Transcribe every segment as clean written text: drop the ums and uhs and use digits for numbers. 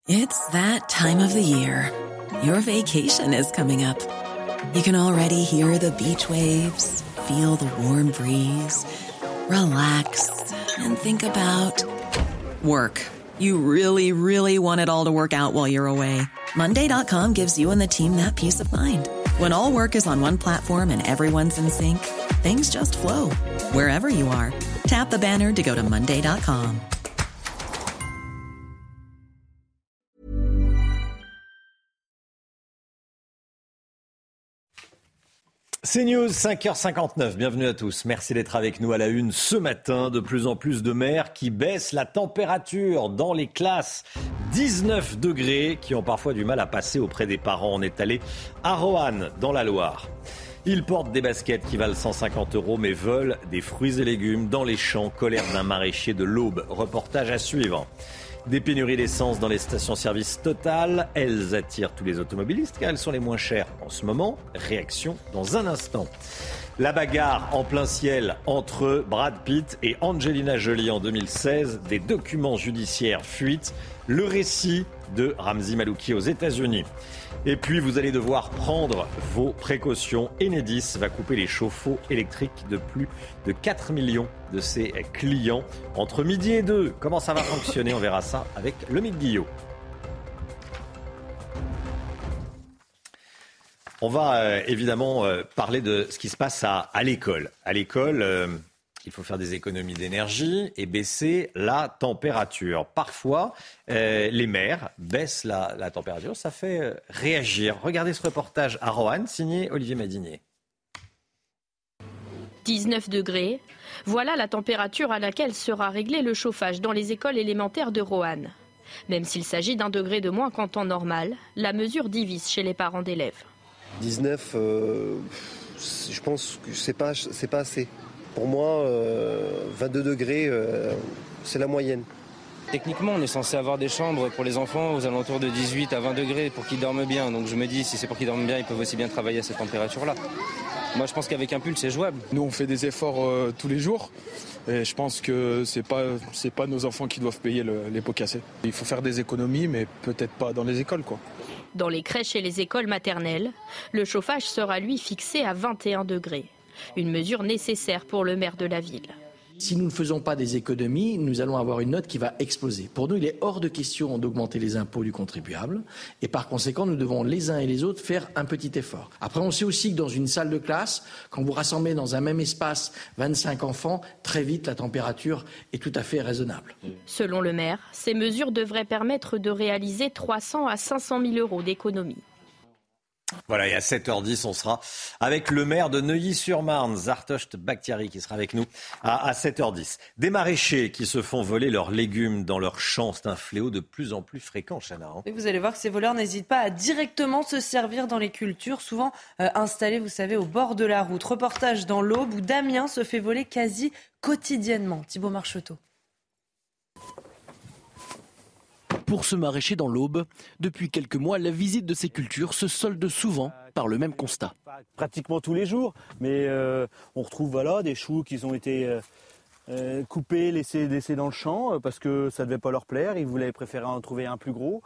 It's that time of the year. Your vacation is coming up. You can already hear the beach waves, feel the warm breeze, relax, and think about work. You really, really want it all to work out while you're away. Monday.com gives you and the team that peace of mind. When all work is on one platform and everyone's in sync, things just flow. Wherever you are, tap the banner to go to Monday.com. CNews, 5h59, bienvenue à tous. Merci d'être avec nous à la une ce matin. De plus en plus de mères qui baissent la température dans les classes. 19 degrés qui ont parfois du mal à passer auprès des parents. On est allé à Roanne, dans la Loire. Ils portent des baskets qui valent 150 € mais veulent des fruits et légumes dans les champs. Colère d'un maraîcher de l'Aube. Reportage à suivre. Des pénuries d'essence dans les stations-service Total. Elles attirent tous les automobilistes car elles sont les moins chères en ce moment. Réaction dans un instant. La bagarre en plein ciel entre Brad Pitt et Angelina Jolie en 2016. Des documents judiciaires fuitent. Le récit de Ramzi Malouki aux États-Unis. Et puis, vous allez devoir prendre vos précautions. Enedis va couper les chauffe-eau électriques de plus de 4 millions de ses clients entre midi et 2. Comment ça va fonctionner? On verra ça avec Lomique Guillot. On va évidemment parler de ce qui se passe à l'école. À l'école, il faut faire des économies d'énergie et baisser la température. Parfois, les mères baissent la température. Ça fait réagir. Regardez ce reportage à Roanne, signé Olivier Madinier. 19 degrés. Voilà la température à laquelle sera réglé le chauffage dans les écoles élémentaires de Roanne. Même s'il s'agit d'1 degré de moins qu'en temps normal, la mesure divise chez les parents d'élèves. 19, je pense que c'est pas assez. Pour moi, 22 degrés, c'est la moyenne. Techniquement, on est censé avoir des chambres pour les enfants aux alentours de 18 à 20 degrés pour qu'ils dorment bien. Donc je me dis, si c'est pour qu'ils dorment bien, ils peuvent aussi bien travailler à cette température-là. Moi, je pense qu'avec un pull, c'est jouable. Nous, on fait des efforts tous les jours. Et je pense que c'est pas nos enfants qui doivent payer les pots cassés. Il faut faire des économies, mais peut-être pas dans les écoles, quoi. Dans les crèches et les écoles maternelles, le chauffage sera lui fixé à 21 degrés. Une mesure nécessaire pour le maire de la ville. Si nous ne faisons pas des économies, nous allons avoir une note qui va exploser. Pour nous, il est hors de question d'augmenter les impôts du contribuable. Et par conséquent, nous devons les uns et les autres faire un petit effort. Après, on sait aussi que dans une salle de classe, quand vous rassemblez dans un même espace 25 enfants, très vite, la température est tout à fait raisonnable. Selon le maire, ces mesures devraient permettre de réaliser 300 à 500 000 € d'économies. Voilà, et à 7h10, on sera avec le maire de Neuilly-sur-Marne, Zartocht Bakhtiari, qui sera avec nous à 7h10. Des maraîchers qui se font voler leurs légumes dans leurs champs, c'est un fléau de plus en plus fréquent, Chana. Et vous allez voir que ces voleurs n'hésitent pas à directement se servir dans les cultures, souvent installées, vous savez, au bord de la route. Reportage dans l'Aube où Damien se fait voler quasi quotidiennement. Thibaut Marcheteau. Pour ce maraîcher dans l'Aube, depuis quelques mois, la visite de ces cultures se solde souvent par le même constat. Pratiquement tous les jours, mais on retrouve des choux qui ont été coupés, laissés dans le champ parce que ça ne devait pas leur plaire. Ils voulaient préférer en trouver un plus gros.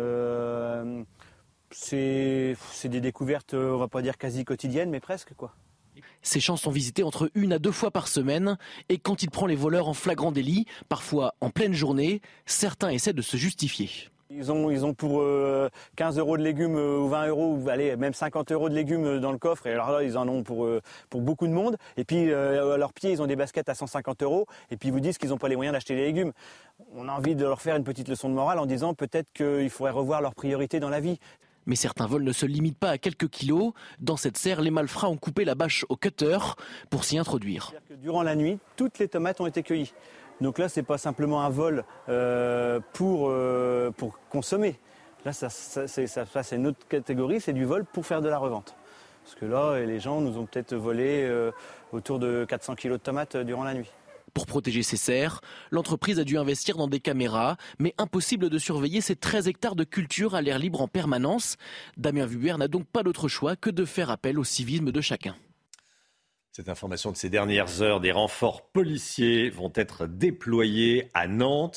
C'est des découvertes, on va pas dire quasi quotidiennes, mais presque, quoi. Ces champs sont visités entre 1 à 2 fois par semaine et quand il prend les voleurs en flagrant délit, parfois en pleine journée, certains essaient de se justifier. Ils ont pour 15 € de légumes ou 20 € ou allez, même 50 € de légumes dans le coffre. Et alors là, ils en ont pour beaucoup de monde. Et puis à leurs pieds, ils ont des baskets à 150 €. Et puis ils vous disent qu'ils n'ont pas les moyens d'acheter les légumes. On a envie de leur faire une petite leçon de morale en disant peut-être qu'il faudrait revoir leurs priorités dans la vie. Mais certains vols ne se limitent pas à quelques kilos. Dans cette serre, les malfrats ont coupé la bâche au cutter pour s'y introduire. Durant la nuit, toutes les tomates ont été cueillies. Donc là, ce n'est pas simplement un vol pour consommer. Là, ça c'est une autre catégorie, c'est du vol pour faire de la revente. Parce que là, les gens nous ont peut-être volé autour de 400 kilos de tomates durant la nuit. Pour protéger ses serres, l'entreprise a dû investir dans des caméras, mais impossible de surveiller ces 13 hectares de culture à l'air libre en permanence. Damien Vubert n'a donc pas d'autre choix que de faire appel au civisme de chacun. Cette information de ces dernières heures, des renforts policiers vont être déployés à Nantes.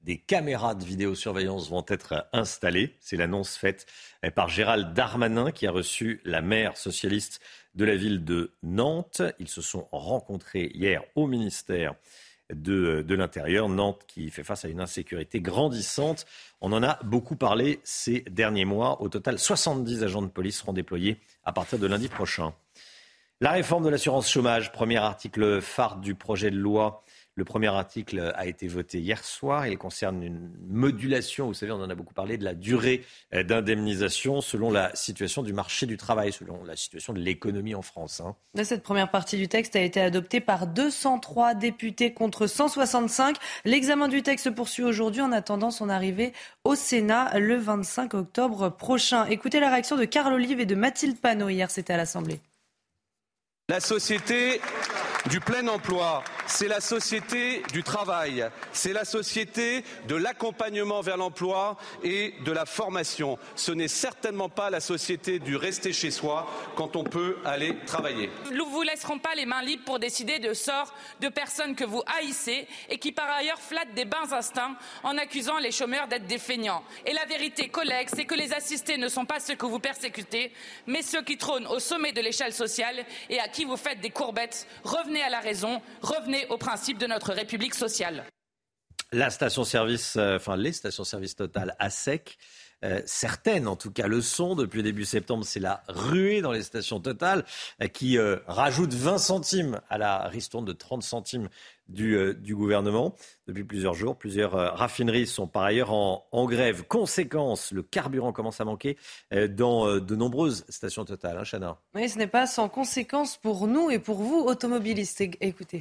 des caméras de vidéosurveillance vont être installées. C'est l'annonce faite par Gérald Darmanin qui a reçu la maire socialiste de la ville de Nantes. Ils se sont rencontrés hier au ministère de l'Intérieur. Nantes qui fait face à une insécurité grandissante. On en a beaucoup parlé ces derniers mois. Au total, 70 agents de police seront déployés à partir de lundi prochain. La réforme de l'assurance chômage, premier article phare du projet de loi. Le premier article a été voté hier soir. Il concerne une modulation, vous savez, on en a beaucoup parlé, de la durée d'indemnisation selon la situation du marché du travail, selon la situation de l'économie en France. Cette première partie du texte a été adoptée par 203 députés contre 165. L'examen du texte se poursuit aujourd'hui en attendant son arrivée au Sénat le 25 octobre prochain. Écoutez la réaction de Carl Olive et de Mathilde Panot hier, c'était à l'Assemblée. La société du plein emploi, c'est la société du travail, c'est la société de l'accompagnement vers l'emploi et de la formation. Ce n'est certainement pas la société du rester chez soi quand on peut aller travailler. Nous ne vous laisserons pas les mains libres pour décider de sort de personnes que vous haïssez et qui par ailleurs flattent des bons instincts en accusant les chômeurs d'être des feignants. Et la vérité, collègues, c'est que les assistés ne sont pas ceux que vous persécutez, mais ceux qui trônent au sommet de l'échelle sociale et à qui vous faites des courbettes. Revenez à la raison, revenez aux principes de notre République sociale. Les stations-service Total à sec, certaines en tout cas le sont. Depuis début septembre, c'est la ruée dans les stations Total qui rajoute 20 centimes à la ristourne de 30 centimes du gouvernement. Depuis plusieurs jours, plusieurs raffineries sont par ailleurs en grève. Conséquence, le carburant commence à manquer dans de nombreuses stations Total. Chana. Oui, ce n'est pas sans conséquence pour nous et pour vous, automobilistes. Écoutez.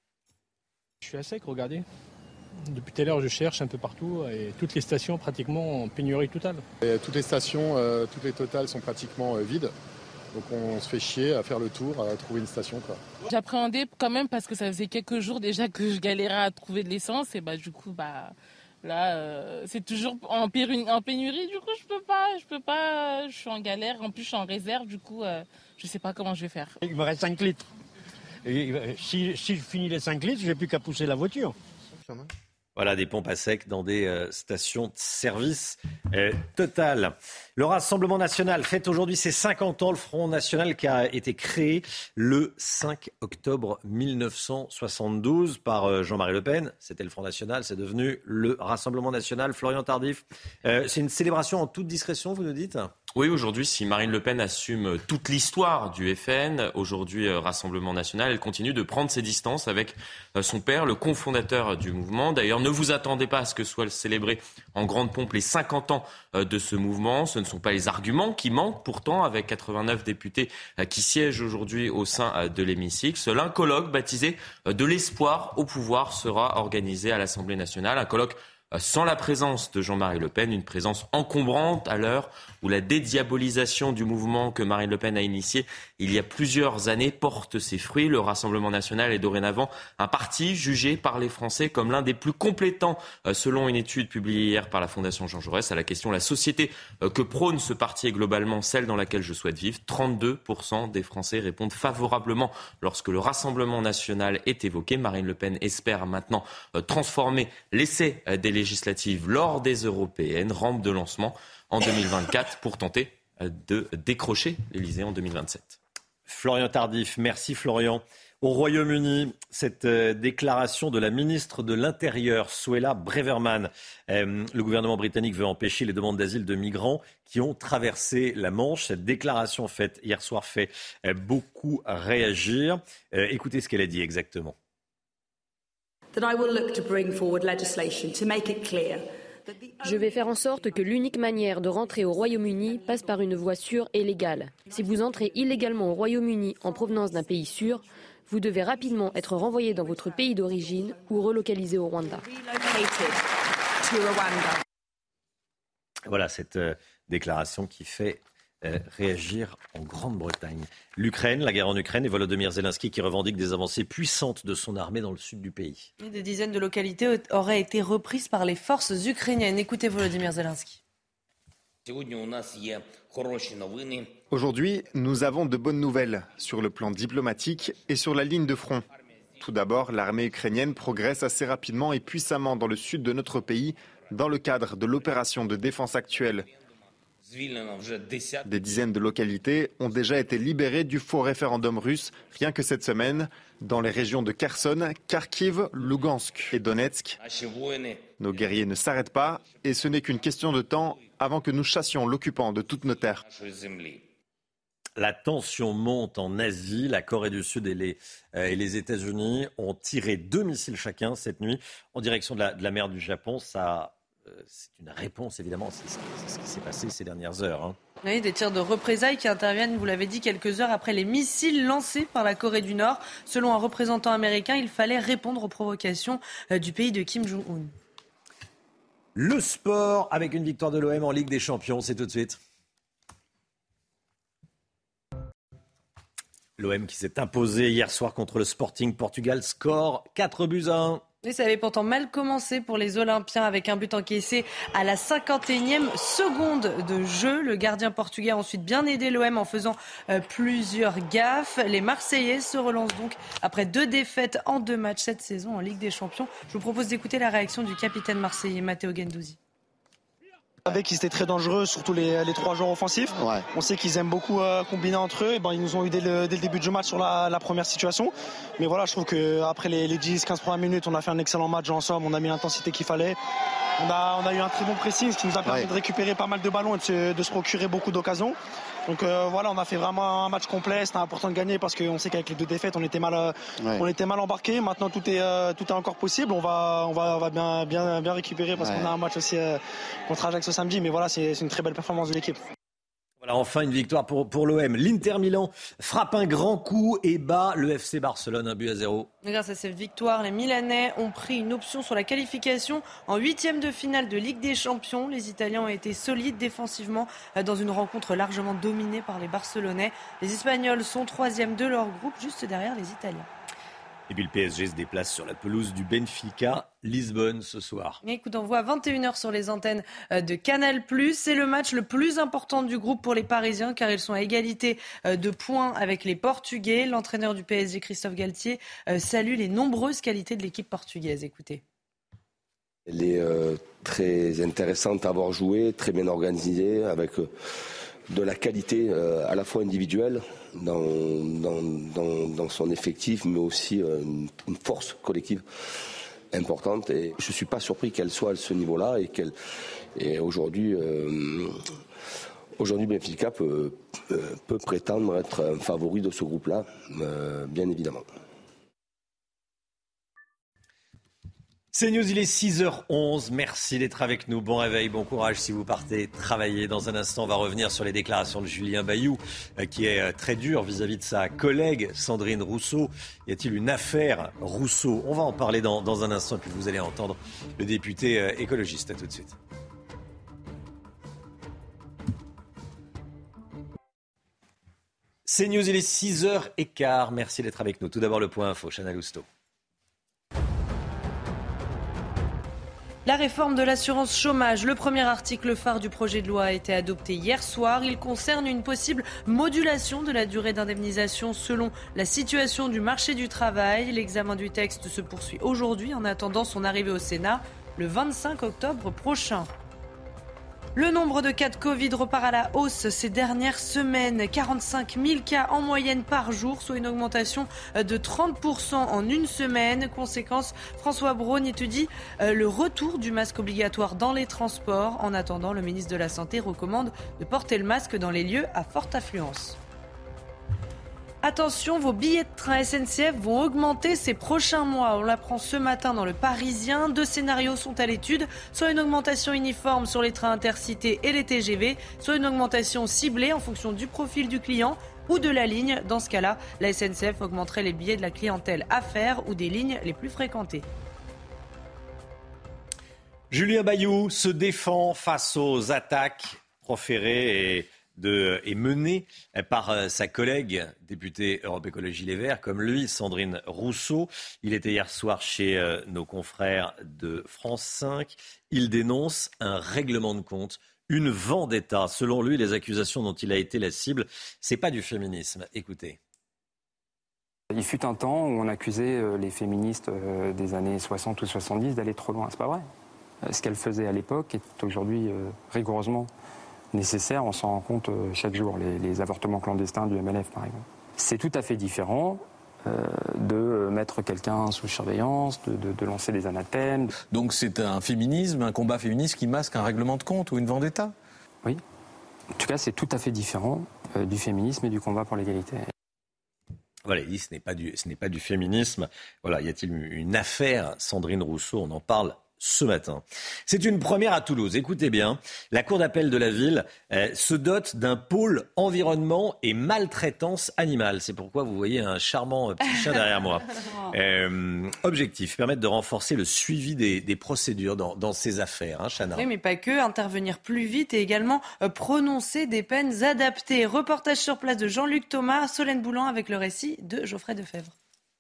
Je suis à sec, regardez. Depuis tout à l'heure, je cherche un peu partout et toutes les stations pratiquement en pénurie totale. Et toutes les stations, toutes les Total sont pratiquement vides. Donc on se fait chier à faire le tour, à trouver une station. J'appréhendais quand même parce que ça faisait quelques jours déjà que je galérais à trouver de l'essence. Et du coup, là, c'est toujours en pénurie. Du coup, je peux pas. Je suis en galère. En plus, je suis en réserve. Du coup, je sais pas comment je vais faire. Il me reste 5 litres. Et si je finis les 5 litres, j'ai plus qu'à pousser la voiture. Voilà, des pompes à sec dans des stations de service Total. Le Rassemblement national fête aujourd'hui ses 50 ans. Le Front national qui a été créé le 5 octobre 1972 par Jean-Marie Le Pen. C'était le Front national, c'est devenu le Rassemblement national. Florian Tardif, c'est une célébration en toute discrétion, vous nous dites ? Oui, aujourd'hui, si Marine Le Pen assume toute l'histoire du FN, aujourd'hui Rassemblement national, elle continue de prendre ses distances avec son père, le cofondateur du mouvement. D'ailleurs, ne vous attendez pas à ce que soient célébrés en grande pompe les 50 ans de ce mouvement. Ce ne sont pas les arguments qui manquent, pourtant, avec 89 députés qui siègent aujourd'hui au sein de l'hémicycle. Seul un colloque baptisé de l'espoir au pouvoir sera organisé à l'Assemblée nationale. Un colloque sans la présence de Jean-Marie Le Pen, une présence encombrante à l'heure où la dédiabolisation du mouvement que Marine Le Pen a initié il y a plusieurs années porte ses fruits. Le Rassemblement national est dorénavant un parti jugé par les Français comme l'un des plus compétents, selon une étude publiée hier par la Fondation Jean Jaurès. À la question la société que prône ce parti est globalement celle dans laquelle je souhaite vivre. 32% des Français répondent favorablement lorsque le Rassemblement national est évoqué. Marine Le Pen espère maintenant transformer l'essai des législatives lors des européennes, rampe de lancement en 2024 pour tenter de décrocher l'Elysée en 2027. Florian Tardif, merci Florian. Au Royaume-Uni, cette déclaration de la ministre de l'Intérieur, Suella Braverman. Le gouvernement britannique veut empêcher les demandes d'asile de migrants qui ont traversé la Manche. Cette déclaration faite hier soir fait beaucoup réagir. Écoutez ce qu'elle a dit exactement. Je vais faire en sorte que l'unique manière de rentrer au Royaume-Uni passe par une voie sûre et légale. Si vous entrez illégalement au Royaume-Uni en provenance d'un pays sûr, vous devez rapidement être renvoyé dans votre pays d'origine ou relocalisé au Rwanda. Voilà cette déclaration qui fait réagir en Grande-Bretagne. L'Ukraine, la guerre en Ukraine et Volodymyr Zelensky qui revendique des avancées puissantes de son armée dans le sud du pays. Des dizaines de localités auraient été reprises par les forces ukrainiennes. Écoutez Volodymyr Zelensky. Aujourd'hui, nous avons de bonnes nouvelles sur le plan diplomatique et sur la ligne de front. Tout d'abord, l'armée ukrainienne progresse assez rapidement et puissamment dans le sud de notre pays dans le cadre de l'opération de défense actuelle. Des dizaines de localités ont déjà été libérées du faux référendum russe, rien que cette semaine, dans les régions de Kherson, Kharkiv, Lugansk et Donetsk. Nos guerriers ne s'arrêtent pas et ce n'est qu'une question de temps avant que nous chassions l'occupant de toutes nos terres. La tension monte en Asie. La Corée du Sud et les États-Unis ont tiré 2 missiles chacun cette nuit en direction de la mer du Japon. C'est une réponse, évidemment, c'est ce qui s'est passé ces dernières heures. Hein. Oui, des tirs de représailles qui interviennent, vous l'avez dit, quelques heures après les missiles lancés par la Corée du Nord. Selon un représentant américain, il fallait répondre aux provocations du pays de Kim Jong-un. Le sport avec une victoire de l'OM en Ligue des Champions, c'est tout de suite. L'OM qui s'est imposé hier soir contre le Sporting Portugal, score 4-1. Et ça avait pourtant mal commencé pour les Olympiens avec un but encaissé à la 51e seconde de jeu. Le gardien portugais a ensuite bien aidé l'OM en faisant plusieurs gaffes. Les Marseillais se relancent donc après 2 défaites en 2 matchs cette saison en Ligue des Champions. Je vous propose d'écouter la réaction du capitaine marseillais Matteo Guendouzi. On savait qu'ils étaient très dangereux, surtout les 3 joueurs offensifs. Ouais. On sait qu'ils aiment beaucoup combiner entre eux. Et ils nous ont eu dès le début du match sur la première situation. Mais voilà, je trouve qu'après les 10-15 premières minutes, on a fait un excellent match ensemble. On a mis l'intensité qu'il fallait. On a eu un très bon pressing, ce qui nous a permis de récupérer pas mal de ballons et de se procurer beaucoup d'occasions. Donc voilà, on a fait vraiment un match complet. C'était important de gagner parce qu'on sait qu'avec les 2 défaites, on était mal embarqués. Maintenant, tout est encore possible. On va bien récupérer parce qu'on a un match aussi contre Ajax ce samedi. Mais voilà, c'est une très belle performance de l'équipe. Voilà, enfin une victoire pour l'OM. L'Inter Milan frappe un grand coup et bat le FC Barcelone 1-0. Grâce à cette victoire, les Milanais ont pris une option sur la qualification en 8e de finale de Ligue des Champions. Les Italiens ont été solides défensivement dans une rencontre largement dominée par les Barcelonais. Les Espagnols sont 3e de leur groupe, juste derrière les Italiens. Et puis le PSG se déplace sur la pelouse du Benfica, Lisbonne ce soir. Et coup d'envoi à 21h sur les antennes de Canal+. C'est le match le plus important du groupe pour les Parisiens car ils sont à égalité de points avec les Portugais. L'entraîneur du PSG, Christophe Galtier, salue les nombreuses qualités de l'équipe portugaise. Écoutez. Elle est très intéressante à avoir joué, très bien organisée, avec de la qualité à la fois individuelle dans son effectif, mais aussi une force collective importante. Et je ne suis pas surpris qu'elle soit à ce niveau-là et aujourd'hui Benfica peut prétendre être un favori de ce groupe-là, bien évidemment. C'est News, il est 6h11. Merci d'être avec nous. Bon réveil, bon courage si vous partez travailler. Dans un instant, on va revenir sur les déclarations de Julien Bayou, qui est très dur vis-à-vis de sa collègue Sandrine Rousseau. Y a-t-il une affaire Rousseau ? On va en parler dans un instant, puis vous allez entendre le député écologiste. À tout de suite. C'est News, il est 6h15. Merci d'être avec nous. Tout d'abord, le point info, Chana Lousteau. La réforme de l'assurance chômage, le premier article phare du projet de loi a été adopté hier soir. Il concerne une possible modulation de la durée d'indemnisation selon la situation du marché du travail. L'examen du texte se poursuit aujourd'hui en attendant son arrivée au Sénat le 25 octobre prochain. Le nombre de cas de Covid repart à la hausse ces dernières semaines. 45 000 cas en moyenne par jour, soit une augmentation de 30% en une semaine. Conséquence, François Braun étudie le retour du masque obligatoire dans les transports. En attendant, le ministre de la Santé recommande de porter le masque dans les lieux à forte affluence. Attention, vos billets de train SNCF vont augmenter ces prochains mois. On l'apprend ce matin dans Le Parisien. 2 scénarios sont à l'étude. Soit une augmentation uniforme sur les trains intercités et les TGV, soit une augmentation ciblée en fonction du profil du client ou de la ligne. Dans ce cas-là, la SNCF augmenterait les billets de la clientèle affaires ou des lignes les plus fréquentées. Julien Bayou se défend face aux attaques proférées et menée par sa collègue députée Europe Écologie Les Verts, comme lui, Sandrine Rousseau. Il était hier soir chez nos confrères de France 5. Il dénonce un règlement de compte, une vendetta. Selon lui, les accusations dont il a été la cible, c'est pas du féminisme. Écoutez. Il fut un temps où on accusait les féministes des années 60 ou 70 d'aller trop loin. C'est pas vrai. Ce qu'elles faisaient à l'époque est aujourd'hui rigoureusement nécessaire. On s'en rend compte chaque jour. Les avortements clandestins du MLF, par exemple. C'est tout à fait différent de mettre quelqu'un sous surveillance, de lancer des anathèmes. Donc c'est un féminisme, un combat féministe qui masque un règlement de compte ou une vendetta ? Oui. En tout cas, c'est tout à fait différent du féminisme et du combat pour l'égalité. Voilà, il dit ce n'est pas du féminisme. Voilà, y a-t-il une affaire Sandrine Rousseau ? On en parle ce matin. C'est une première à Toulouse. Écoutez bien, la cour d'appel de la ville se dote d'un pôle environnement et maltraitance animale. C'est pourquoi vous voyez un charmant petit chien derrière moi. Objectif, permettre de renforcer le suivi des procédures dans ces affaires, Chana. Oui, mais pas que, intervenir plus vite et également prononcer des peines adaptées. Reportage sur place de Jean-Luc Thomas, Solène Boulan avec le récit de Geoffrey Defebvre.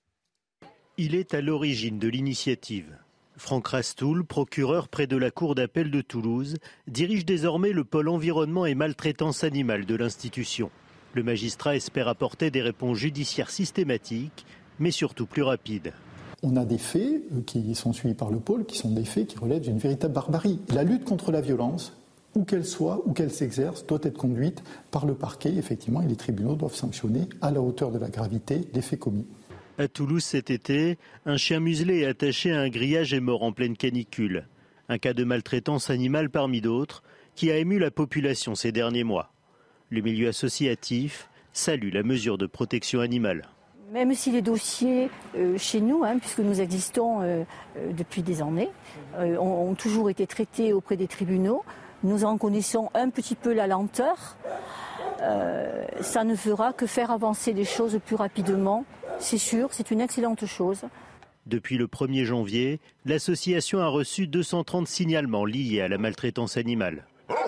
Il est à l'origine de l'initiative. Franck Rastoul, procureur près de la cour d'appel de Toulouse, dirige désormais le pôle environnement et maltraitance animale de l'institution. Le magistrat espère apporter des réponses judiciaires systématiques, mais surtout plus rapides. On a des faits qui sont suivis par le pôle, qui sont des faits qui relèvent d'une véritable barbarie. La lutte contre la violence, où qu'elle soit, où qu'elle s'exerce, doit être conduite par le parquet, effectivement, et les tribunaux doivent sanctionner à la hauteur de la gravité les faits commis. À Toulouse cet été, un chien muselé attaché à un grillage est mort en pleine canicule. Un cas de maltraitance animale parmi d'autres qui a ému la population ces derniers mois. Le milieu associatif salue la mesure de protection animale. Même si les dossiers chez nous, puisque nous existons depuis des années, ont toujours été traités auprès des tribunaux, nous en connaissons un petit peu la lenteur. Ça ne fera que faire avancer les choses plus rapidement. C'est sûr, c'est une excellente chose. Depuis le 1er janvier, l'association a reçu 230 signalements liés à la maltraitance animale.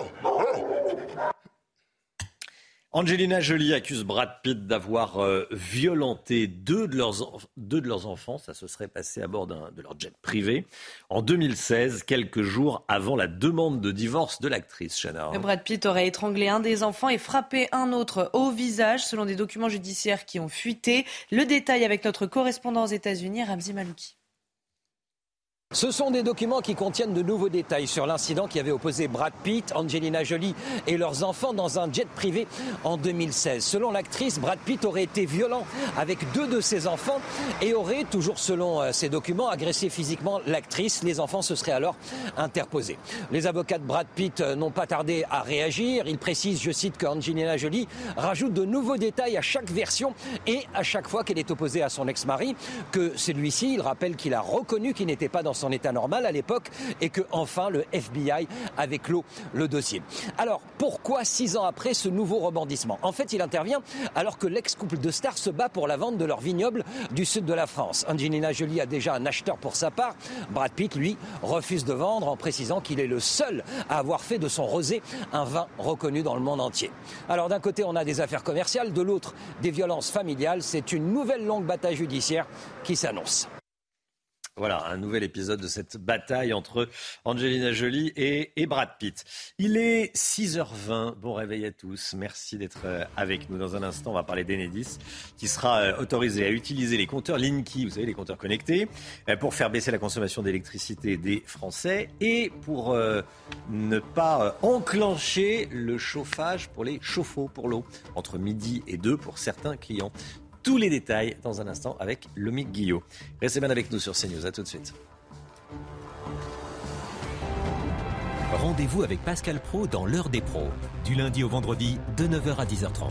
Angelina Jolie accuse Brad Pitt d'avoir violenté deux de leurs enfants. Ça se serait passé à bord de leur jet privé en 2016, quelques jours avant la demande de divorce de l'actrice, Chana. Brad Pitt aurait étranglé un des enfants et frappé un autre au visage, selon des documents judiciaires qui ont fuité. Le détail avec notre correspondant aux États-Unis, Ramzi Malouki. Ce sont des documents qui contiennent de nouveaux détails sur l'incident qui avait opposé Brad Pitt, Angelina Jolie et leurs enfants dans un jet privé en 2016. Selon l'actrice, Brad Pitt aurait été violent avec deux de ses enfants et aurait, toujours selon ces documents, agressé physiquement l'actrice. Les enfants se seraient alors interposés. Les avocats de Brad Pitt n'ont pas tardé à réagir. Ils précisent, je cite, que Angelina Jolie rajoute de nouveaux détails à chaque version et à chaque fois qu'elle est opposée à son ex-mari, que celui-ci, il rappelle qu'il a reconnu qu'il n'était pas dans son état normal à l'époque et que enfin le FBI avait clos le dossier. Alors pourquoi 6 ans après ce nouveau rebondissement ? En fait, il intervient alors que l'ex-couple de stars se bat pour la vente de leur vignoble du sud de la France. Angelina Jolie a déjà un acheteur pour sa part. Brad Pitt, lui, refuse de vendre en précisant qu'il est le seul à avoir fait de son rosé un vin reconnu dans le monde entier. Alors d'un côté, on a des affaires commerciales, de l'autre, des violences familiales. C'est une nouvelle longue bataille judiciaire qui s'annonce. Voilà, un nouvel épisode de cette bataille entre Angelina Jolie et Brad Pitt. Il est 6h20, bon réveil à tous, merci d'être avec nous. Dans un instant, on va parler d'Enedis, qui sera autorisé à utiliser les compteurs Linky, vous savez, les compteurs connectés, pour faire baisser la consommation d'électricité des Français et pour ne pas enclencher le chauffage pour les chauffe-eau pour l'eau, entre midi et 2 pour certains clients. Tous les détails dans un instant avec Lomique Guillot. Restez bien avec nous sur CNews. À tout de suite. Rendez-vous avec Pascal Praud dans l'heure des pros. Du lundi au vendredi, de 9h à 10h30.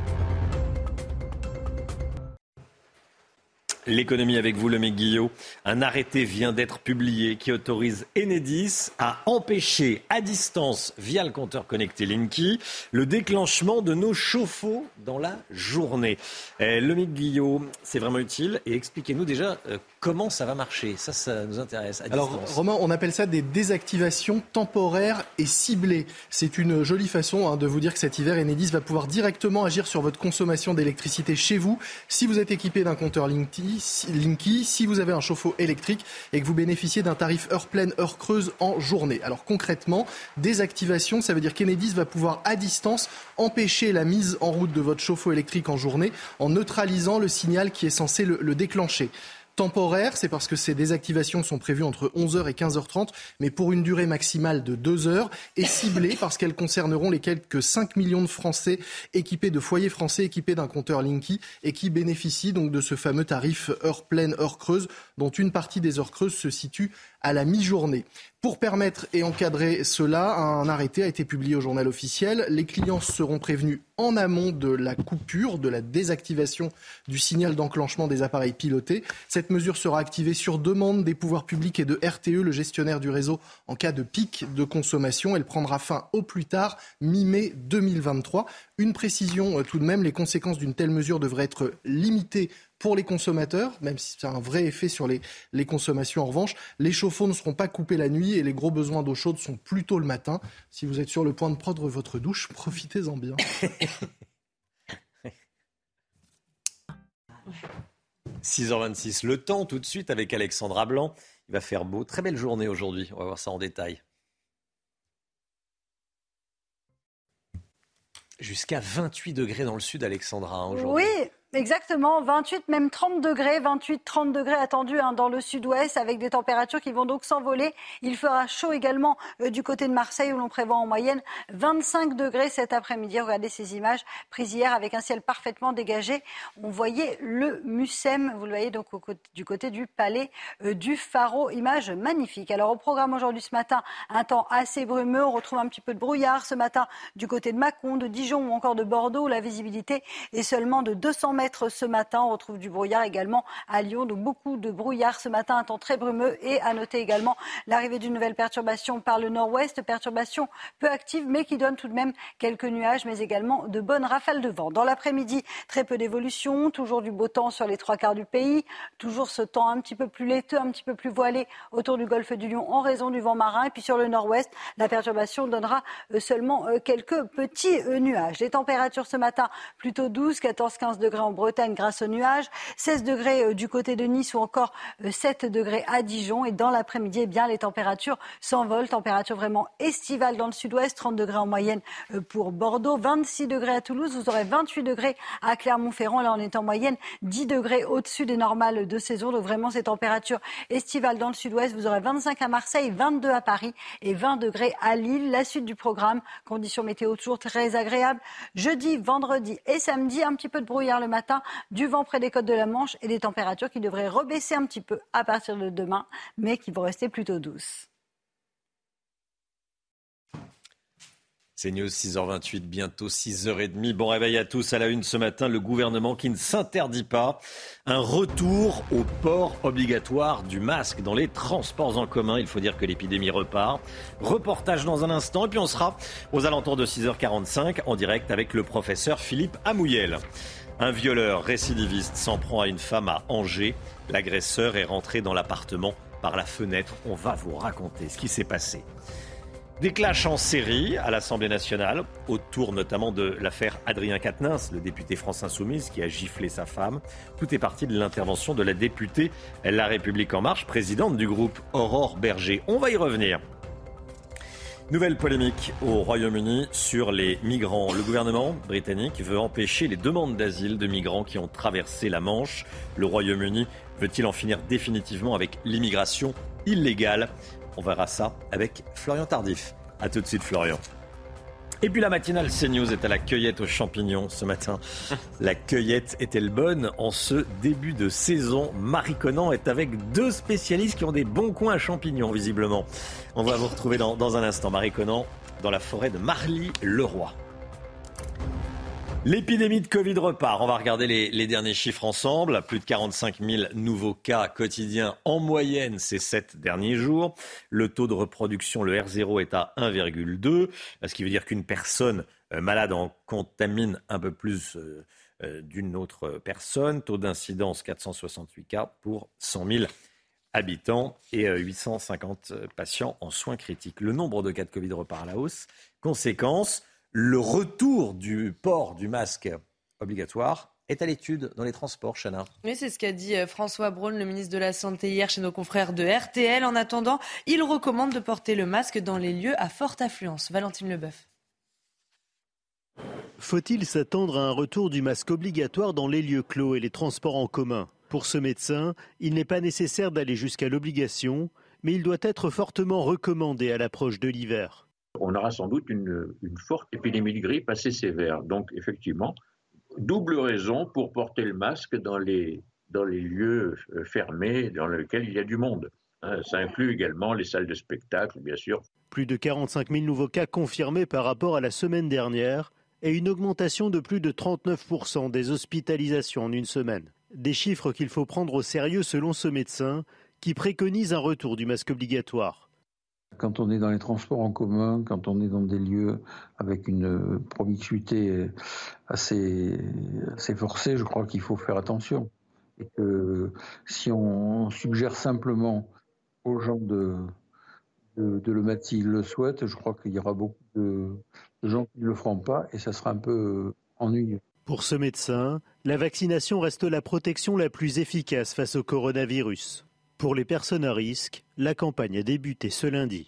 L'économie avec vous, Lomique Guillot. Un arrêté vient d'être publié qui autorise Enedis à empêcher à distance, via le compteur connecté Linky, le déclenchement de nos chauffe-eau dans la journée. Lomique Guillot, c'est vraiment utile. Et expliquez-nous déjà comment ça va marcher. Ça nous intéresse à distance. Alors, Romain, on appelle ça des désactivations temporaires et ciblées. C'est une jolie façon de vous dire que cet hiver, Enedis va pouvoir directement agir sur votre consommation d'électricité chez vous. Si vous êtes équipé d'un compteur Linky, Linky. Si vous avez un chauffe-eau électrique et que vous bénéficiez d'un tarif heure pleine, heure creuse en journée. Alors concrètement, désactivation, ça veut dire qu'Enedis va pouvoir à distance empêcher la mise en route de votre chauffe-eau électrique en journée en neutralisant le signal qui est censé le déclencher. Temporaire, c'est parce que ces désactivations sont prévues entre 11h et 15h30, mais pour une durée maximale de 2 heures, et ciblées parce qu'elles concerneront les quelques 5 millions de Français équipés de foyers français équipés d'un compteur Linky et qui bénéficient donc de ce fameux tarif heure pleine, heure creuse, dont une partie des heures creuses se situe à la mi-journée. Pour permettre et encadrer cela, un arrêté a été publié au journal officiel. Les clients seront prévenus en amont de la coupure, de la désactivation du signal d'enclenchement des appareils pilotés. Cette mesure sera activée sur demande des pouvoirs publics et de RTE, le gestionnaire du réseau, en cas de pic de consommation. Elle prendra fin au plus tard mi-mai 2023. Une précision tout de même, les conséquences d'une telle mesure devraient être limitées pour les consommateurs, même si c'est un vrai effet sur les consommations. En revanche, les chauffe-eau ne seront pas coupés la nuit et les gros besoins d'eau chaude sont plutôt le matin. Si vous êtes sur le point de prendre votre douche, profitez-en bien. 6h26, le temps tout de suite avec Alexandra Blanc. Il va faire beau, très belle journée aujourd'hui, on va voir ça en détail. Jusqu'à 28 degrés dans le sud, Alexandra, aujourd'hui. Oui, exactement, 28, même 30 degrés, 28-30 degrés attendus dans le sud-ouest avec des températures qui vont donc s'envoler. Il fera chaud également du côté de Marseille où l'on prévoit en moyenne 25 degrés cet après-midi. Regardez ces images prises hier avec un ciel parfaitement dégagé. On voyait le Mucem, vous le voyez donc du côté du palais du Pharaon. Image magnifique. Alors au programme aujourd'hui ce matin, un temps assez brumeux. On retrouve un petit peu de brouillard ce matin du côté de Mâcon, de Dijon ou encore de Bordeaux où la visibilité est seulement de 200 mètres ce matin. On retrouve du brouillard également à Lyon, donc beaucoup de brouillard ce matin, un temps très brumeux et à noter également l'arrivée d'une nouvelle perturbation par le nord-ouest, perturbation peu active mais qui donne tout de même quelques nuages mais également de bonnes rafales de vent. Dans l'après-midi, très peu d'évolution, toujours du beau temps sur les 3/4 du pays, toujours ce temps un petit peu plus laiteux, un petit peu plus voilé autour du golfe du Lion en raison du vent marin et puis sur le nord-ouest, la perturbation donnera seulement quelques petits nuages. Les températures ce matin plutôt douces, 14-15 degrés en Bretagne grâce aux nuages, 16 degrés du côté de Nice ou encore 7 degrés à Dijon. Et dans l'après-midi, eh bien, les températures s'envolent. Température vraiment estivale dans le sud-ouest, 30 degrés en moyenne pour Bordeaux, 26 degrés à Toulouse, vous aurez 28 degrés à Clermont-Ferrand. Là, on est en moyenne 10 degrés au-dessus des normales de saison. Donc vraiment, ces températures estivales dans le sud-ouest. Vous aurez 25 à Marseille, 22 à Paris et 20 degrés à Lille. La suite du programme, conditions météo toujours très agréables. Jeudi, vendredi et samedi, un petit peu de brouillard le matin, du vent près des côtes de la Manche et des températures qui devraient rebaisser un petit peu à partir de demain, mais qui vont rester plutôt douces. C'est News, 6h28, bientôt 6h30. Bon réveil à tous. À la une ce matin, le gouvernement qui ne s'interdit pas un retour au port obligatoire du masque dans les transports en commun. Il faut dire que l'épidémie repart. Reportage dans un instant et puis on sera aux alentours de 6h45 en direct avec le professeur Philippe Amouyel. Un violeur récidiviste s'en prend à une femme à Angers. L'agresseur est rentré dans l'appartement par la fenêtre. On va vous raconter ce qui s'est passé. Des clashs en série à l'Assemblée nationale, autour notamment de l'affaire Adrien Quatennens, le député France Insoumise qui a giflé sa femme. Tout est parti de l'intervention de la députée La République En Marche, présidente du groupe Aurore Berger. On va y revenir. Nouvelle polémique au Royaume-Uni sur les migrants. Le gouvernement britannique veut empêcher les demandes d'asile de migrants qui ont traversé la Manche. Le Royaume-Uni veut-il en finir définitivement avec l'immigration illégale ? On verra ça avec Florian Tardif. A tout de suite Florian. Et puis la matinale CNews est à la cueillette aux champignons ce matin. La cueillette est-elle bonne en ce début de saison ? Marie Conan est avec deux spécialistes qui ont des bons coins à champignons visiblement. On va vous retrouver dans un instant. Marie Conan dans la forêt de Marly-le-Roi. L'épidémie de Covid repart. On va regarder les derniers chiffres ensemble. Plus de 45 000 nouveaux cas quotidiens en moyenne ces 7 derniers jours. Le taux de reproduction, le R0, est à 1,2, ce qui veut dire qu'une personne malade en contamine un peu plus d'une autre personne. Taux d'incidence 468 cas pour 100 000 habitants et 850 patients en soins critiques. Le nombre de cas de Covid repart à la hausse. Conséquence, le retour du port du masque obligatoire est à l'étude dans les transports, Chana. Oui, c'est ce qu'a dit François Braun, le ministre de la Santé, hier chez nos confrères de RTL. En attendant, il recommande de porter le masque dans les lieux à forte affluence. Valentine Leboeuf. Faut-il s'attendre à un retour du masque obligatoire dans les lieux clos et les transports en commun ? Pour ce médecin, il n'est pas nécessaire d'aller jusqu'à l'obligation, mais il doit être fortement recommandé à l'approche de l'hiver. On aura sans doute une forte épidémie de grippe assez sévère. Donc effectivement, double raison pour porter le masque dans les lieux fermés dans lesquels il y a du monde. Ça inclut également les salles de spectacle, bien sûr. Plus de 45 000 nouveaux cas confirmés par rapport à la semaine dernière et une augmentation de plus de 39% des hospitalisations en une semaine. Des chiffres qu'il faut prendre au sérieux selon ce médecin qui préconise un retour du masque obligatoire. Quand on est dans les transports en commun, quand on est dans des lieux avec une promiscuité assez forcée, je crois qu'il faut faire attention. Et que si on suggère simplement aux gens de le mettre s'ils le souhaitent, je crois qu'il y aura beaucoup de gens qui ne le feront pas et ça sera un peu ennuyeux. Pour ce médecin, la vaccination reste la protection la plus efficace face au coronavirus. Pour les personnes à risque, la campagne a débuté ce lundi.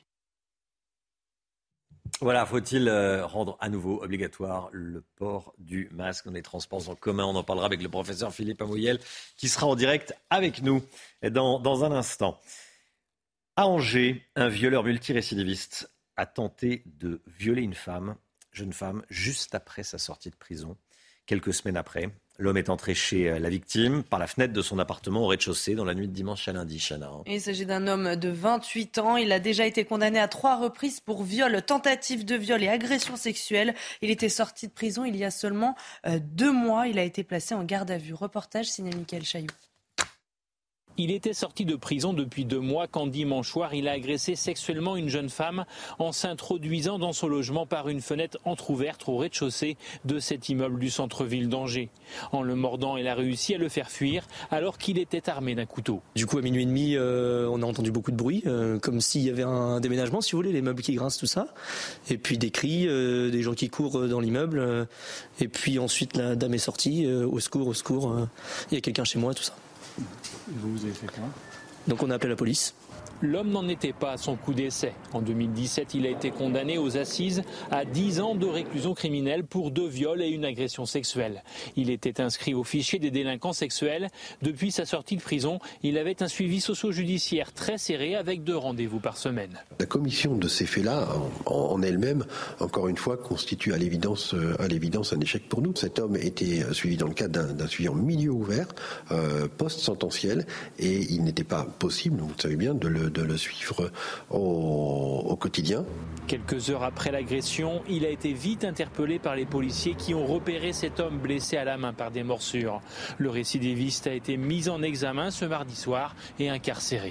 Voilà, faut-il rendre à nouveau obligatoire le port du masque dans les transports en commun ? On en parlera avec le professeur Philippe Amouyel qui sera en direct avec nous dans un instant. À Angers, un violeur multirécidiviste a tenté de violer une jeune femme, juste après sa sortie de prison. Quelques semaines après, l'homme est entré chez la victime par la fenêtre de son appartement au rez-de-chaussée dans la nuit de dimanche à lundi, Chana. Il s'agit d'un homme de 28 ans. Il a déjà été condamné à 3 reprises pour viol, tentative de viol et agression sexuelle. Il était sorti de prison il y a seulement 2 mois. Il a été placé en garde à vue. Reportage signé Mickaël Chailloux. Il était sorti de prison depuis 2 mois quand dimanche soir, il a agressé sexuellement une jeune femme en s'introduisant dans son logement par une fenêtre entrouverte au rez-de-chaussée de cet immeuble du centre-ville d'Angers. En le mordant, il a réussi à le faire fuir alors qu'il était armé d'un couteau. Du coup, à minuit et demi, on a entendu beaucoup de bruit, comme s'il y avait un déménagement, si vous voulez, les meubles qui grincent, tout ça. Et puis des cris, des gens qui courent dans l'immeuble. Et puis ensuite, la dame est sortie, au secours, il y a quelqu'un chez moi, tout ça. Vous avez fait quoi ? Donc on a appelé la police. L'homme n'en était pas à son coup d'essai. En 2017, il a été condamné aux assises à 10 ans de réclusion criminelle pour 2 viols et une agression sexuelle. Il était inscrit au fichier des délinquants sexuels. Depuis sa sortie de prison, il avait un suivi socio-judiciaire très serré avec 2 rendez-vous par semaine. La commission de ces faits-là, en elle-même, encore une fois, constitue à l'évidence un échec pour nous. Cet homme était suivi dans le cadre d'un suivi en milieu ouvert, post-sententiel, et il n'était pas possible, vous le savez bien, de le suivre au quotidien. Quelques heures après l'agression, il a été vite interpellé par les policiers qui ont repéré cet homme blessé à la main par des morsures. Le récidiviste a été mis en examen ce mardi soir et incarcéré.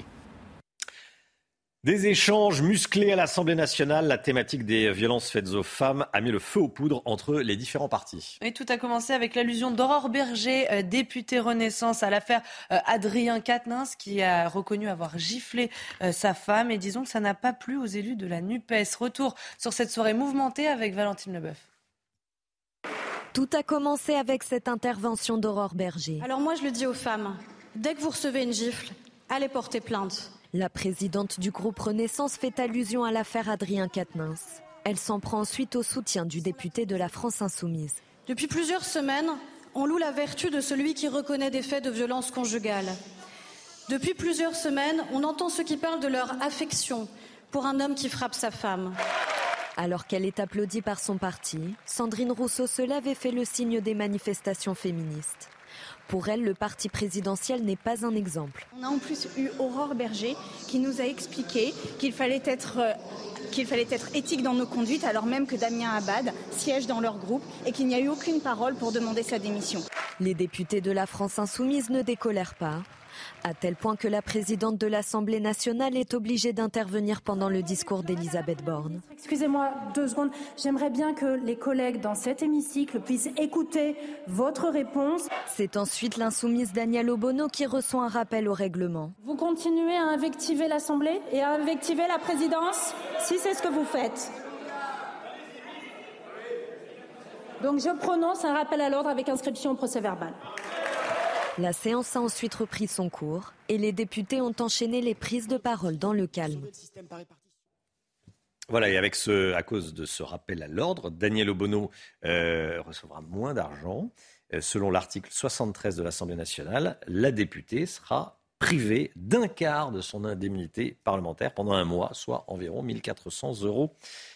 Des échanges musclés à l'Assemblée nationale. La thématique des violences faites aux femmes a mis le feu aux poudres entre les différents partis. Et tout a commencé avec l'allusion d'Aurore Berger, députée Renaissance, à l'affaire Adrien Quatennens, qui a reconnu avoir giflé sa femme. Et disons que ça n'a pas plu aux élus de la NUPES. Retour sur cette soirée mouvementée avec Valentine Leboeuf. Tout a commencé avec cette intervention d'Aurore Berger. Alors moi je le dis aux femmes, dès que vous recevez une gifle, allez porter plainte. La présidente du groupe Renaissance fait allusion à l'affaire Adrien Quatennens. Elle s'en prend ensuite au soutien du député de la France Insoumise. Depuis plusieurs semaines, on loue la vertu de celui qui reconnaît des faits de violence conjugale. Depuis plusieurs semaines, on entend ceux qui parlent de leur affection pour un homme qui frappe sa femme. Alors qu'elle est applaudie par son parti, Sandrine Rousseau se lève et fait le signe des manifestations féministes. Pour elle, le parti présidentiel n'est pas un exemple. On a en plus eu Aurore Berger qui nous a expliqué qu'il fallait être éthique dans nos conduites alors même que Damien Abad siège dans leur groupe et qu'il n'y a eu aucune parole pour demander sa démission. Les députés de la France Insoumise ne décolèrent pas, à tel point que la présidente de l'Assemblée nationale est obligée d'intervenir pendant le discours d'Elisabeth Borne. Excusez-moi 2 secondes, j'aimerais bien que les collègues dans cet hémicycle puissent écouter votre réponse. C'est ensuite l'insoumise Danielle Obono qui reçoit un rappel au règlement. Vous continuez à invectiver l'Assemblée et à invectiver la présidence, si c'est ce que vous faites. Donc je prononce un rappel à l'ordre avec inscription au procès-verbal. La séance a ensuite repris son cours et les députés ont enchaîné les prises de parole dans le calme. Voilà, et à cause de ce rappel à l'ordre, Daniel Obono recevra moins d'argent. Selon l'article 73 de l'Assemblée nationale, la députée sera privée d'un quart de son indemnité parlementaire pendant un mois, soit environ 1 400 €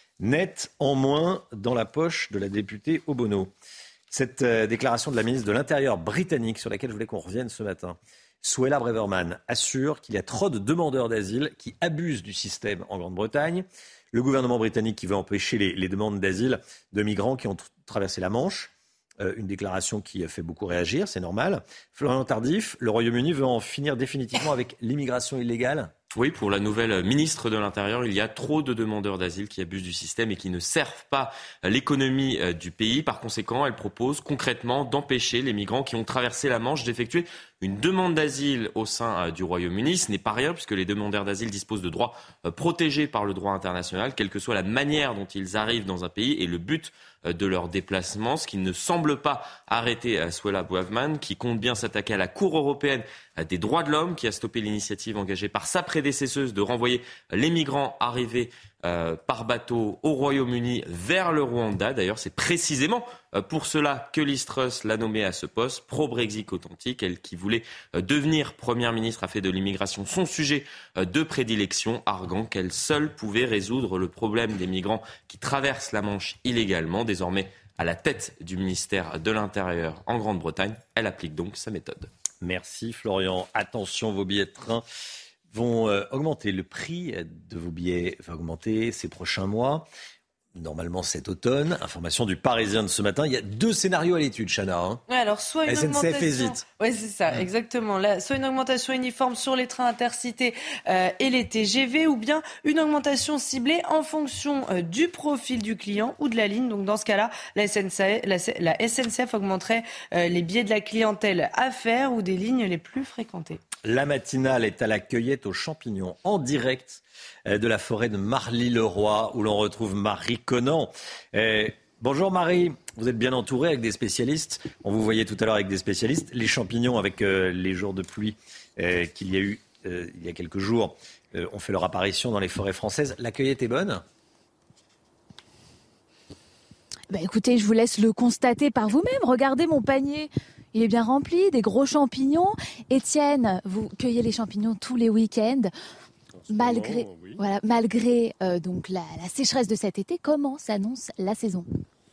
net en moins dans la poche de la députée Obono. Cette déclaration de la ministre de l'Intérieur britannique, sur laquelle je voulais qu'on revienne ce matin, Suella Braverman, assure qu'il y a trop de demandeurs d'asile qui abusent du système en Grande-Bretagne. Le gouvernement britannique qui veut empêcher les demandes d'asile de migrants qui ont traversé la Manche. Une déclaration qui a fait beaucoup réagir, c'est normal. Florian Tardif, le Royaume-Uni veut en finir définitivement avec l'immigration illégale ? Oui, pour la nouvelle ministre de l'Intérieur, il y a trop de demandeurs d'asile qui abusent du système et qui ne servent pas l'économie du pays. Par conséquent, elle propose concrètement d'empêcher les migrants qui ont traversé la Manche d'effectuer une demande d'asile au sein du Royaume-Uni. Ce n'est pas rien puisque les demandeurs d'asile disposent de droits protégés par le droit international, quelle que soit la manière dont ils arrivent dans un pays et le but de leur déplacement, ce qui ne semble pas arrêter Suella Braverman, qui compte bien s'attaquer à la Cour européenne des droits de l'homme, qui a stoppé l'initiative engagée par sa prédécesseuse de renvoyer les migrants arrivés par bateau au Royaume-Uni vers le Rwanda. D'ailleurs, c'est précisément pour cela que Liz Truss l'a nommée à ce poste, pro-Brexit authentique. Elle qui voulait devenir Première ministre a fait de l'immigration son sujet de prédilection, arguant qu'elle seule pouvait résoudre le problème des migrants qui traversent la Manche illégalement. Désormais à la tête du ministère de l'Intérieur en Grande-Bretagne, elle applique donc sa méthode. Merci Florian. Attention, vos billets de train vont augmenter. Le prix de vos billets va augmenter ces prochains mois. Normalement cet automne. Information du Parisien de ce matin. Il y a 2 scénarios à l'étude, Chana. Ouais, alors soit une SNCF hésite. Oui, c'est ça, exactement. Là, soit une augmentation uniforme sur les trains intercités et les TGV, ou bien une augmentation ciblée en fonction du profil du client ou de la ligne. Donc dans ce cas-là, la SNCF augmenterait les billets de la clientèle affaires ou des lignes les plus fréquentées. La matinale est à la cueillette aux champignons en direct de la forêt de Marly-le-Roi où l'on retrouve Marie Conan. Bonjour Marie, vous êtes bien entourée avec des spécialistes. On vous voyait tout à l'heure avec des spécialistes. Les champignons avec les jours de pluie qu'il y a eu il y a quelques jours ont fait leur apparition dans les forêts françaises. La cueillette est bonne ? Écoutez, je vous laisse le constater par vous-même. Regardez mon panier. Il est bien rempli, des gros champignons. Étienne, vous cueillez les champignons tous les week-ends. Malgré donc la sécheresse de cet été, comment s'annonce la saison ?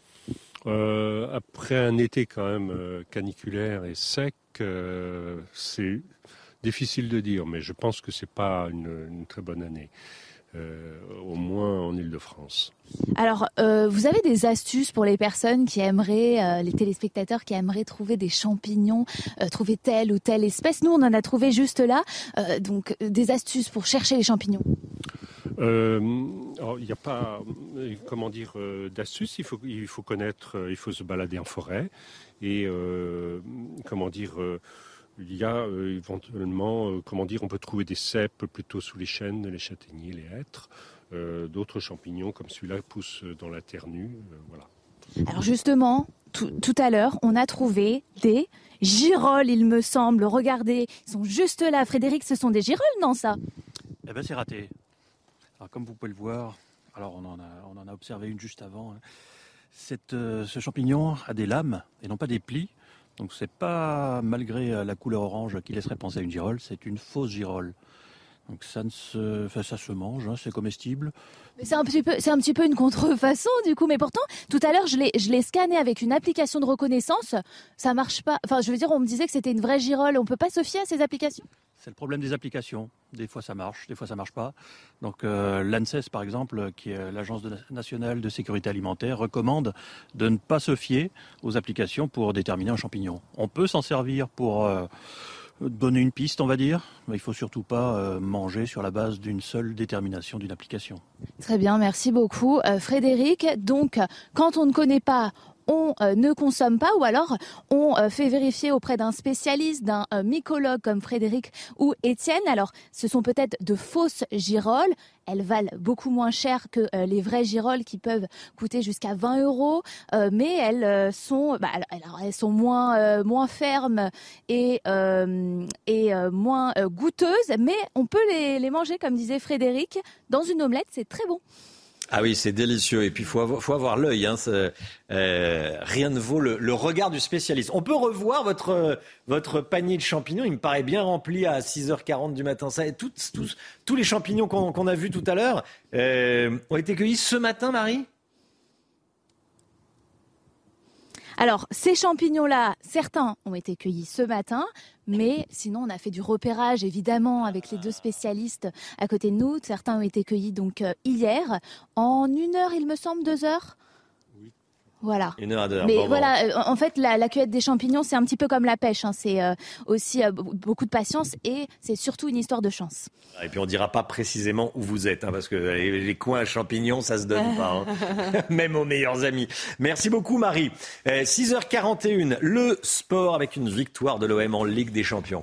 Après un été quand même caniculaire et sec, c'est difficile de dire, mais je pense que c'est pas une très bonne année. Au moins en Ile-de-France. Alors, vous avez des astuces pour les personnes qui aimeraient, les téléspectateurs qui aimeraient trouver des champignons, trouver telle ou telle espèce. Nous, on en a trouvé juste là. Donc, des astuces pour chercher les champignons. Il n'y a pas, d'astuces. Il faut connaître, il faut se balader en forêt et il y a éventuellement, on peut trouver des cèpes plutôt sous les chênes, les châtaigniers, les hêtres. D'autres champignons comme celui-là poussent dans la terre nue. Voilà. Alors justement, tout à l'heure, on a trouvé des girolles, il me semble. Regardez, ils sont juste là. Frédéric, ce sont des girolles, non ça ? Eh bien, c'est raté. Alors, comme vous pouvez le voir, alors on en a observé une juste avant. Ce champignon a des lames et non pas des plis. Donc c'est pas, malgré la couleur orange qui laisserait penser à une girole, c'est une fausse girole. Donc ça se mange, c'est comestible. Mais c'est un petit peu une contrefaçon du coup. Mais pourtant, tout à l'heure, je l'ai scanné avec une application de reconnaissance. Ça marche pas. Enfin, je veux dire, on me disait que c'était une vraie girole. On peut pas se fier à ces applications ? C'est le problème des applications. Des fois ça marche, des fois ça marche pas. Donc l'ANSES par exemple, qui est l'Agence nationale de sécurité alimentaire, recommande de ne pas se fier aux applications pour déterminer un champignon. On peut s'en servir pour donner une piste, on va dire, mais il faut surtout pas manger sur la base d'une seule détermination d'une application. Très bien, merci beaucoup. Frédéric, donc quand on ne connaît pas, on ne consomme pas, ou alors on fait vérifier auprès d'un spécialiste, d'un mycologue comme Frédéric ou Étienne. Alors, ce sont peut-être de fausses girolles. Elles valent beaucoup moins cher que les vraies girolles qui peuvent coûter jusqu'à 20 €, mais elles sont moins fermes et moins goûteuses, mais on peut les manger, comme disait Frédéric, dans une omelette, c'est très bon. Ah oui, c'est délicieux. Et puis, faut avoir l'œil. Hein. Rien ne vaut le regard du spécialiste. On peut revoir votre panier de champignons. Il me paraît bien rempli à 6h40 du matin. Ça, tous les champignons qu'on a vus tout à l'heure ont été cueillis ce matin, Marie ? Alors, ces champignons-là, certains ont été cueillis ce matin, mais sinon, on a fait du repérage, évidemment, avec les 2 spécialistes à côté de nous. Certains ont été cueillis donc hier, en 1 heure, il me semble, 2 heures. Voilà. 1 heure à 2 heures. Mais voilà, en fait, la cueillette des champignons, c'est un petit peu comme la pêche. Hein. C'est aussi beaucoup de patience et c'est surtout une histoire de chance. Et puis, on ne dira pas précisément où vous êtes, hein, parce que les coins à champignons, ça se donne pas, hein. Même aux meilleurs amis. Merci beaucoup, Marie. 6h41, le sport avec une victoire de l'OM en Ligue des Champions.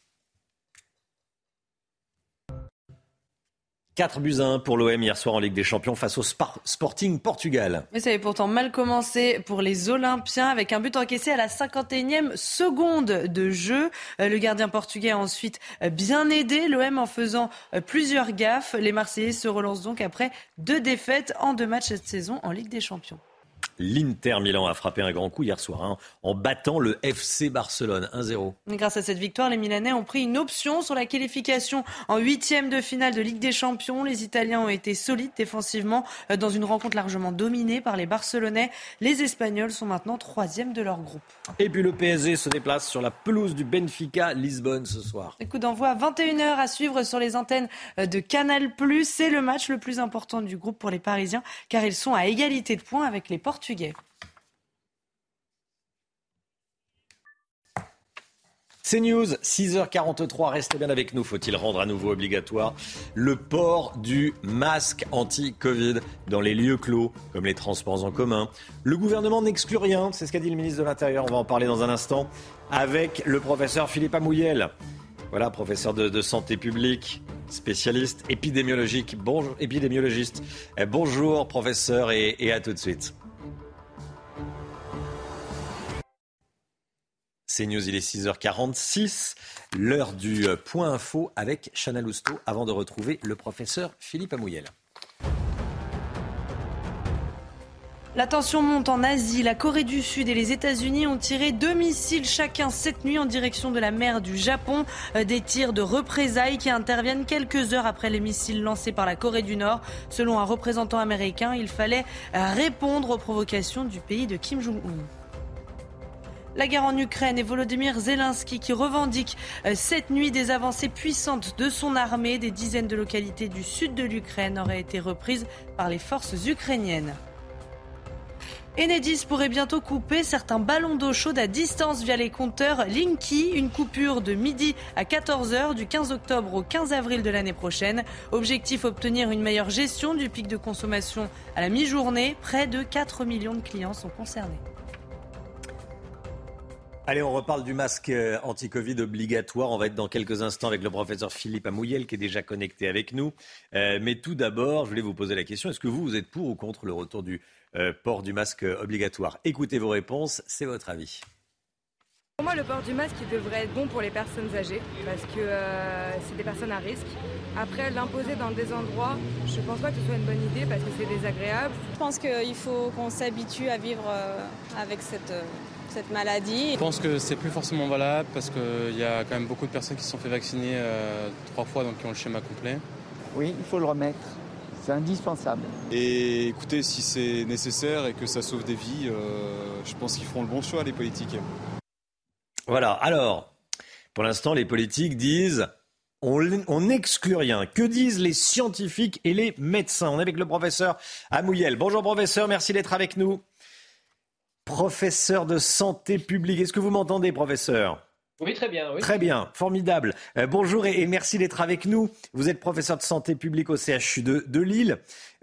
4-1 pour l'OM hier soir en Ligue des Champions face au Sporting Portugal. Mais ça avait pourtant mal commencé pour les Olympiens avec un but encaissé à la 51e seconde de jeu. Le gardien portugais a ensuite bien aidé l'OM en faisant plusieurs gaffes. Les Marseillais se relancent donc après 2 défaites en 2 matchs cette saison en Ligue des Champions. L'Inter Milan a frappé un grand coup hier soir en battant le FC Barcelone 1-0. Grâce à cette victoire, les Milanais ont pris une option sur la qualification en 8e de finale de Ligue des Champions. Les Italiens ont été solides défensivement dans une rencontre largement dominée par les Barcelonais. Les Espagnols sont maintenant 3e de leur groupe. Et puis le PSG se déplace sur la pelouse du Benfica Lisbonne ce soir. Coup d'envoi à 21h à suivre sur les antennes de Canal+. C'est le match le plus important du groupe pour les Parisiens car ils sont à égalité de points avec les Portugais. CNews, 6h43, restez bien avec nous. Faut-il rendre à nouveau obligatoire le port du masque anti-Covid dans les lieux clos, comme les transports en commun ? Le gouvernement n'exclut rien, c'est ce qu'a dit le ministre de l'Intérieur. On va en parler dans un instant avec le professeur Philippe Amouyel. Voilà, professeur de santé publique, spécialiste épidémiologiste. Bonjour professeur et à tout de suite. CNews, il est 6h46, l'heure du point info avec Chana Lousteau avant de retrouver le professeur Philippe Amouyel. La tension monte en Asie. La Corée du Sud et les États-Unis ont tiré 2 missiles chacun cette nuit en direction de la mer du Japon. Des tirs de représailles qui interviennent quelques heures après les missiles lancés par la Corée du Nord. Selon un représentant américain, il fallait répondre aux provocations du pays de Kim Jong-un. La guerre en Ukraine et Volodymyr Zelensky qui revendique cette nuit des avancées puissantes de son armée. Des dizaines de localités du sud de l'Ukraine auraient été reprises par les forces ukrainiennes. Enedis pourrait bientôt couper certains ballons d'eau chaude à distance via les compteurs Linky. Une coupure de midi à 14h du 15 octobre au 15 avril de l'année prochaine. Objectif, obtenir une meilleure gestion du pic de consommation à la mi-journée. Près de 4 millions de clients sont concernés. Allez, on reparle du masque anti-Covid obligatoire. On va être dans quelques instants avec le professeur Philippe Amouyel qui est déjà connecté avec nous. Mais tout d'abord, je voulais vous poser la question. Est-ce que vous êtes pour ou contre le retour du port du masque obligatoire ? Écoutez vos réponses, c'est votre avis. Pour moi, le port du masque il devrait être bon pour les personnes âgées parce que c'est des personnes à risque. Après, l'imposer dans des endroits, je ne pense pas que ce soit une bonne idée parce que c'est désagréable. Je pense qu'il faut qu'on s'habitue à vivre avec cette maladie. Je pense que c'est plus forcément valable parce qu'il y a quand même beaucoup de personnes qui se sont fait vacciner 3 fois, donc qui ont le schéma complet. Oui, il faut le remettre. C'est indispensable. Et écoutez, si c'est nécessaire et que ça sauve des vies, je pense qu'ils feront le bon choix, les politiques. Voilà, alors, pour l'instant, les politiques disent on n'exclut rien. Que disent les scientifiques et les médecins ? On est avec le professeur Amouyel. Bonjour professeur, merci d'être avec nous. Professeur de santé publique, est-ce que vous m'entendez, professeur ? Oui, très bien. Oui. Très bien, formidable. Bonjour et merci d'être avec nous. Vous êtes professeur de santé publique au CHU de Lille.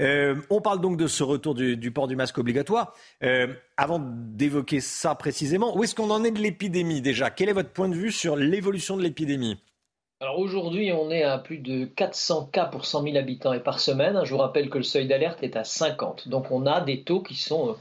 On parle donc de ce retour du port du masque obligatoire. Avant d'évoquer ça précisément, où est-ce qu'on en est de l'épidémie déjà ? Quel est votre point de vue sur l'évolution de l'épidémie ? Alors aujourd'hui, on est à plus de 400 cas pour 100 000 habitants et par semaine. Je vous rappelle que le seuil d'alerte est à 50. Donc on a des taux qui sont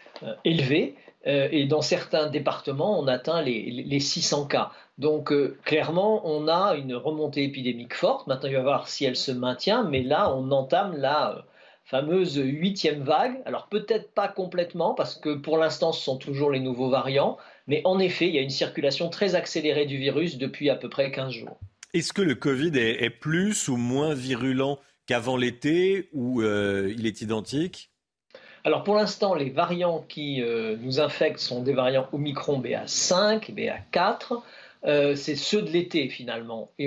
élevés. Et dans certains départements, on atteint les 600 cas. Donc clairement, on a une remontée épidémique forte. Maintenant, il va voir si elle se maintient. Mais là, on entame la fameuse 8e vague. Alors peut-être pas complètement, parce que pour l'instant, ce sont toujours les nouveaux variants. Mais en effet, il y a une circulation très accélérée du virus depuis à peu près 15 jours. Est-ce que le Covid est plus ou moins virulent qu'avant l'été, ou il est identique ? Alors pour l'instant, les variants qui nous infectent sont des variants Omicron BA5 et BA4. C'est ceux de l'été finalement. Et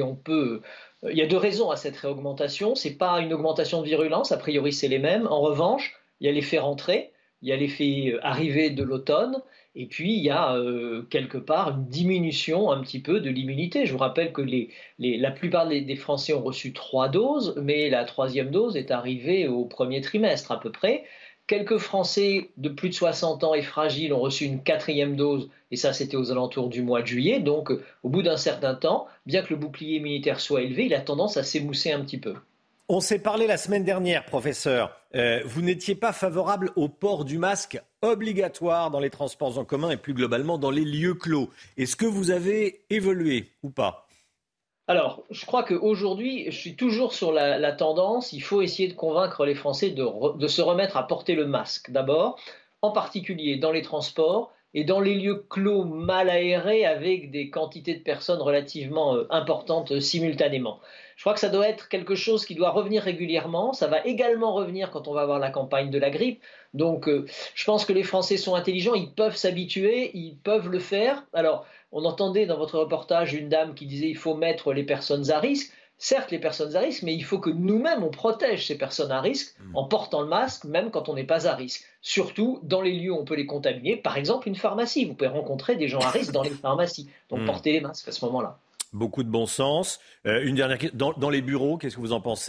il y a 2 raisons à cette réaugmentation. Ce n'est pas une augmentation de virulence, a priori c'est les mêmes. En revanche, il y a l'effet rentrée, il y a l'effet arrivée de l'automne. Et puis, il y a quelque part une diminution un petit peu de l'immunité. Je vous rappelle que la plupart des Français ont reçu 3 doses, mais la 3e dose est arrivée au premier trimestre à peu près. Quelques Français de plus de 60 ans et fragiles ont reçu une 4e dose, et ça c'était aux alentours du mois de juillet. Donc au bout d'un certain temps, bien que le bouclier immunitaire soit élevé, il a tendance à s'émousser un petit peu. On s'est parlé la semaine dernière, professeur. Vous n'étiez pas favorable au port du masque obligatoire dans les transports en commun et plus globalement dans les lieux clos. Est-ce que vous avez évolué ou pas ? Alors, je crois qu'aujourd'hui, je suis toujours sur la tendance, il faut essayer de convaincre les Français de se remettre à porter le masque d'abord, en particulier dans les transports et dans les lieux clos mal aérés avec des quantités de personnes relativement importantes simultanément. Je crois que ça doit être quelque chose qui doit revenir régulièrement. Ça va également revenir quand on va avoir la campagne de la grippe. Donc, je pense que les Français sont intelligents, ils peuvent s'habituer, ils peuvent le faire. Alors, on entendait dans votre reportage une dame qui disait qu'il faut mettre les personnes à risque. Certes, les personnes à risque, mais il faut que nous-mêmes, on protège ces personnes à risque en portant le masque, même quand on n'est pas à risque. Surtout dans les lieux où on peut les contaminer. Par exemple, une pharmacie. Vous pouvez rencontrer des gens à risque dans les pharmacies. Donc, portez les masques à ce moment-là. Beaucoup de bon sens. Une dernière question. Dans les bureaux, qu'est-ce que vous en pensez ?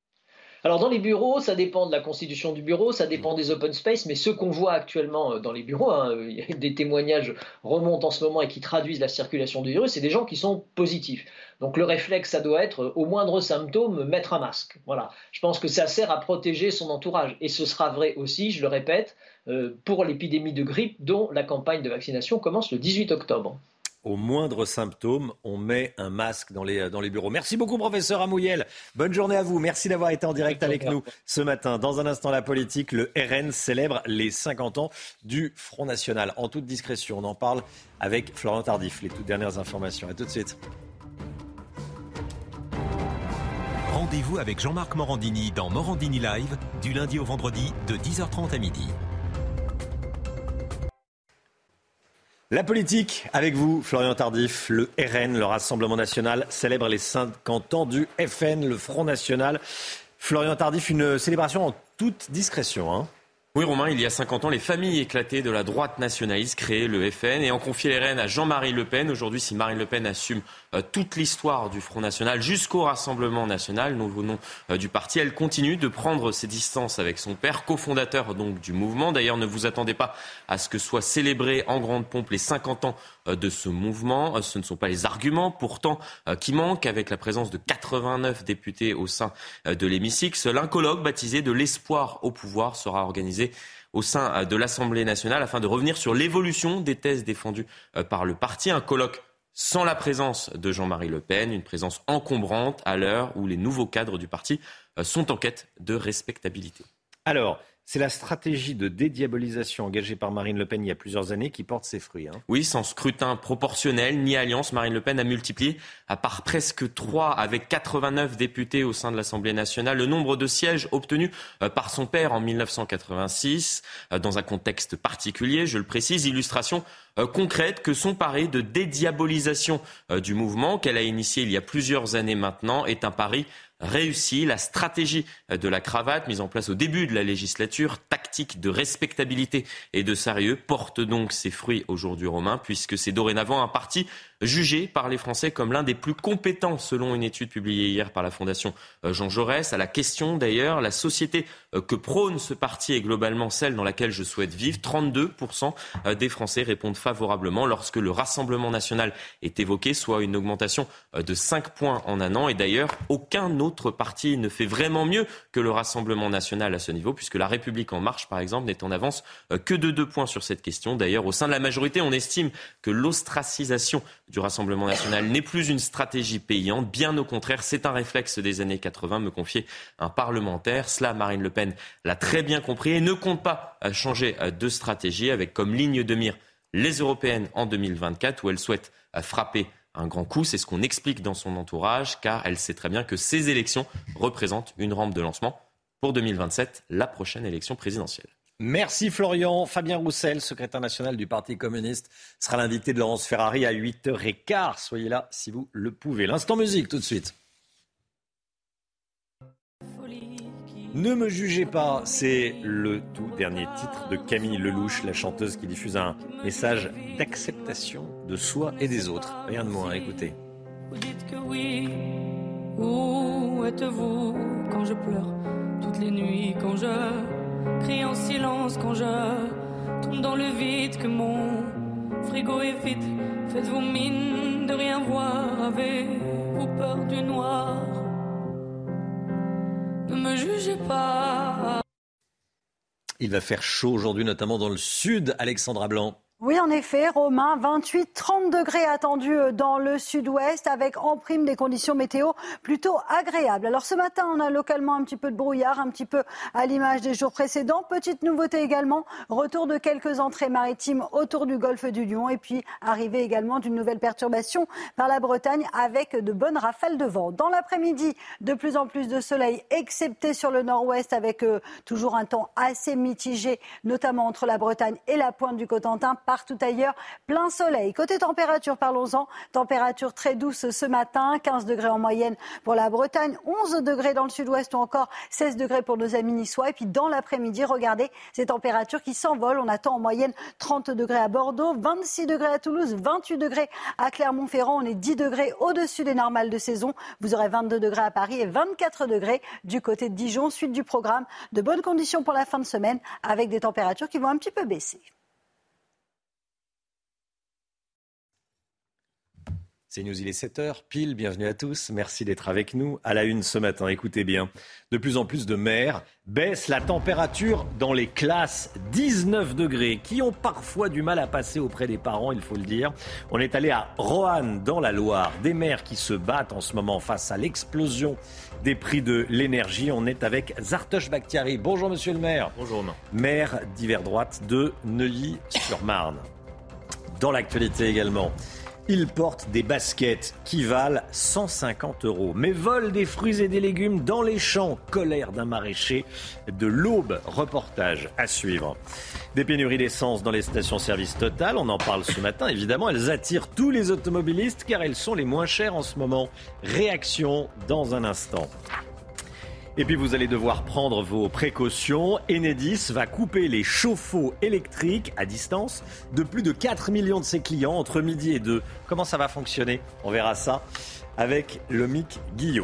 Alors dans les bureaux, ça dépend de la constitution du bureau, ça dépend des open space, mais ceux qu'on voit actuellement dans les bureaux, des témoignages remontent en ce moment et qui traduisent la circulation du virus, c'est des gens qui sont positifs. Donc le réflexe, ça doit être, au moindre symptôme, mettre un masque. Voilà. Je pense que ça sert à protéger son entourage. Et ce sera vrai aussi, je le répète, pour l'épidémie de grippe dont la campagne de vaccination commence le 18 octobre. Au moindre symptôme, on met un masque dans les bureaux. Merci beaucoup, professeur Amouyel. Bonne journée à vous. Merci d'avoir été en direct avec nous ce matin. Dans un instant, la politique, le RN célèbre les 50 ans du Front National. En toute discrétion, on en parle avec Florian Tardif. Les toutes dernières informations. À tout de suite. Rendez-vous avec Jean-Marc Morandini dans Morandini Live, du lundi au vendredi, de 10h30 à midi. La politique, avec vous, Florian Tardif. Le RN, le Rassemblement National, célèbre les 50 ans du FN, le Front National. Florian Tardif, une célébration en toute discrétion, hein. Oui, Romain, il y a 50 ans, les familles éclatées de la droite nationaliste créaient le FN et ont confié les rênes à Jean-Marie Le Pen. Aujourd'hui, si Marine Le Pen assume toute l'histoire du Front National jusqu'au Rassemblement National, nouveau nom du parti, elle continue de prendre ses distances avec son père, cofondateur donc du mouvement. D'ailleurs, ne vous attendez pas à ce que soient célébrés en grande pompe les 50 ans de ce mouvement. Ce ne sont pas les arguments pourtant qui manquent, avec la présence de 89 députés au sein de l'hémicycle. Un colloque baptisé de l'espoir au pouvoir sera organisé au sein de l'Assemblée nationale afin de revenir sur l'évolution des thèses défendues par le parti. Un colloque sans la présence de Jean-Marie Le Pen, une présence encombrante à l'heure où les nouveaux cadres du parti sont en quête de respectabilité. Alors, c'est la stratégie de dédiabolisation engagée par Marine Le Pen il y a plusieurs années qui porte ses fruits. Oui, sans scrutin proportionnel ni alliance, Marine Le Pen a multiplié par presque 3 avec 89 députés au sein de l'Assemblée nationale le nombre de sièges obtenus par son père en 1986, dans un contexte particulier, je le précise, illustration concrète que son pari de dédiabolisation du mouvement qu'elle a initié il y a plusieurs années maintenant est un pari réussi. La stratégie de la cravate mise en place au début de la législature, tactique de respectabilité et de sérieux, porte donc ses fruits aujourd'hui, Romain, puisque c'est dorénavant un parti jugé par les Français comme l'un des plus compétents selon une étude publiée hier par la Fondation Jean Jaurès. À la question d'ailleurs, la société que prône ce parti est globalement celle dans laquelle je souhaite vivre. 32% des Français répondent favorablement lorsque le Rassemblement national est évoqué, soit une augmentation de 5 points en un an. Et d'ailleurs, aucun autre parti ne fait vraiment mieux que le Rassemblement national à ce niveau, puisque La République en marche, par exemple, n'est en avance que de 2 points sur cette question. D'ailleurs, au sein de la majorité, on estime que l'ostracisation du Rassemblement national n'est plus une stratégie payante. Bien au contraire, c'est un réflexe des années 80, me confiait un parlementaire. Cela, Marine Le Pen l'a très bien compris et ne compte pas changer de stratégie, avec comme ligne de mire les européennes en 2024, où elle souhaite frapper un grand coup. C'est ce qu'on explique dans son entourage, car elle sait très bien que ces élections représentent une rampe de lancement pour 2027, la prochaine élection présidentielle. Merci Florian. Fabien Roussel, secrétaire national du Parti communiste, sera l'invité de Laurence Ferrari à 8h15. Soyez là si vous le pouvez. L'instant musique tout de suite. Ne me jugez pas, c'est le tout dernier titre de Camille Lelouch, la chanteuse qui diffuse un message d'acceptation de soi et des autres. Rien de moins, écoutez. Vous dites que oui, où êtes-vous quand je pleure toutes les nuits, quand je crie en silence, quand je tombe dans le vide, que mon frigo est vide. Faites-vous mine de rien voir, avez-vous peur du noir? Ne me jugez pas. Il va faire chaud aujourd'hui, notamment dans le sud, Alexandra Blanc. Oui, en effet, Romain, 28-30 degrés attendus dans le sud-ouest avec en prime des conditions météo plutôt agréables. Alors ce matin, on a localement un petit peu de brouillard, un petit peu à l'image des jours précédents. Petite nouveauté également, retour de quelques entrées maritimes autour du golfe du Lion et puis arrivée également d'une nouvelle perturbation par la Bretagne avec de bonnes rafales de vent. Dans l'après-midi, de plus en plus de soleil, excepté sur le nord-ouest avec toujours un temps assez mitigé, notamment entre la Bretagne et la pointe du Cotentin. Partout ailleurs, plein soleil. Côté température, parlons-en. Température très douce ce matin, 15 degrés en moyenne pour la Bretagne, 11 degrés dans le sud-ouest ou encore 16 degrés pour nos amis niçois. Et puis dans l'après-midi, regardez ces températures qui s'envolent. On attend en moyenne 30 degrés à Bordeaux, 26 degrés à Toulouse, 28 degrés à Clermont-Ferrand. On est 10 degrés au-dessus des normales de saison. Vous aurez 22 degrés à Paris et 24 degrés du côté de Dijon. Suite du programme, de bonnes conditions pour la fin de semaine avec des températures qui vont un petit peu baisser. C'est News, il est 7h, pile, bienvenue à tous, merci d'être avec nous. À la une ce matin, écoutez bien, de plus en plus de mères baissent la température dans les classes, 19 degrés, qui ont parfois du mal à passer auprès des parents, il faut le dire. On est allé à Roanne, dans la Loire, des mères qui se battent en ce moment face à l'explosion des prix de l'énergie. On est avec Zartoche Bakhtiari. Bonjour monsieur le maire. Bonjour. Maire d'hiver droite de Neuilly-sur-Marne. Dans l'actualité également, il porte des baskets qui valent 150 €, mais vole des fruits et des légumes dans les champs. Colère d'un maraîcher de l'Aube. Reportage à suivre. Des pénuries d'essence dans les stations-service Total. On en parle ce matin. Évidemment, elles attirent tous les automobilistes car elles sont les moins chères en ce moment. Réaction dans un instant. Et puis vous allez devoir prendre vos précautions. Enedis va couper les chauffe-eau électriques à distance de plus de 4 millions de ses clients entre midi et 2. Comment ça va fonctionner? On verra ça avec Lomique Guillot.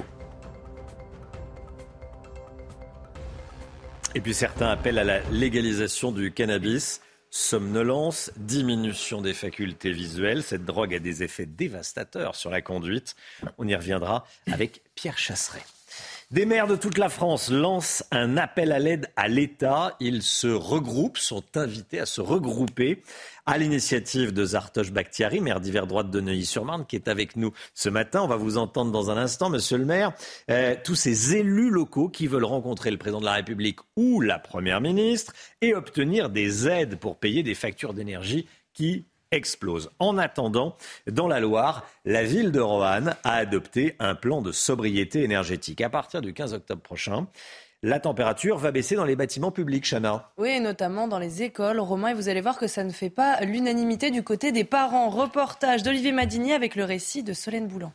Et puis certains appellent à la légalisation du cannabis. Somnolence, diminution des facultés visuelles. Cette drogue a des effets dévastateurs sur la conduite. On y reviendra avec Pierre Chasseret. Des maires de toute la France lancent un appel à l'aide à l'État. Ils se regroupent, sont invités à se regrouper à l'initiative de Zartoche Bakhtiari, maire d'hiver droite de Neuilly-sur-Marne, qui est avec nous ce matin. On va vous entendre dans un instant, monsieur le maire. Tous ces élus locaux qui veulent rencontrer le président de la République ou la première ministre et obtenir des aides pour payer des factures d'énergie qui explose. En attendant, dans la Loire, la ville de Roanne a adopté un plan de sobriété énergétique. À partir du 15 octobre prochain, la température va baisser dans les bâtiments publics, Chana. Oui, et notamment dans les écoles, Romain, et vous allez voir que ça ne fait pas l'unanimité du côté des parents. Reportage d'Olivier Madini avec le récit de Solène Boulan.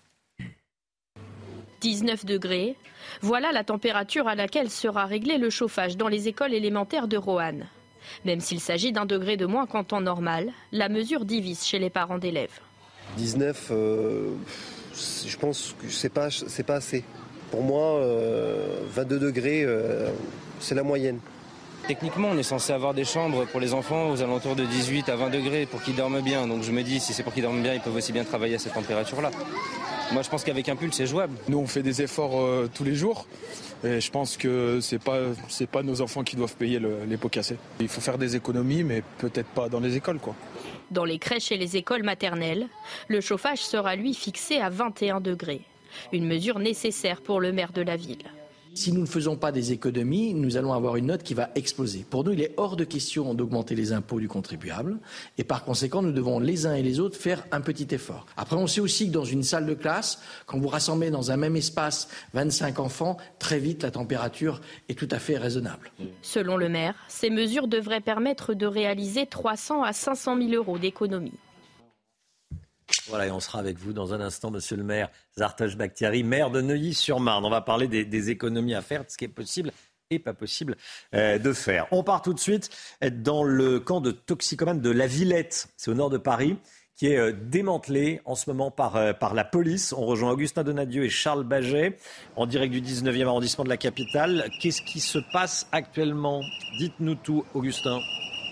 19 degrés, voilà la température à laquelle sera réglé le chauffage dans les écoles élémentaires de Roanne. Même s'il s'agit d'1 degré de moins qu'en temps normal, la mesure divise chez les parents d'élèves. 19, je pense que c'est pas assez. Pour moi, 22 degrés, c'est la moyenne. Techniquement, on est censé avoir des chambres pour les enfants aux alentours de 18 à 20 degrés pour qu'ils dorment bien. Donc je me dis, si c'est pour qu'ils dorment bien, ils peuvent aussi bien travailler à cette température-là. Moi, je pense qu'avec un pull, c'est jouable. Nous, on fait des efforts tous les jours. Et je pense que c'est pas nos enfants qui doivent payer les pots cassés. Il faut faire des économies, mais peut-être pas dans les écoles, quoi. Dans les crèches et les écoles maternelles, le chauffage sera lui fixé à 21 degrés. Une mesure nécessaire pour le maire de la ville. Si nous ne faisons pas des économies, nous allons avoir une note qui va exploser. Pour nous, il est hors de question d'augmenter les impôts du contribuable. Et par conséquent, nous devons les uns et les autres faire un petit effort. Après, on sait aussi que dans une salle de classe, quand vous rassemblez dans un même espace 25 enfants, très vite, la température est tout à fait raisonnable. Selon le maire, ces mesures devraient permettre de réaliser 300 à 500 000 euros d'économies. Voilà, et on sera avec vous dans un instant, monsieur le maire Zartosh Bakhtiari, maire de Neuilly-sur-Marne. On va parler des économies à faire, de ce qui est possible et pas possible de faire. On part tout de suite dans le camp de toxicomanes de La Villette, c'est au nord de Paris, qui est démantelé en ce moment par la police. On rejoint Augustin Donadieu et Charles Baget en direct du 19e arrondissement de la capitale. Qu'est-ce qui se passe actuellement ? Dites-nous tout, Augustin.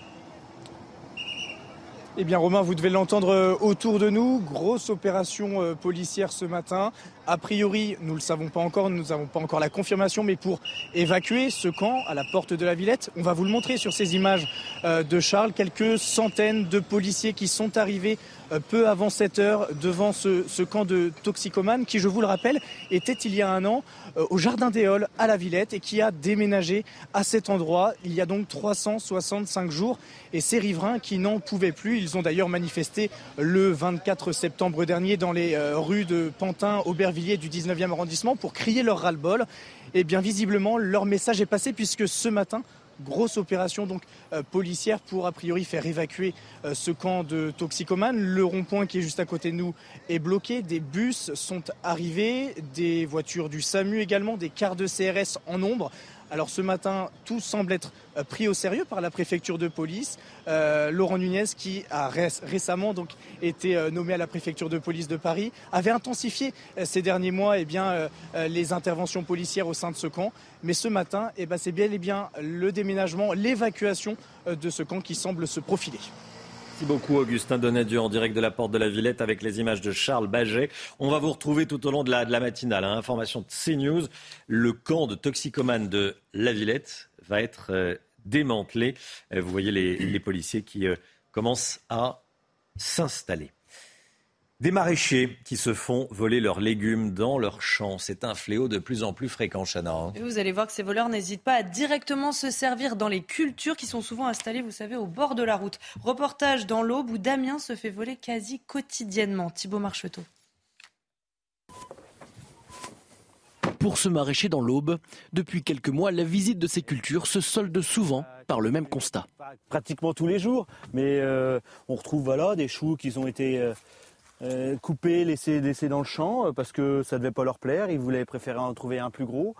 Eh bien Romain, vous devez l'entendre autour de nous. Grosse opération policière ce matin. A priori, nous ne le savons pas encore, nous n'avons pas encore la confirmation, mais pour évacuer ce camp à la porte de la Villette, on va vous le montrer sur ces images de Charles. Quelques centaines de policiers qui sont arrivés peu avant 7 heures devant ce camp de toxicomanes qui, je vous le rappelle, était il y a un an au Jardin des Halles à la Villette et qui a déménagé à cet endroit il y a donc 365 jours. Et ces riverains qui n'en pouvaient plus, ils ont d'ailleurs manifesté le 24 septembre dernier dans les rues de Pantin, Aubervilliers du 19e arrondissement pour crier leur ras-le-bol. Et bien visiblement, leur message est passé puisque ce matin, grosse opération donc policière pour a priori faire évacuer ce camp de toxicomanes. Le rond-point qui est juste à côté de nous est bloqué. Des bus sont arrivés, des voitures du SAMU également, des cars de CRS en nombre. Alors ce matin, tout semble être pris au sérieux par la préfecture de police. Laurent Nunez, qui a récemment donc été nommé à la préfecture de police de Paris, avait intensifié ces derniers mois les interventions policières au sein de ce camp. Mais ce matin, c'est bel et bien le déménagement, l'évacuation de ce camp qui semble se profiler. Merci beaucoup Augustin Donadieu en direct de la porte de la Villette avec les images de Charles Baget. On va vous retrouver tout au long de la matinale. Information de CNews, le camp de toxicomanes de la Villette va être démantelé. Vous voyez les policiers qui commencent à s'installer. Des maraîchers qui se font voler leurs légumes dans leurs champs. C'est un fléau de plus en plus fréquent, Chana. Et vous allez voir que ces voleurs n'hésitent pas à directement se servir dans les cultures qui sont souvent installées, vous savez, au bord de la route. Reportage dans l'Aube où Damien se fait voler quasi quotidiennement. Thibaut Marcheteau. Pour ce maraîcher dans l'Aube, depuis quelques mois, la visite de ces cultures se solde souvent par le même constat. Pratiquement tous les jours, mais on retrouve des choux qui ont été coupés, laissés dans le champ parce que ça ne devait pas leur plaire. Ils voulaient préférer en trouver un plus gros.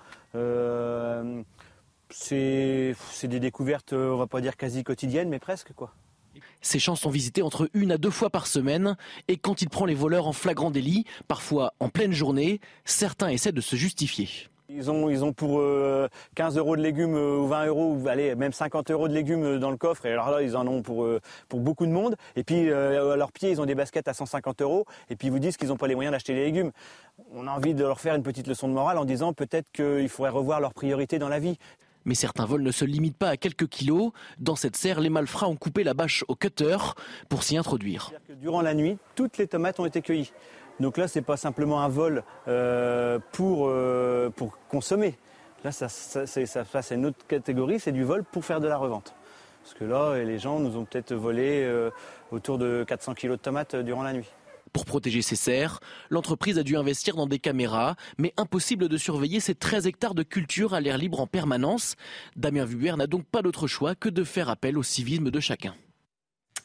C'est des découvertes, on va pas dire quasi quotidiennes, mais presque quoi. Ces champs sont visités entre 1 à 2 fois par semaine et quand il prend les voleurs en flagrant délit, parfois en pleine journée, certains essaient de se justifier. Ils ont pour 15 € de légumes ou 20 €, ou allez, même 50 € de légumes dans le coffre. Et alors là, ils en ont pour beaucoup de monde. Et puis, à leurs pieds, ils ont des baskets à 150 €. Et puis, ils vous disent qu'ils n'ont pas les moyens d'acheter les légumes. On a envie de leur faire une petite leçon de morale en disant peut-être qu'il faudrait revoir leurs priorités dans la vie. Mais certains vols ne se limitent pas à quelques kilos. Dans cette serre, les malfrats ont coupé la bâche au cutter pour s'y introduire. Durant la nuit, toutes les tomates ont été cueillies. Donc là, c'est pas simplement un vol pour consommer. Là, ça c'est une autre catégorie, c'est du vol pour faire de la revente. Parce que là, les gens nous ont peut-être volé autour de 400 kilos de tomates durant la nuit. Pour protéger ses serres, l'entreprise a dû investir dans des caméras, mais impossible de surveiller ces 13 hectares de culture à l'air libre en permanence. Damien Vuber n'a donc pas d'autre choix que de faire appel au civisme de chacun.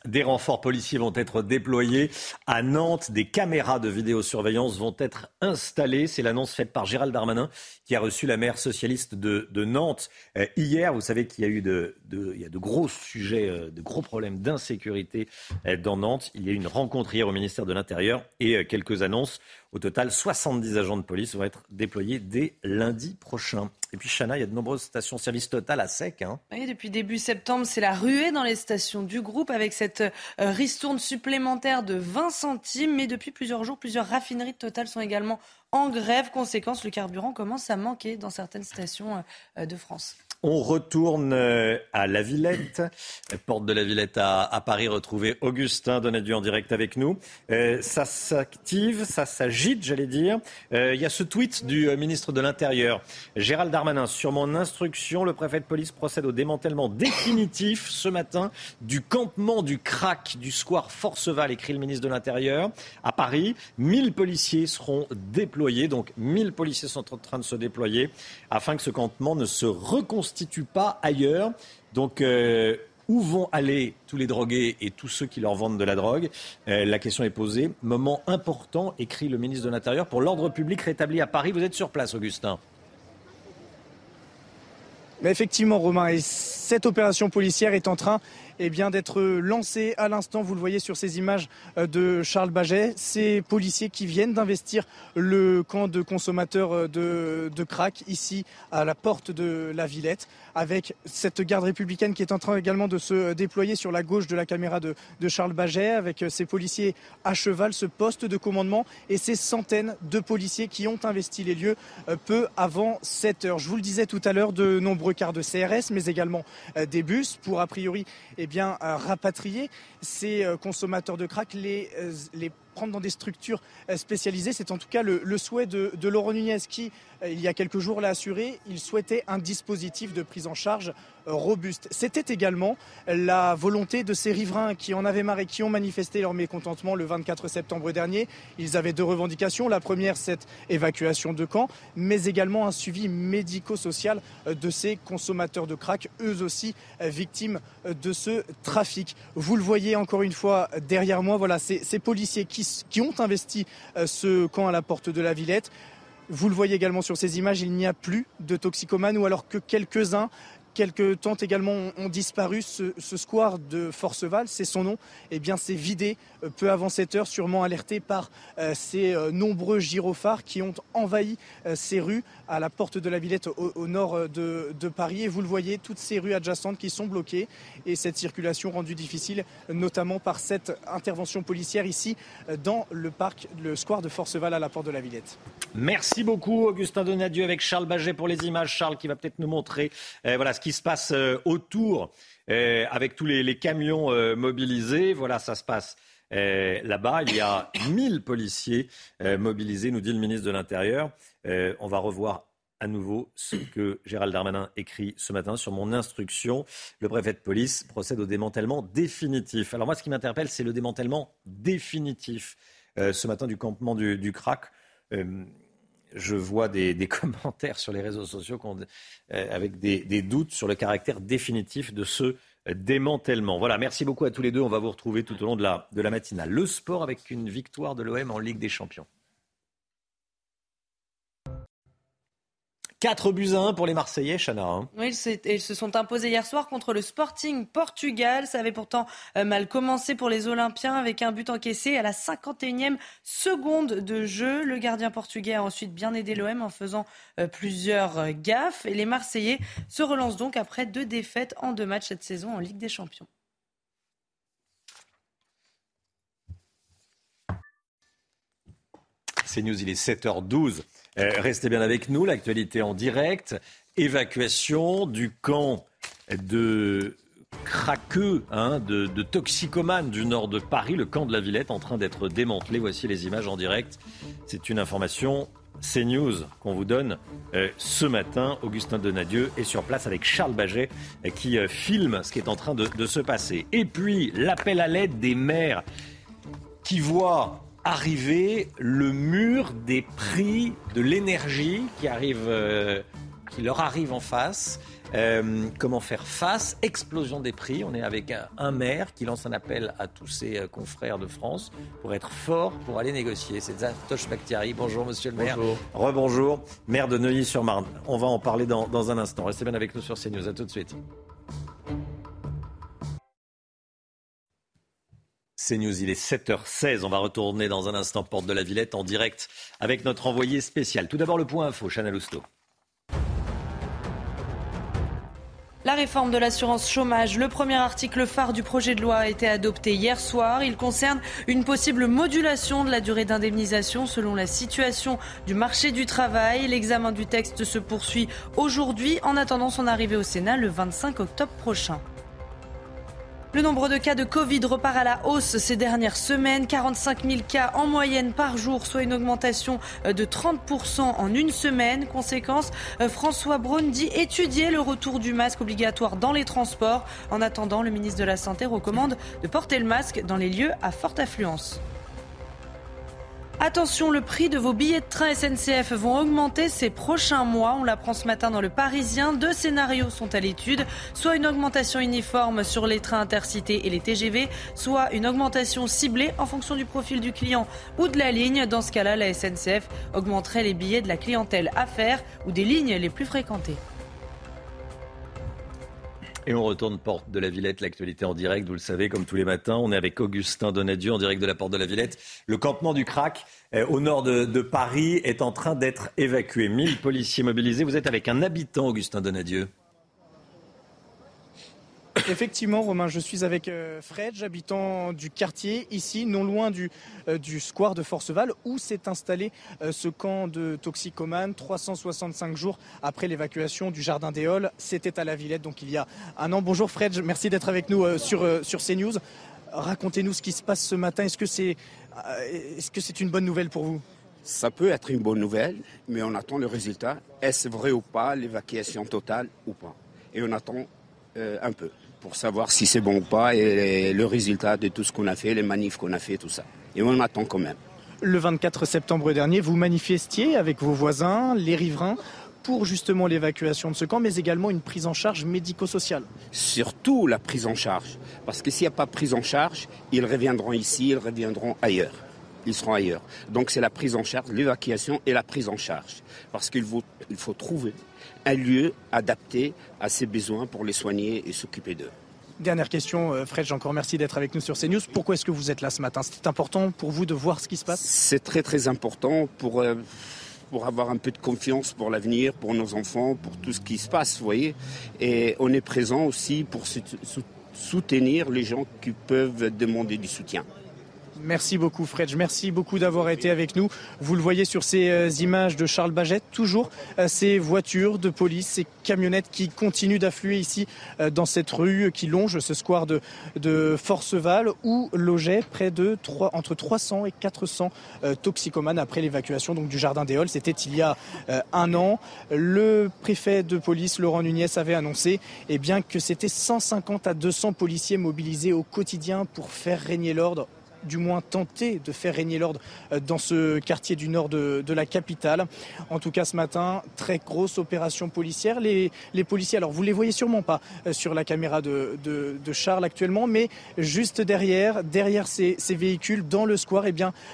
Des renforts policiers vont être déployés à Nantes. Des caméras de vidéosurveillance vont être installées. C'est l'annonce faite par Gérald Darmanin qui a reçu la maire socialiste de Nantes hier. Vous savez qu'il y a eu il y a de gros sujets, de gros problèmes d'insécurité dans Nantes. Il y a eu une rencontre hier au ministère de l'Intérieur et quelques annonces. Au total, 70 agents de police vont être déployés dès lundi prochain. Et puis, Chana, il y a de nombreuses stations-service Total à sec. Oui, depuis début septembre, c'est la ruée dans les stations du groupe avec cette ristourne supplémentaire de 20 centimes. Mais depuis plusieurs jours, plusieurs raffineries de Total sont également en grève. Conséquence, le carburant commence à manquer dans certaines stations de France. On retourne à La Villette, porte de La Villette à Paris, retrouver Augustin Donadieu en direct avec nous. Ça s'active, ça s'agite, j'allais dire. Il y a ce tweet du ministre de l'Intérieur, Gérald Darmanin. Sur mon instruction, le préfet de police procède au démantèlement définitif ce matin du campement du Crac du square Forceval, écrit le ministre de l'Intérieur. À Paris, 1000 policiers seront déployés, donc 1000 policiers sont en train de se déployer afin que ce campement ne se reconstitue pas ailleurs. Donc, où vont aller tous les drogués et tous ceux qui leur vendent de la drogue ? La question est posée. Moment important, écrit le ministre de l'Intérieur, pour l'ordre public rétabli à Paris. Vous êtes sur place, Augustin. Mais effectivement, Romain, et cette opération policière est en train d'être lancée à l'instant. Vous le voyez sur ces images de Charles Baget. Ces policiers qui viennent d'investir le camp de consommateurs de crack ici à la porte de la Villette, avec cette garde républicaine qui est en train également de se déployer sur la gauche de la caméra de Charles Baget, avec ces policiers à cheval, ce poste de commandement et ces centaines de policiers qui ont investi les lieux peu avant 7 heures. Je vous le disais tout à l'heure, de nombreux cars de CRS, mais également des bus pour a priori rapatrier ces consommateurs de crack, les prendre dans des structures spécialisées. C'est en tout cas le souhait de Laurent Nunez qui, il y a quelques jours, l'a assuré. Il souhaitait un dispositif de prise en charge robuste. C'était également la volonté de ces riverains qui en avaient marre et qui ont manifesté leur mécontentement le 24 septembre dernier. Ils avaient 2 revendications. La première, cette évacuation de camp, mais également un suivi médico-social de ces consommateurs de crack, eux aussi victimes de ce trafic. Vous le voyez encore une fois derrière moi, voilà, ces policiers qui ont investi ce camp à la porte de la Villette. Vous le voyez également sur ces images, il n'y a plus de toxicomanes, ou alors que quelques tentes également ont disparu. Ce square de Forceval, c'est son nom, c'est vidé peu avant 7 heures, sûrement alerté par ces nombreux gyrophares qui ont envahi ces rues à la porte de la Villette au nord de Paris. Et vous le voyez, toutes ces rues adjacentes qui sont bloquées et cette circulation rendue difficile, notamment par cette intervention policière ici dans le square de Forceval à la porte de la Villette. Merci beaucoup, Augustin Donadieu, avec Charles Baget pour les images. Charles qui va peut-être nous montrer ce qui se passe autour avec tous les camions mobilisés. Voilà, ça se passe là-bas. Il y a 1000 policiers mobilisés, nous dit le ministre de l'Intérieur. On va revoir à nouveau ce que Gérald Darmanin écrit ce matin sur mon instruction. Le préfet de police procède au démantèlement définitif. Alors moi, ce qui m'interpelle, c'est le démantèlement définitif ce matin du campement du Crac. Je vois des commentaires sur les réseaux sociaux avec des doutes sur le caractère définitif de ce démantèlement. Voilà, merci beaucoup à tous les deux. On va vous retrouver tout au long de la matinale. Le sport avec une victoire de l'OM en Ligue des Champions. 4-1 pour les Marseillais, Chana. Oui, ils se sont imposés hier soir contre le Sporting Portugal. Ça avait pourtant mal commencé pour les Olympiens avec un but encaissé à la 51e seconde de jeu. Le gardien portugais a ensuite bien aidé l'OM en faisant plusieurs gaffes. Et les Marseillais se relancent donc après 2 défaites en 2 matchs cette saison en Ligue des Champions. C'est News, il est 7h12. Restez bien avec nous, l'actualité en direct. Évacuation du camp de craqueux, de toxicomanes du nord de Paris, le camp de la Villette en train d'être démantelé. Voici les images en direct. C'est une information CNews qu'on vous donne ce matin. Augustin Donadieu est sur place avec Charles Baget qui filme ce qui est en train de se passer. Et puis l'appel à l'aide des maires qui voient arriver le mur des prix de l'énergie qui arrive qui leur arrive en face. Comment faire face? Explosion des prix. On est avec un maire qui lance un appel à tous ses confrères de France pour être fort, pour aller négocier. C'est Zatoche Bakhtiari. Bonjour monsieur le maire. Bonjour. Rebonjour. Maire de Neuilly-sur-Marne. On va en parler dans un instant. Restez bien avec nous sur CNews. À tout de suite. CNews, il est 7h16. On va retourner dans un instant porte de la Villette en direct avec notre envoyé spécial. Tout d'abord le point info, Chana Lousteau. La réforme de l'assurance chômage, le premier article phare du projet de loi a été adopté hier soir. Il concerne une possible modulation de la durée d'indemnisation selon la situation du marché du travail. L'examen du texte se poursuit aujourd'hui en attendant son arrivée au Sénat le 25 octobre prochain. Le nombre de cas de Covid repart à la hausse ces dernières semaines. 45 000 cas en moyenne par jour, soit une augmentation de 30% en une semaine. Conséquence, François Braun dit étudier le retour du masque obligatoire dans les transports. En attendant, le ministre de la Santé recommande de porter le masque dans les lieux à forte affluence. Attention, le prix de vos billets de train SNCF vont augmenter ces prochains mois. On l'apprend ce matin dans Le Parisien. 2 scénarios sont à l'étude. Soit une augmentation uniforme sur les trains intercités et les TGV, soit une augmentation ciblée en fonction du profil du client ou de la ligne. Dans ce cas-là, la SNCF augmenterait les billets de la clientèle affaires ou des lignes les plus fréquentées. Et on retourne porte de la Villette, l'actualité en direct, vous le savez, comme tous les matins. On est avec Augustin Donadieu en direct de la porte de la Villette. Le campement du Crac, au nord de Paris, est en train d'être évacué. 1000 policiers mobilisés. Vous êtes avec un habitant, Augustin Donadieu. Effectivement, Romain, je suis avec Fred, habitant du quartier, ici, non loin du square de Forceval, où s'est installé ce camp de toxicomanes. 365 jours après l'évacuation du Jardin des Halles, c'était à la Villette, donc il y a un an. Bonjour Fred, merci d'être avec nous sur CNews. Racontez-nous ce qui se passe ce matin. Est-ce que c'est une bonne nouvelle pour vous ? Ça peut être une bonne nouvelle, mais on attend le résultat. Est-ce vrai ou pas, l'évacuation totale ou pas ? Et on attend un peu pour savoir si c'est bon ou pas et le résultat de tout ce qu'on a fait, les manifs qu'on a fait, tout ça. Et on attend quand même. Le 24 septembre dernier, vous manifestiez avec vos voisins, les riverains, pour justement l'évacuation de ce camp, mais également une prise en charge médico-sociale. Surtout la prise en charge. Parce que s'il n'y a pas de prise en charge, ils reviendront ici, ils reviendront ailleurs. Ils seront ailleurs. Donc c'est la prise en charge, l'évacuation et la prise en charge. Parce qu'il faut trouver un lieu adapté à ses besoins pour les soigner et s'occuper d'eux. Dernière question, Fred, encore merci d'être avec nous sur CNews. Pourquoi est-ce que vous êtes là ce matin ? C'est important pour vous de voir ce qui se passe ? C'est très très important pour avoir un peu de confiance pour l'avenir, pour nos enfants, pour tout ce qui se passe, vous voyez. Et on est présent aussi pour soutenir les gens qui peuvent demander du soutien. Merci beaucoup Fred, merci beaucoup d'avoir été avec nous. Vous le voyez sur ces images de Charles Baget, toujours ces voitures de police, ces camionnettes qui continuent d'affluer ici dans cette rue qui longe ce square de Forceval où logeaient entre 300 et 400 toxicomanes après l'évacuation donc, du Jardin des Halles. C'était il y a un an. Le préfet de police, Laurent Nunez, avait annoncé que c'était 150 à 200 policiers mobilisés au quotidien pour faire régner l'ordre, du moins tenter de faire régner l'ordre dans ce quartier du nord de la capitale. En tout cas, ce matin, très grosse opération policière. Les policiers, alors vous ne les voyez sûrement pas sur la caméra de Charles actuellement, mais juste derrière ces véhicules, dans le square,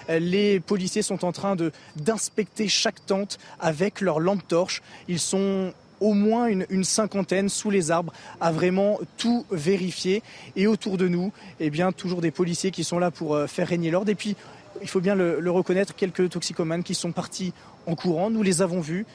les policiers sont en train d'inspecter chaque tente avec leurs lampes torches. Ils sont au moins une cinquantaine sous les arbres à vraiment tout vérifier. Et autour de nous, toujours des policiers qui sont là pour faire régner l'ordre. Et puis, il faut bien le reconnaître, quelques toxicomanes qui sont partis en courant. Nous les avons vus.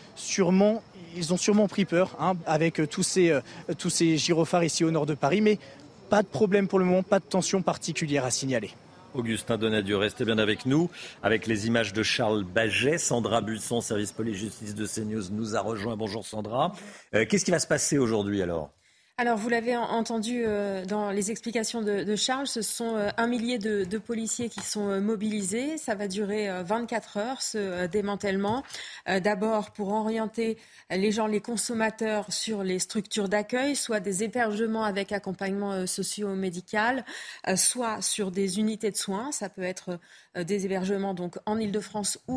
Ils ont sûrement pris peur avec tous ces gyrophares ici au nord de Paris. Mais pas de problème pour le moment, pas de tension particulière à signaler. Augustin Donadieu, restez bien avec nous. Avec les images de Charles Baget, Sandra Busson, service police-justice de CNews, nous a rejoint. Bonjour Sandra. Qu'est-ce qui va se passer aujourd'hui alors ? Alors, vous l'avez entendu dans les explications de Charles, ce sont 1 millier de policiers qui sont mobilisés. Ça va durer 24 heures, ce démantèlement. D'abord, pour orienter les consommateurs sur les structures d'accueil, soit des hébergements avec accompagnement socio-médical, soit sur des unités de soins. Ça peut être des hébergements donc en Ile-de-France ou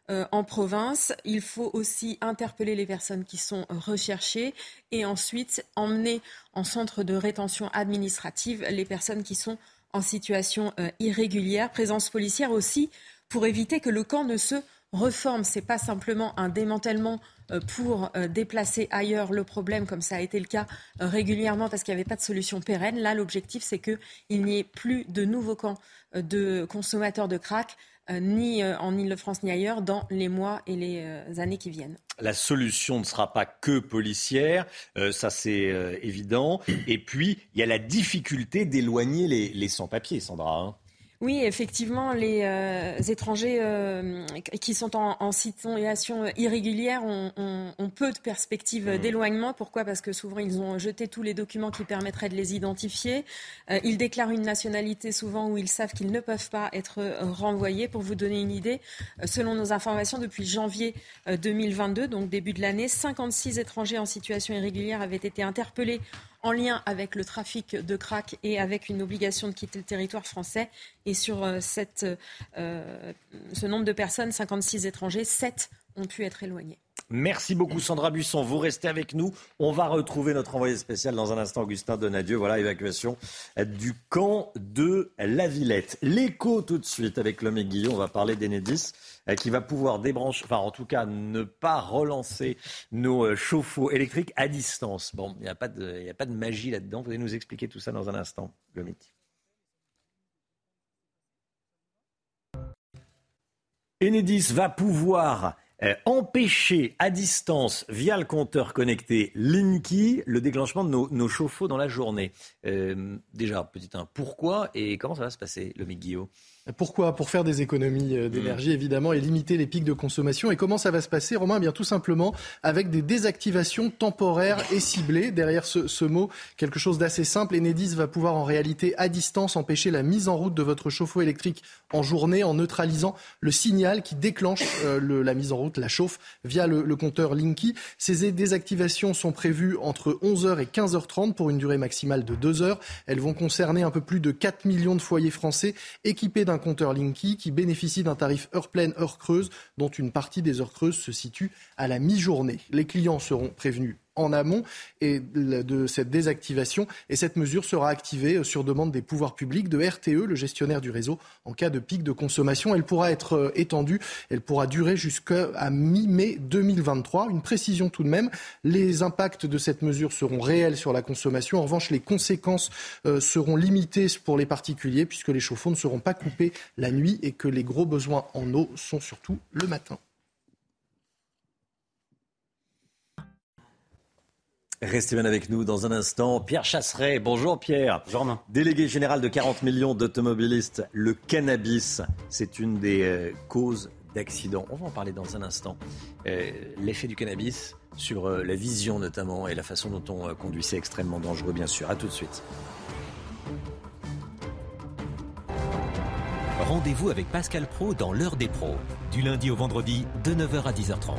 en province. Il faut aussi interpeller les personnes qui sont recherchées et ensuite emmener en centre de rétention administrative les personnes qui sont en situation irrégulière. Présence policière aussi pour éviter que le camp ne se reforme. Ce n'est pas simplement un démantèlement pour déplacer ailleurs le problème, comme ça a été le cas régulièrement parce qu'il n'y avait pas de solution pérenne. Là, l'objectif, c'est qu'il n'y ait plus de nouveaux camps de consommateurs de crack, ni en Ile-de-France ni ailleurs, dans les mois et les années qui viennent. La solution ne sera pas que policière, ça c'est évident. Et puis, il y a la difficulté d'éloigner les sans-papiers, Sandra. Hein. Oui, effectivement, les étrangers qui sont en situation irrégulière ont peu de perspectives d'éloignement. Pourquoi ? Parce que souvent, ils ont jeté tous les documents qui permettraient de les identifier. Ils déclarent une nationalité souvent où ils savent qu'ils ne peuvent pas être renvoyés. Pour vous donner une idée, selon nos informations, depuis janvier 2022, donc début de l'année, 56 étrangers en situation irrégulière avaient été interpellés en lien avec le trafic de crack et avec une obligation de quitter le territoire français. Et sur ce nombre de personnes, 56 étrangers, 7 ont pu être éloignés. Merci beaucoup Sandra Buisson, vous restez avec nous. On va retrouver notre envoyé spécial dans un instant, Augustin Donadieu. Voilà, évacuation du camp de la Villette. L'écho tout de suite avec Lomé Guillon, on va parler d'Enedis qui va pouvoir débrancher, enfin en tout cas ne pas relancer nos chauffe-eau électriques à distance. Bon, il n'y a pas de magie là-dedans, vous allez nous expliquer tout ça dans un instant, Lomé. Enedis va pouvoir empêcher à distance, via le compteur connecté Linky, le déclenchement de nos chauffe-eau dans la journée. Déjà, petit 1, pourquoi et comment ça va se passer, Lomé Guillaume ? Pourquoi ? Pour faire des économies d'énergie, évidemment, et limiter les pics de consommation. Et comment ça va se passer, Romain ? Eh bien, tout simplement avec des désactivations temporaires et ciblées. Derrière ce mot, quelque chose d'assez simple. Enedis va pouvoir en réalité, à distance, empêcher la mise en route de votre chauffe-eau électrique en journée en neutralisant le signal qui déclenche la mise en route, la chauffe, via le compteur Linky. Ces désactivations sont prévues entre 11h et 15h30 pour une durée maximale de 2 heures. Elles vont concerner un peu plus de 4 millions de foyers français équipés d'un compteur Linky qui bénéficie d'un tarif heure pleine, heure creuse, dont une partie des heures creuses se situe à la mi-journée. Les clients seront prévenus en amont et de cette désactivation et cette mesure sera activée sur demande des pouvoirs publics, de RTE, le gestionnaire du réseau, en cas de pic de consommation. Elle pourra être étendue, elle pourra durer jusqu'à mi-mai 2023. Une précision tout de même, les impacts de cette mesure seront réels sur la consommation. En revanche, les conséquences seront limitées pour les particuliers puisque les chauffe-eau ne seront pas coupés la nuit et que les gros besoins en eau sont surtout le matin. Restez bien avec nous dans un instant. Pierre Chasseret, bonjour Pierre. Bonjour. Délégué général de 40 millions d'automobilistes, le cannabis, c'est une des causes d'accidents. On va en parler dans un instant. L'effet du cannabis sur la vision notamment et la façon dont on conduit, c'est extrêmement dangereux bien sûr. À tout de suite. Rendez-vous avec Pascal Praud dans l'heure des pros, du lundi au vendredi de 9h à 10h30.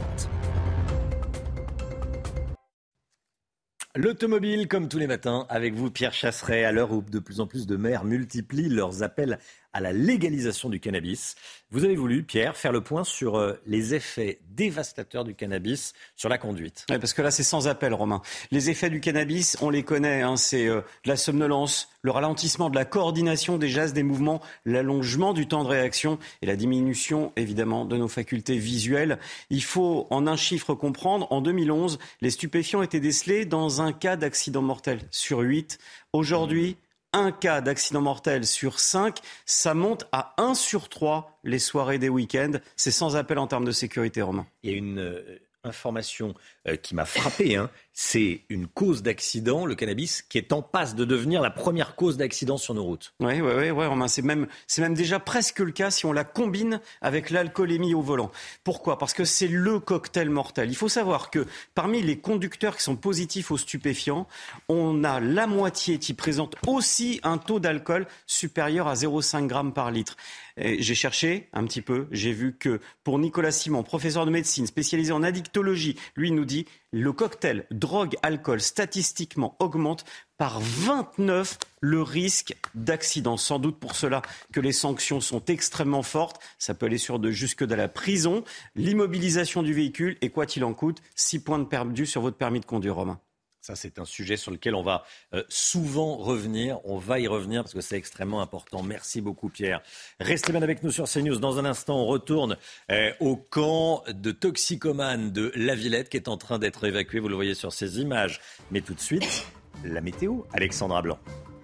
L'automobile, comme tous les matins, avec vous Pierre Chasseret, à l'heure où de plus en plus de maires multiplient leurs appels à la légalisation du cannabis. Vous avez voulu, Pierre, faire le point sur les effets dévastateurs du cannabis sur la conduite. Oui, parce que là, c'est sans appel, Romain. Les effets du cannabis, on les connaît. C'est de la somnolence, le ralentissement de la coordination des gestes, des mouvements, l'allongement du temps de réaction et la diminution, évidemment, de nos facultés visuelles. Il faut, en un chiffre, comprendre. En 2011, les stupéfiants étaient décelés dans un cas d'accident mortel sur 8. Aujourd'hui, un cas d'accident mortel sur 5, ça monte à 1 sur 3 les soirées des week-ends. C'est sans appel en termes de sécurité, Romain. Il y a une information qui m'a frappé, c'est une cause d'accident, le cannabis, qui est en passe de devenir la première cause d'accident sur nos routes. Oui, Romain, c'est même déjà presque le cas si on la combine avec l'alcoolémie au volant. Pourquoi ? Parce que c'est le cocktail mortel. Il faut savoir que parmi les conducteurs qui sont positifs aux stupéfiants, on a la moitié qui présente aussi un taux d'alcool supérieur à 0,5 g par litre. Et j'ai cherché un petit peu, j'ai vu que pour Nicolas Simon, professeur de médecine spécialisé en addictologie, lui nous dit le cocktail drogue-alcool statistiquement augmente par 29 le risque d'accident. Sans doute pour cela que les sanctions sont extrêmement fortes. Ça peut aller jusque de la prison, l'immobilisation du véhicule et quoi qu'il en coûte, 6 points de perdu sur votre permis de conduire, Romain. Ça, c'est un sujet sur lequel on va souvent revenir. On va y revenir parce que c'est extrêmement important. Merci beaucoup, Pierre. Restez bien avec nous sur CNews. Dans un instant, on retourne au camp de toxicomanes de La Villette qui est en train d'être évacué. Vous le voyez sur ces images. Mais tout de suite, la météo. Alexandra Blanc.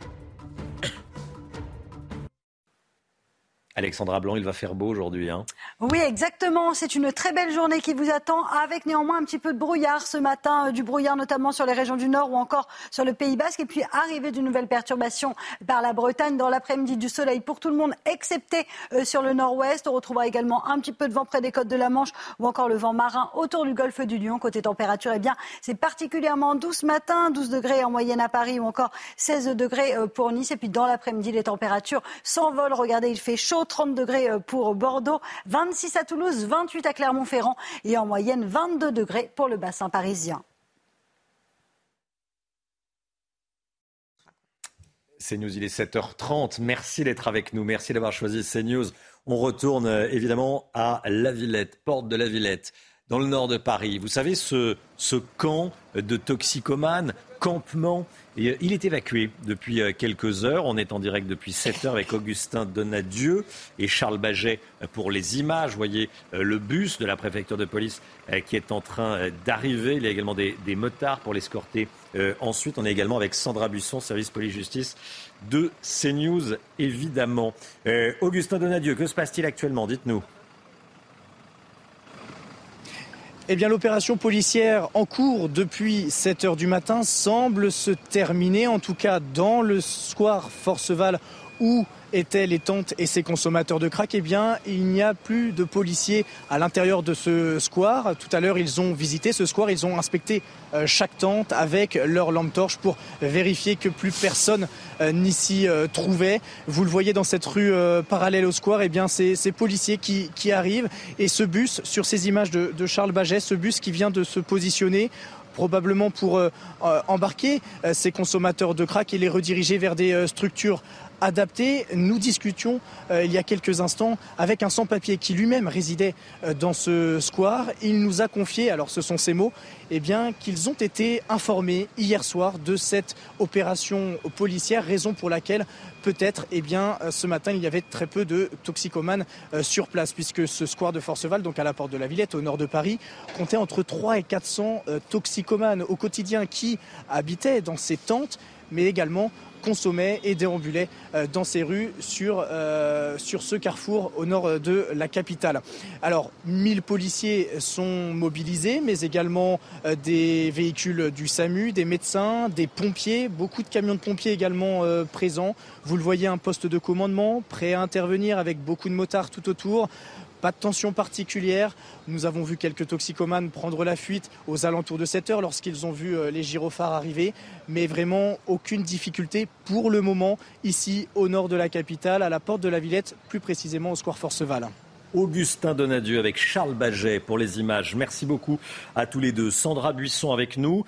Alexandra Blanc, il va faire beau aujourd'hui. Oui, exactement. C'est une très belle journée qui vous attend avec néanmoins un petit peu de brouillard ce matin. Du brouillard notamment sur les régions du Nord ou encore sur le Pays Basque. Et puis arrivée d'une nouvelle perturbation par la Bretagne. Dans l'après-midi, du soleil pour tout le monde, excepté sur le Nord-Ouest. On retrouvera également un petit peu de vent près des côtes de la Manche ou encore le vent marin autour du golfe du Lion. Côté température, c'est particulièrement doux ce matin. 12 degrés en moyenne à Paris ou encore 16 degrés pour Nice. Et puis dans l'après-midi, les températures s'envolent. Regardez, il fait chaud. 30 degrés pour Bordeaux, 26 à Toulouse, 28 à Clermont-Ferrand et en moyenne 22 degrés pour le bassin parisien. CNews, il est 7h30. Merci d'être avec nous. Merci d'avoir choisi CNews. On retourne évidemment à La Villette, porte de La Villette, dans le nord de Paris. Vous savez, ce camp de toxicomanes, campement, il est évacué depuis quelques heures. On est en direct depuis 7 heures avec Augustin Donadieu et Charles Baget pour les images. Vous voyez le bus de la préfecture de police qui est en train d'arriver. Il y a également des motards pour l'escorter. Ensuite, on est également avec Sandra Buisson, service police-justice de CNews, évidemment. Augustin Donadieu, que se passe-t-il actuellement ? Dites-nous. Eh bien, l'opération policière en cours depuis 7 heures du matin semble se terminer, en tout cas dans le square Forceval où étaient les tentes et ces consommateurs de crack. Eh bien, il n'y a plus de policiers à l'intérieur de ce square. Tout à l'heure, ils ont visité ce square, ils ont inspecté chaque tente avec leur lampe torche pour vérifier que plus personne n'y s'y trouvait. Vous le voyez dans cette rue parallèle au square, eh bien, c'est ces policiers qui arrivent. Et ce bus, sur ces images de Charles Baget, ce bus qui vient de se positionner probablement pour embarquer ces consommateurs de crack et les rediriger vers des structures adapté. Nous discutions il y a quelques instants avec un sans-papier qui lui-même résidait dans ce square. Il nous a confié, alors ce sont ses mots, eh bien, qu'ils ont été informés hier soir de cette opération policière, raison pour laquelle peut-être eh bien, ce matin il y avait très peu de toxicomanes sur place, puisque ce square de Forceval, donc à la porte de la Villette, au nord de Paris, comptait entre 300 et 400 toxicomanes au quotidien qui habitaient dans ces tentes, mais également consommaient et déambulaient dans ces rues sur ce carrefour au nord de la capitale. Alors, 1000 policiers sont mobilisés, mais également des véhicules du SAMU, des médecins, des pompiers, beaucoup de camions de pompiers également présents. Vous le voyez, un poste de commandement prêt à intervenir avec beaucoup de motards tout autour. Pas de tension particulière. Nous avons vu quelques toxicomanes prendre la fuite aux alentours de 7 heures lorsqu'ils ont vu les gyrophares arriver. Mais vraiment aucune difficulté pour le moment ici au nord de la capitale, à la porte de la Villette, plus précisément au square Forceval. Augustin Donadieu avec Charles Baget pour les images. Merci beaucoup à tous les deux. Sandra Buisson avec nous.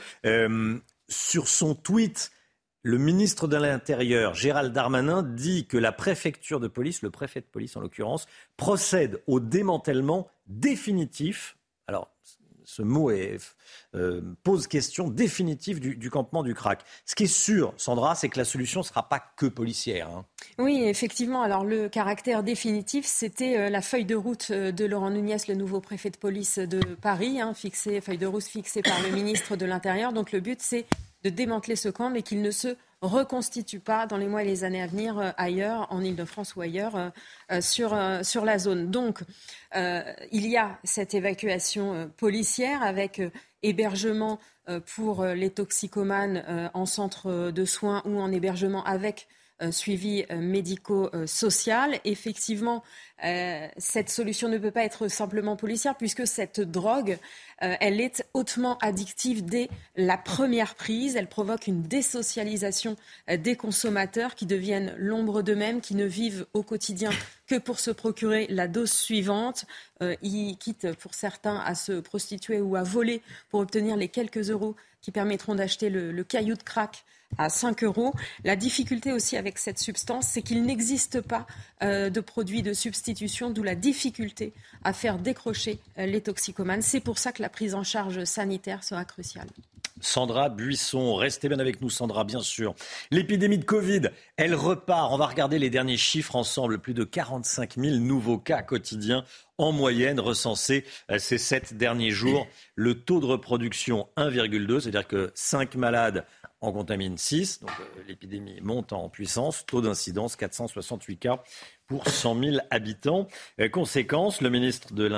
Sur son tweet, le ministre de l'Intérieur, Gérald Darmanin, dit que la préfecture de police, le préfet de police en l'occurrence, procède au démantèlement définitif. Alors, ce mot pose question définitive du campement du crack. Ce qui est sûr, Sandra, c'est que la solution ne sera pas que policière. Oui, effectivement. Alors, le caractère définitif, c'était la feuille de route de Laurent Nunez, le nouveau préfet de police de Paris, feuille de route fixée par le ministre de l'Intérieur. Donc, le but, c'est de démanteler ce camp, mais qu'il ne se reconstitue pas dans les mois et les années à venir ailleurs, en Ile-de-France ou ailleurs, sur la zone. Donc, il y a cette évacuation policière avec hébergement pour les toxicomanes en centre de soins ou en hébergement avec suivi médico-social. Effectivement, cette solution ne peut pas être simplement policière puisque cette drogue, elle est hautement addictive dès la première prise. Elle provoque une désocialisation des consommateurs qui deviennent l'ombre d'eux-mêmes, qui ne vivent au quotidien que pour se procurer la dose suivante. Ils quittent pour certains à se prostituer ou à voler pour obtenir les quelques euros qui permettront d'acheter le caillou de crack à 5 euros. La difficulté aussi avec cette substance, c'est qu'il n'existe pas de produit de substitution, d'où la difficulté à faire décrocher les toxicomanes. C'est pour ça que la prise en charge sanitaire sera cruciale. Sandra Buisson, restez bien avec nous Sandra, bien sûr. L'épidémie de Covid, elle repart. On va regarder les derniers chiffres ensemble. Plus de 45 000 nouveaux cas quotidiens en moyenne recensés ces 7 derniers jours. Le taux de reproduction 1,2, c'est-à-dire que 5 malades en contaminent 6. Donc l'épidémie monte en puissance. Taux d'incidence 468 cas pour 100 000 habitants. Conséquence, le ministre de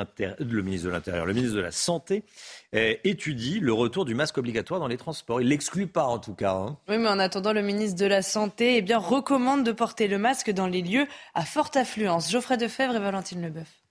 la Santé étudie le retour du masque obligatoire dans les transports. Il ne l'exclut pas en tout cas. Oui, mais en attendant, le ministre de la Santé recommande de porter le masque dans les lieux à forte affluence. Geoffrey Defebvre et Valentine Leboeuf.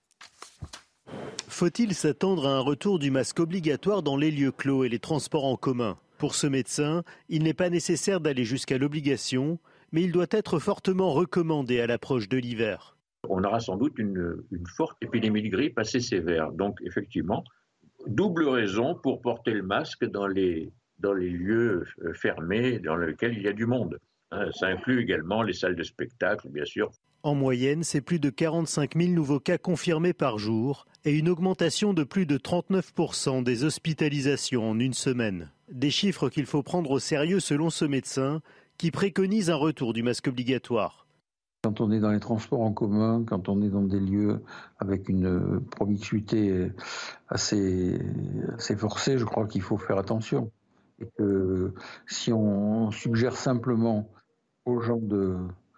Faut-il s'attendre à un retour du masque obligatoire dans les lieux clos et les transports en commun ? Pour ce médecin, il n'est pas nécessaire d'aller jusqu'à l'obligation, mais il doit être fortement recommandé à l'approche de l'hiver. On aura sans doute une forte épidémie de grippe assez sévère. Donc effectivement, double raison pour porter le masque dans les lieux fermés dans lesquels il y a du monde. Ça inclut également les salles de spectacle, bien sûr. En moyenne, c'est plus de 45 000 nouveaux cas confirmés par jour et une augmentation de plus de 39% des hospitalisations en une semaine. Des chiffres qu'il faut prendre au sérieux selon ce médecin qui préconise un retour du masque obligatoire. Quand on est dans les transports en commun, quand on est dans des lieux avec une promiscuité assez forcée, je crois qu'il faut faire attention. Et que si on suggère simplement aux gens de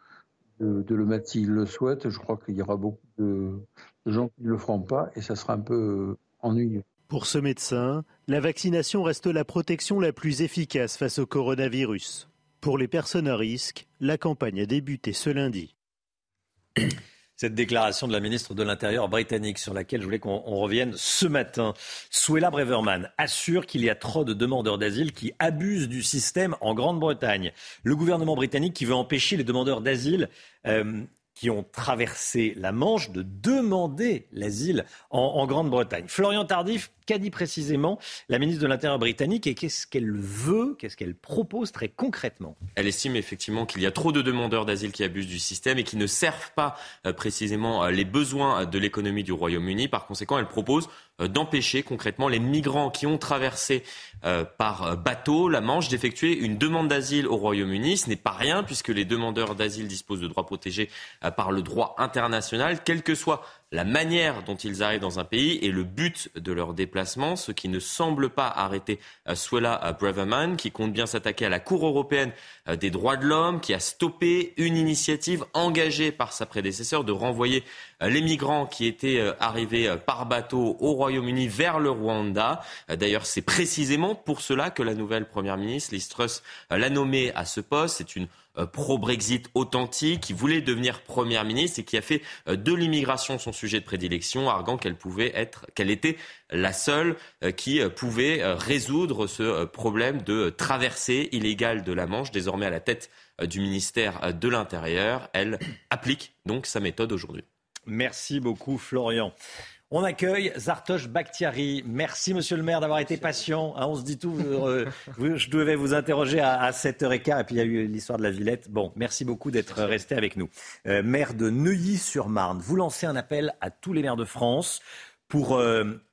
le mettre s'ils le souhaitent, je crois qu'il y aura beaucoup de gens qui ne le feront pas et ça sera un peu ennuyeux. Pour ce médecin, la vaccination reste la protection la plus efficace face au coronavirus. Pour les personnes à risque, la campagne a débuté ce lundi. Cette déclaration de la ministre de l'Intérieur britannique sur laquelle je voulais qu'on revienne ce matin. Suella Braverman assure qu'il y a trop de demandeurs d'asile qui abusent du système en Grande-Bretagne. Le gouvernement britannique qui veut empêcher les demandeurs d'asile qui ont traversé la Manche de demander l'asile en Grande-Bretagne. Florian Tardif, qu'a dit précisément la ministre de l'Intérieur britannique et qu'est-ce qu'elle veut, qu'est-ce qu'elle propose très concrètement ? Elle estime effectivement qu'il y a trop de demandeurs d'asile qui abusent du système et qui ne servent pas précisément les besoins de l'économie du Royaume-Uni. Par conséquent, elle propose d'empêcher concrètement les migrants qui ont traversé par bateau la Manche d'effectuer une demande d'asile au Royaume-Uni. Ce n'est pas rien puisque les demandeurs d'asile disposent de droits protégés par le droit international, quelle que soit la manière dont ils arrivent dans un pays et le but de leur déplacement, ce qui ne semble pas arrêter Suella Braverman, qui compte bien s'attaquer à la Cour européenne des droits de l'homme, qui a stoppé une initiative engagée par sa prédécesseur de renvoyer les migrants qui étaient arrivés par bateau au Royaume-Uni vers le Rwanda. D'ailleurs, c'est précisément pour cela que la nouvelle première ministre, Liz Truss, l'a nommée à ce poste. C'est une pro-Brexit authentique, qui voulait devenir première ministre et qui a fait de l'immigration son sujet de prédilection, arguant qu'elle était la seule qui pouvait résoudre ce problème de traversée illégale de la Manche. Désormais à la tête du ministère de l'Intérieur, elle applique donc sa méthode aujourd'hui. Merci beaucoup Florian. On accueille Zartosh Bakhtiari. Merci, monsieur le maire, d'avoir été patient. On se dit tout. Je devais vous interroger à 7h15 et puis il y a eu l'histoire de la Villette. Bon, merci beaucoup d'être resté avec nous. Maire de Neuilly-sur-Marne, vous lancez un appel à tous les maires de France pour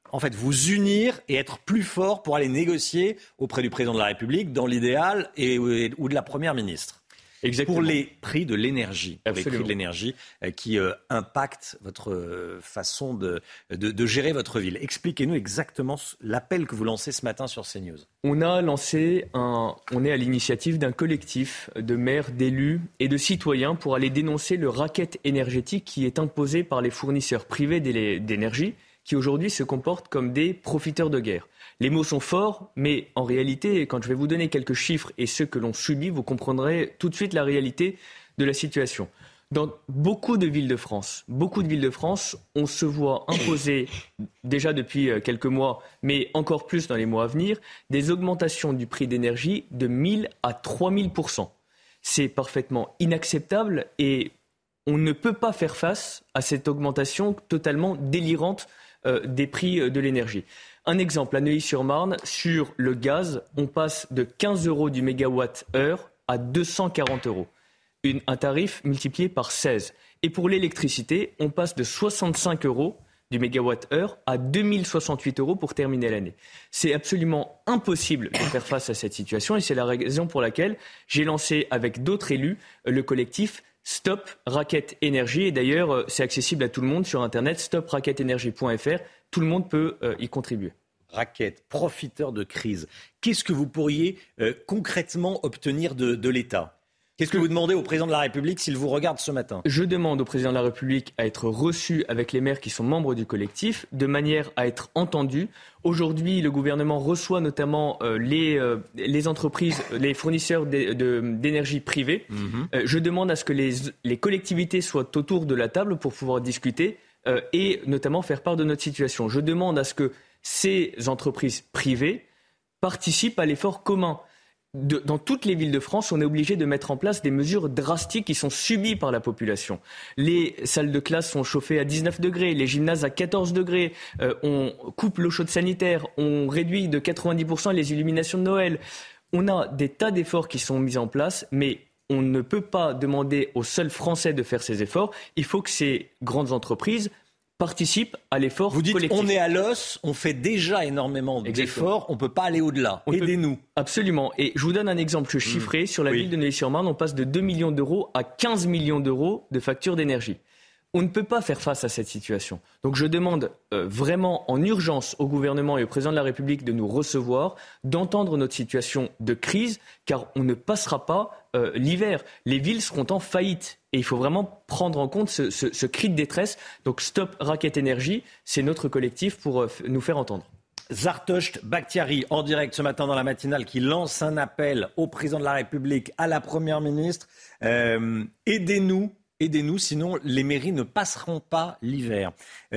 vous unir et être plus forts pour aller négocier auprès du président de la République, dans l'idéal, ou de la première ministre. Exactement. Pour les prix de l'énergie, les prix de l'énergie qui impactent votre façon de gérer votre ville. Expliquez-nous exactement l'appel que vous lancez ce matin sur CNews. On est à l'initiative d'un collectif de maires, d'élus et de citoyens pour aller dénoncer le racket énergétique qui est imposé par les fournisseurs privés d'énergie qui aujourd'hui se comportent comme des profiteurs de guerre. Les mots sont forts, mais en réalité, quand je vais vous donner quelques chiffres et ceux que l'on subit, vous comprendrez tout de suite la réalité de la situation. Dans beaucoup de villes de France, on se voit imposer, déjà depuis quelques mois, mais encore plus dans les mois à venir, des augmentations du prix d'énergie de 1000 à 3000%. C'est parfaitement inacceptable et on ne peut pas faire face à cette augmentation totalement délirante des prix de l'énergie. Un exemple, à Neuilly-sur-Marne, sur le gaz, on passe de 15 € du mégawatt-heure à 240 €. Un tarif multiplié par 16. Et pour l'électricité, on passe de 65 € du mégawatt-heure à 2068 € pour terminer l'année. C'est absolument impossible de faire face à cette situation et c'est la raison pour laquelle j'ai lancé avec d'autres élus le collectif Stop Racket Énergie. Et d'ailleurs, c'est accessible à tout le monde sur Internet, stopracketenergie.fr. Tout le monde peut y contribuer. Racket, profiteur de crise. Qu'est-ce que vous pourriez concrètement obtenir de l'État ? Qu'est-ce que vous demandez au président de la République s'il vous regarde ce matin ? Je demande au président de la République à être reçu avec les maires qui sont membres du collectif, de manière à être entendu. Aujourd'hui, le gouvernement reçoit notamment les entreprises, les fournisseurs d'énergie privée. Je demande à ce que les collectivités soient autour de la table pour pouvoir discuter et notamment faire part de notre situation. Je demande à ce que ces entreprises privées participent à l'effort commun. Dans toutes les villes de France, on est obligé de mettre en place des mesures drastiques qui sont subies par la population. Les salles de classe sont chauffées à 19 degrés, les gymnases à 14 degrés, on coupe l'eau chaude sanitaire, on réduit de 90% les illuminations de Noël. On a des tas d'efforts qui sont mis en place, mais on ne peut pas demander aux seuls Français de faire ces efforts. Il faut que ces grandes entreprises participent à l'effort collectif. Vous dites on est à l'os, on fait déjà énormément d'efforts, on ne peut pas aller au-delà. Aidez-nous. Absolument. Et je vous donne un exemple chiffré. Sur la ville de Neuilly-sur-Marne, on passe de 2 millions d'euros à 15 millions d'euros de factures d'énergie. On ne peut pas faire face à cette situation. Donc je demande vraiment en urgence au gouvernement et au président de la République de nous recevoir, d'entendre notre situation de crise, car on ne passera pas l'hiver. Les villes seront en faillite. Et il faut vraiment prendre en compte ce cri de détresse. Donc Stop Racket Énergie, c'est notre collectif pour nous faire entendre. Zartosht Bakhtiari, en direct ce matin dans la matinale, qui lance un appel au président de la République, à la Première ministre. Aidez-nous, sinon les mairies ne passeront pas l'hiver.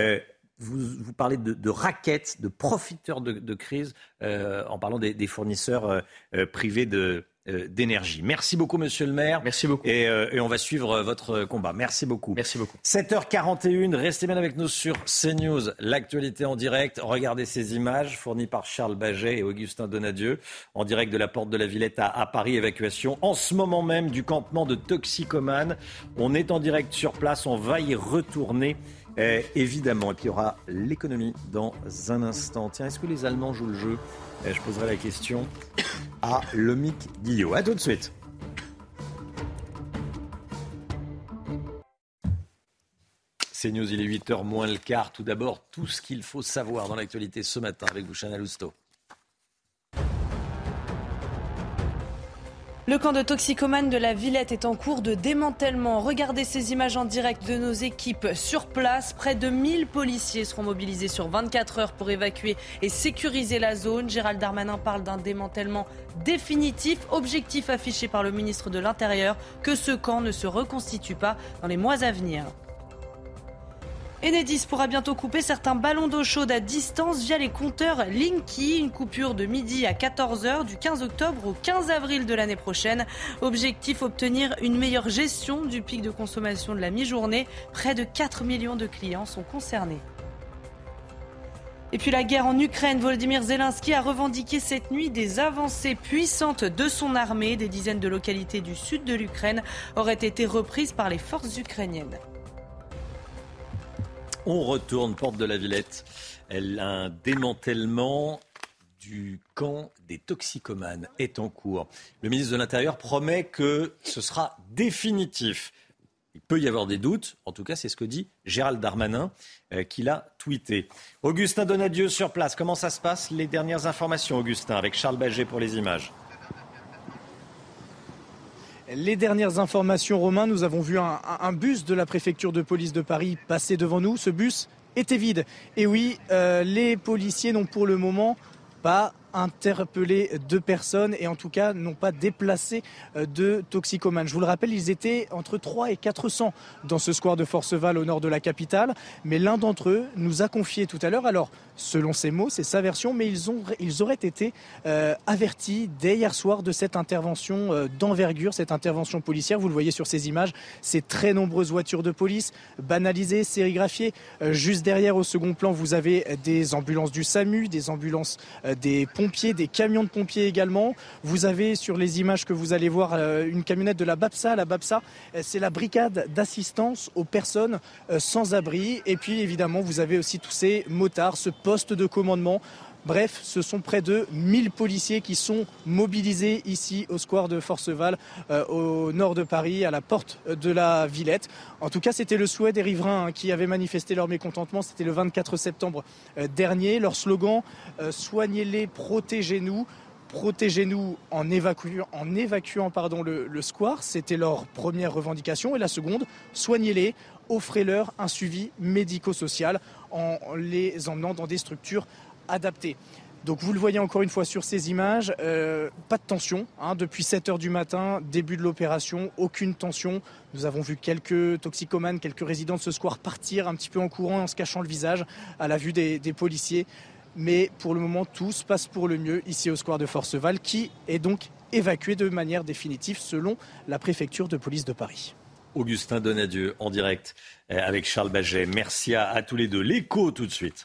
Vous parlez de raquettes, de profiteurs de crise, en parlant des fournisseurs privés d'énergie. Merci beaucoup, monsieur le maire. Merci beaucoup. Et on va suivre votre combat. Merci beaucoup. Merci beaucoup. 7h41, restez bien avec nous sur CNews, l'actualité en direct. Regardez ces images fournies par Charles Baget et Augustin Donadieu, en direct de la porte de la Villette à Paris, évacuation en ce moment même du campement de toxicomanes. On est en direct sur place, on va y retourner. Évidemment, et puis il y aura l'économie dans un instant. Tiens, est-ce que les Allemands jouent le jeu ? Je poserai la question à Lomic Guillot. A tout de suite. CNews, il est 8h moins le quart. Tout d'abord, tout ce qu'il faut savoir dans l'actualité ce matin avec vous, Chana Lousteau. Le camp de toxicomanes de la Villette est en cours de démantèlement. Regardez ces images en direct de nos équipes sur place. Près de 1000 policiers seront mobilisés sur 24 heures pour évacuer et sécuriser la zone. Gérald Darmanin parle d'un démantèlement définitif. Objectif affiché par le ministre de l'Intérieur, que ce camp ne se reconstitue pas dans les mois à venir. Enedis pourra bientôt couper certains ballons d'eau chaude à distance via les compteurs Linky. Une coupure de midi à 14h du 15 octobre au 15 avril de l'année prochaine. Objectif, obtenir une meilleure gestion du pic de consommation de la mi-journée. Près de 4 millions de clients sont concernés. Et puis la guerre en Ukraine, Volodymyr Zelensky a revendiqué cette nuit des avancées puissantes de son armée. Des dizaines de localités du sud de l'Ukraine auraient été reprises par les forces ukrainiennes. On retourne porte de la Villette. Un démantèlement du camp des toxicomanes est en cours. Le ministre de l'Intérieur promet que ce sera définitif. Il peut y avoir des doutes. En tout cas, c'est ce que dit Gérald Darmanin, qui l'a tweeté. Augustin Donadieu sur place. Comment ça se passe ? Les dernières informations, Augustin, avec Charles Baget pour les images. Les dernières informations, Romain, nous avons vu un bus de la préfecture de police de Paris passer devant nous. Ce bus était vide. Et oui, les policiers n'ont pour le moment pas interpellé 2 personnes et en tout cas n'ont pas déplacé de toxicomanes. Je vous le rappelle, ils étaient entre 300 et 400 dans ce square de Forceval au nord de la capitale. Mais l'un d'entre eux nous a confié tout à l'heure, alors selon ses mots, c'est sa version, mais ils auraient été avertis dès hier soir de cette intervention d'envergure, cette intervention policière. Vous le voyez sur ces images, ces très nombreuses voitures de police banalisées, sérigraphiées. Juste derrière, au second plan, vous avez des ambulances du SAMU, des ambulances des pompiers, des camions de pompiers également. Vous avez sur les images que vous allez voir une camionnette de la BAPSA. La BAPSA, c'est la brigade d'assistance aux personnes sans abri. Et puis évidemment, vous avez aussi tous ces motards, ce poste de commandement. Bref, ce sont près de 1000 policiers qui sont mobilisés ici au square de Forceval, au nord de Paris, à la porte de la Villette. En tout cas, c'était le souhait des riverains qui avaient manifesté leur mécontentement. C'était le 24 septembre dernier. Leur slogan, soignez-les, protégez-nous. Protégez-nous en évacuant le square. C'était leur première revendication. Et la seconde, soignez-les, offrez-leur un suivi médico-social en les emmenant dans des structures adaptées. Donc vous le voyez encore une fois sur ces images, pas de tension. Depuis 7h du matin, début de l'opération, aucune tension. Nous avons vu quelques toxicomanes, quelques résidents de ce square partir un petit peu en courant en se cachant le visage à la vue des policiers. Mais pour le moment, tout se passe pour le mieux ici au square de Forceval, qui est donc évacué de manière définitive selon la préfecture de police de Paris. Augustin Donadieu en direct avec Charles Baget. Merci à tous les deux. L'écho tout de suite.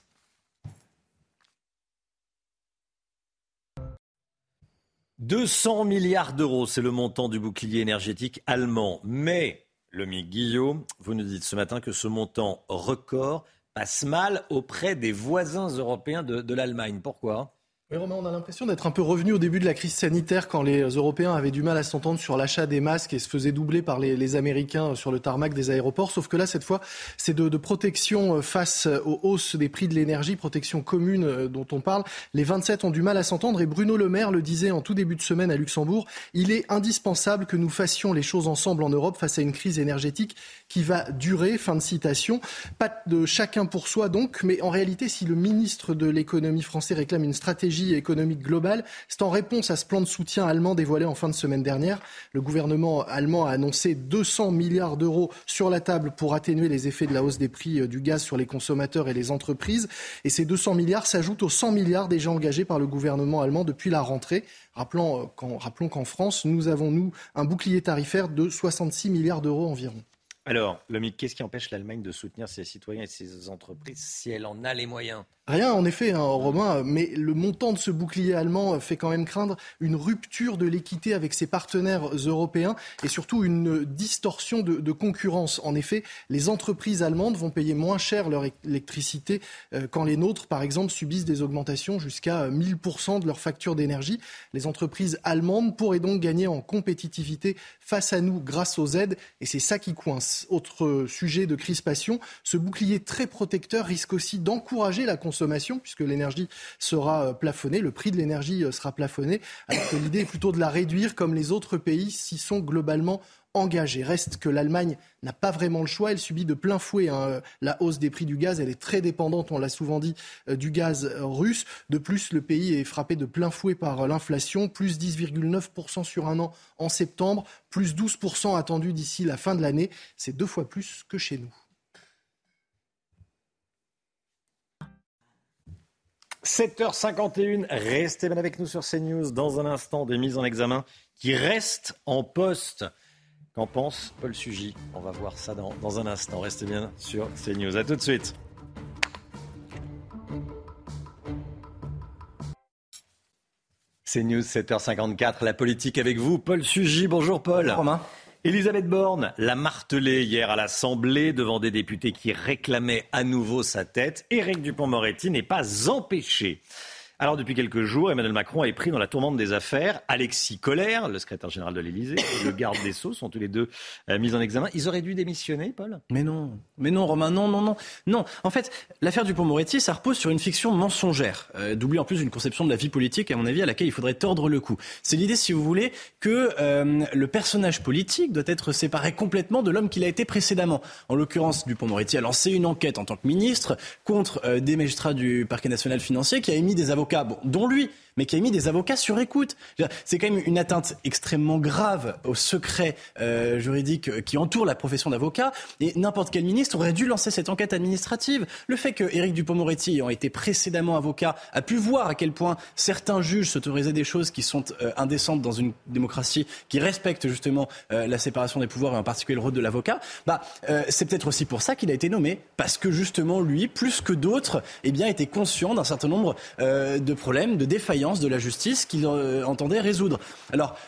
« 200 milliards d'euros, c'est le montant du bouclier énergétique allemand. » Mais, Lomique Guillot, vous nous dites ce matin que ce montant record passe mal auprès des voisins européens de l'Allemagne. Pourquoi ? Oui, Romain, on a l'impression d'être un peu revenu au début de la crise sanitaire quand les Européens avaient du mal à s'entendre sur l'achat des masques et se faisaient doubler par les Américains sur le tarmac des aéroports. Sauf que là, cette fois, c'est de protection face aux hausses des prix de l'énergie, protection commune dont on parle. Les 27 ont du mal à s'entendre et Bruno Le Maire le disait en tout début de semaine à Luxembourg. Il est indispensable que nous fassions les choses ensemble en Europe face à une crise énergétique qui va durer. Fin de citation. Pas de chacun pour soi donc, mais en réalité, si le ministre de l'économie français réclame une stratégie économique globale, c'est en réponse à ce plan de soutien allemand dévoilé en fin de semaine dernière. Le gouvernement allemand a annoncé 200 milliards d'euros sur la table pour atténuer les effets de la hausse des prix du gaz sur les consommateurs et les entreprises. Et ces 200 milliards s'ajoutent aux 100 milliards déjà engagés par le gouvernement allemand depuis la rentrée. Rappelons qu'en France, nous avons, un bouclier tarifaire de 66 milliards d'euros environ. Alors, Lomique, qu'est-ce qui empêche l'Allemagne de soutenir ses citoyens et ses entreprises si elle en a les moyens ? Rien, en effet, Romain, mais le montant de ce bouclier allemand fait quand même craindre une rupture de l'équité avec ses partenaires européens et surtout une distorsion de concurrence. En effet, les entreprises allemandes vont payer moins cher leur électricité quand les nôtres, par exemple, subissent des augmentations jusqu'à 1000% de leur facture d'énergie. Les entreprises allemandes pourraient donc gagner en compétitivité face à nous grâce aux aides et c'est ça qui coince. Autre sujet de crispation, ce bouclier très protecteur risque aussi d'encourager la consommation puisque l'énergie sera plafonnée, le prix de l'énergie sera plafonné, alors que l'idée est plutôt de la réduire comme les autres pays s'y sont globalement engagés. Reste que l'Allemagne n'a pas vraiment le choix, elle subit de plein fouet la hausse des prix du gaz, elle est très dépendante, on l'a souvent dit, du gaz russe. De plus, le pays est frappé de plein fouet par l'inflation, plus 10,9% sur un an en septembre, plus 12% attendu d'ici la fin de l'année, c'est 2 fois plus que chez nous. 7h51, restez bien avec nous sur CNews. Dans un instant, des mises en examen qui restent en poste. Qu'en pense Paul Sugy ? On va voir ça dans un instant. Restez bien sur CNews. À tout de suite. CNews, 7h54, la politique avec vous. Paul Sugy, bonjour Paul. Bonjour Romain. Elisabeth Borne l'a martelé hier à l'Assemblée devant des députés qui réclamaient à nouveau sa tête. Éric Dupond-Moretti n'est pas empêché. Alors depuis quelques jours, Emmanuel Macron est pris dans la tourmente des affaires. Alexis Collère, le secrétaire général de l'Élysée, et le garde des Sceaux sont tous les deux mis en examen. Ils auraient dû démissionner, Paul ? Mais non, Romain, non. En fait, l'affaire Dupond-Moretti, ça repose sur une fiction mensongère, doublée en plus d'une conception de la vie politique, à mon avis, à laquelle il faudrait tordre le cou. C'est l'idée, si vous voulez, que le personnage politique doit être séparé complètement de l'homme qu'il a été précédemment. En l'occurrence, Dupond-Moretti a lancé une enquête en tant que ministre contre des magistrats du parquet national financier qui a émis des avocats, dont lui, mais qui a mis des avocats sur écoute. C'est quand même une atteinte extrêmement grave au secret juridique qui entoure la profession d'avocat. Et n'importe quel ministre aurait dû lancer cette enquête administrative. Le fait que Éric Dupond-Moretti, ayant été précédemment avocat, a pu voir à quel point certains juges s'autorisaient des choses qui sont indécentes dans une démocratie qui respecte justement la séparation des pouvoirs et en particulier le rôle de l'avocat, c'est peut-être aussi pour ça qu'il a été nommé, parce que justement lui, plus que d'autres, était conscient d'un certain nombre de problèmes, de défaillances de la justice qu'il entendait résoudre. Alors,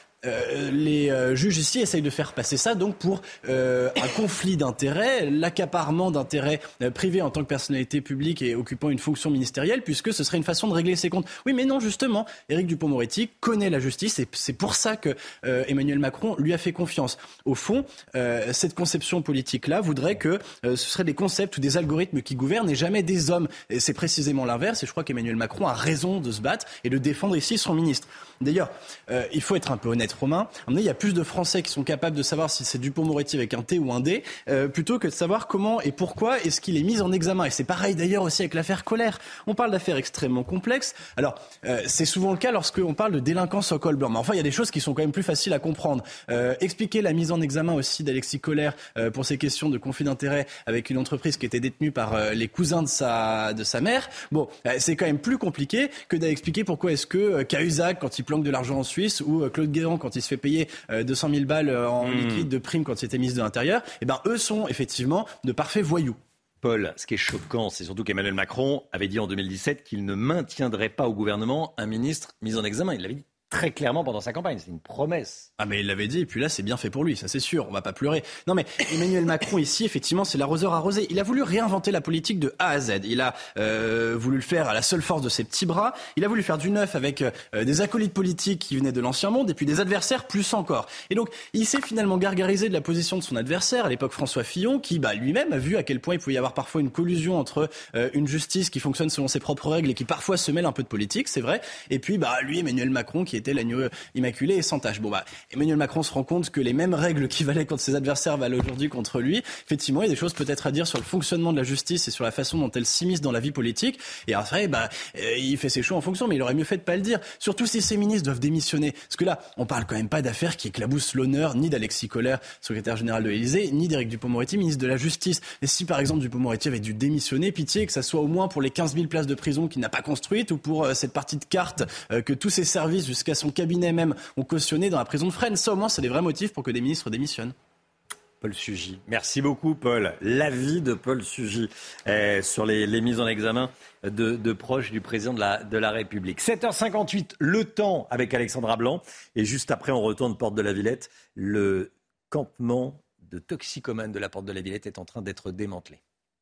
les juges ici essayent de faire passer ça donc pour un conflit d'intérêts, l'accaparement d'intérêts privés en tant que personnalité publique et occupant une fonction ministérielle, puisque ce serait une façon de régler ses comptes. Oui, mais non, justement, Éric Dupond-Moretti connaît la justice et c'est pour ça que Emmanuel Macron lui a fait confiance. Au fond, cette conception politique-là voudrait que ce seraient des concepts ou des algorithmes qui gouvernent et jamais des hommes. Et c'est précisément l'inverse et je crois qu'Emmanuel Macron a raison de se battre et de défendre ici son ministre. D'ailleurs, il faut être un peu honnête, Romain. Il y a plus de Français qui sont capables de savoir si c'est Dupond-Moretti avec un T ou un D, plutôt que de savoir comment et pourquoi est-ce qu'il est mis en examen. Et c'est pareil d'ailleurs aussi avec l'affaire Koller. On parle d'affaires extrêmement complexes. Alors, c'est souvent le cas lorsqu'on parle de délinquance au col blanc. Mais enfin, il y a des choses qui sont quand même plus faciles à comprendre. Expliquer la mise en examen aussi d'Alexis Koller pour ces questions de conflit d'intérêts avec une entreprise qui était détenue par les cousins de sa mère. Bon, c'est quand même plus compliqué que d'expliquer pourquoi est-ce que Cahuzac, quand il planque de l'argent en Suisse, ou Claude Guéant, quand il se fait payer 200 000 balles en liquide de prime quand il était ministre de l'Intérieur, eux sont effectivement de parfaits voyous. Paul, ce qui est choquant, c'est surtout qu'Emmanuel Macron avait dit en 2017 qu'il ne maintiendrait pas au gouvernement un ministre mis en examen. Il l'avait dit très clairement pendant sa campagne, c'est une promesse. Ah mais il l'avait dit, et puis là c'est bien fait pour lui, ça c'est sûr, on va pas pleurer. Non mais Emmanuel Macron ici, effectivement, c'est l'arroseur arrosé. Il a voulu réinventer la politique de A à Z. Il a voulu le faire à la seule force de ses petits bras. Il a voulu faire du neuf avec des acolytes politiques qui venaient de l'ancien monde, et puis des adversaires plus encore. Et donc il s'est finalement gargarisé de la position de son adversaire, à l'époque François Fillon, qui lui-même a vu à quel point il pouvait y avoir parfois une collusion entre une justice qui fonctionne selon ses propres règles et qui parfois se mêle un peu de politique, c'est vrai. Et puis lui, Emmanuel Macron, qui était l'agneau immaculé et sans tache. Emmanuel Macron se rend compte que les mêmes règles qui valaient quand ses adversaires valent aujourd'hui contre lui. Effectivement, il y a des choses peut-être à dire sur le fonctionnement de la justice et sur la façon dont elle s'immisce dans la vie politique. Et après, il fait ses choix en fonction, mais il aurait mieux fait de pas le dire. Surtout si ces ministres doivent démissionner. Parce que là, on parle quand même pas d'affaires qui éclaboussent l'honneur ni d'Alexis Koller, secrétaire général de l'Élysée, ni d'Éric Dupond-Moretti, ministre de la Justice. Et si par exemple Dupond-Moretti avait dû démissionner, pitié que ça soit au moins pour les 15 000 places de prison qu'il n'a pas construites ou pour cette partie de cartes que tous ses services jusqu'à son cabinet même ont cautionné dans la prison de Fresnes. Ça, au moins, c'est des vrais motifs pour que des ministres démissionnent. Paul Sugy. Merci beaucoup, Paul. L'avis de Paul Sugy sur les mises en examen de proches du président de la République. 7h58, le temps avec Alexandra Blanc. Et juste après, on retourne porte de la Villette. Le campement de toxicomanes de la porte de la Villette est en train d'être démantelé.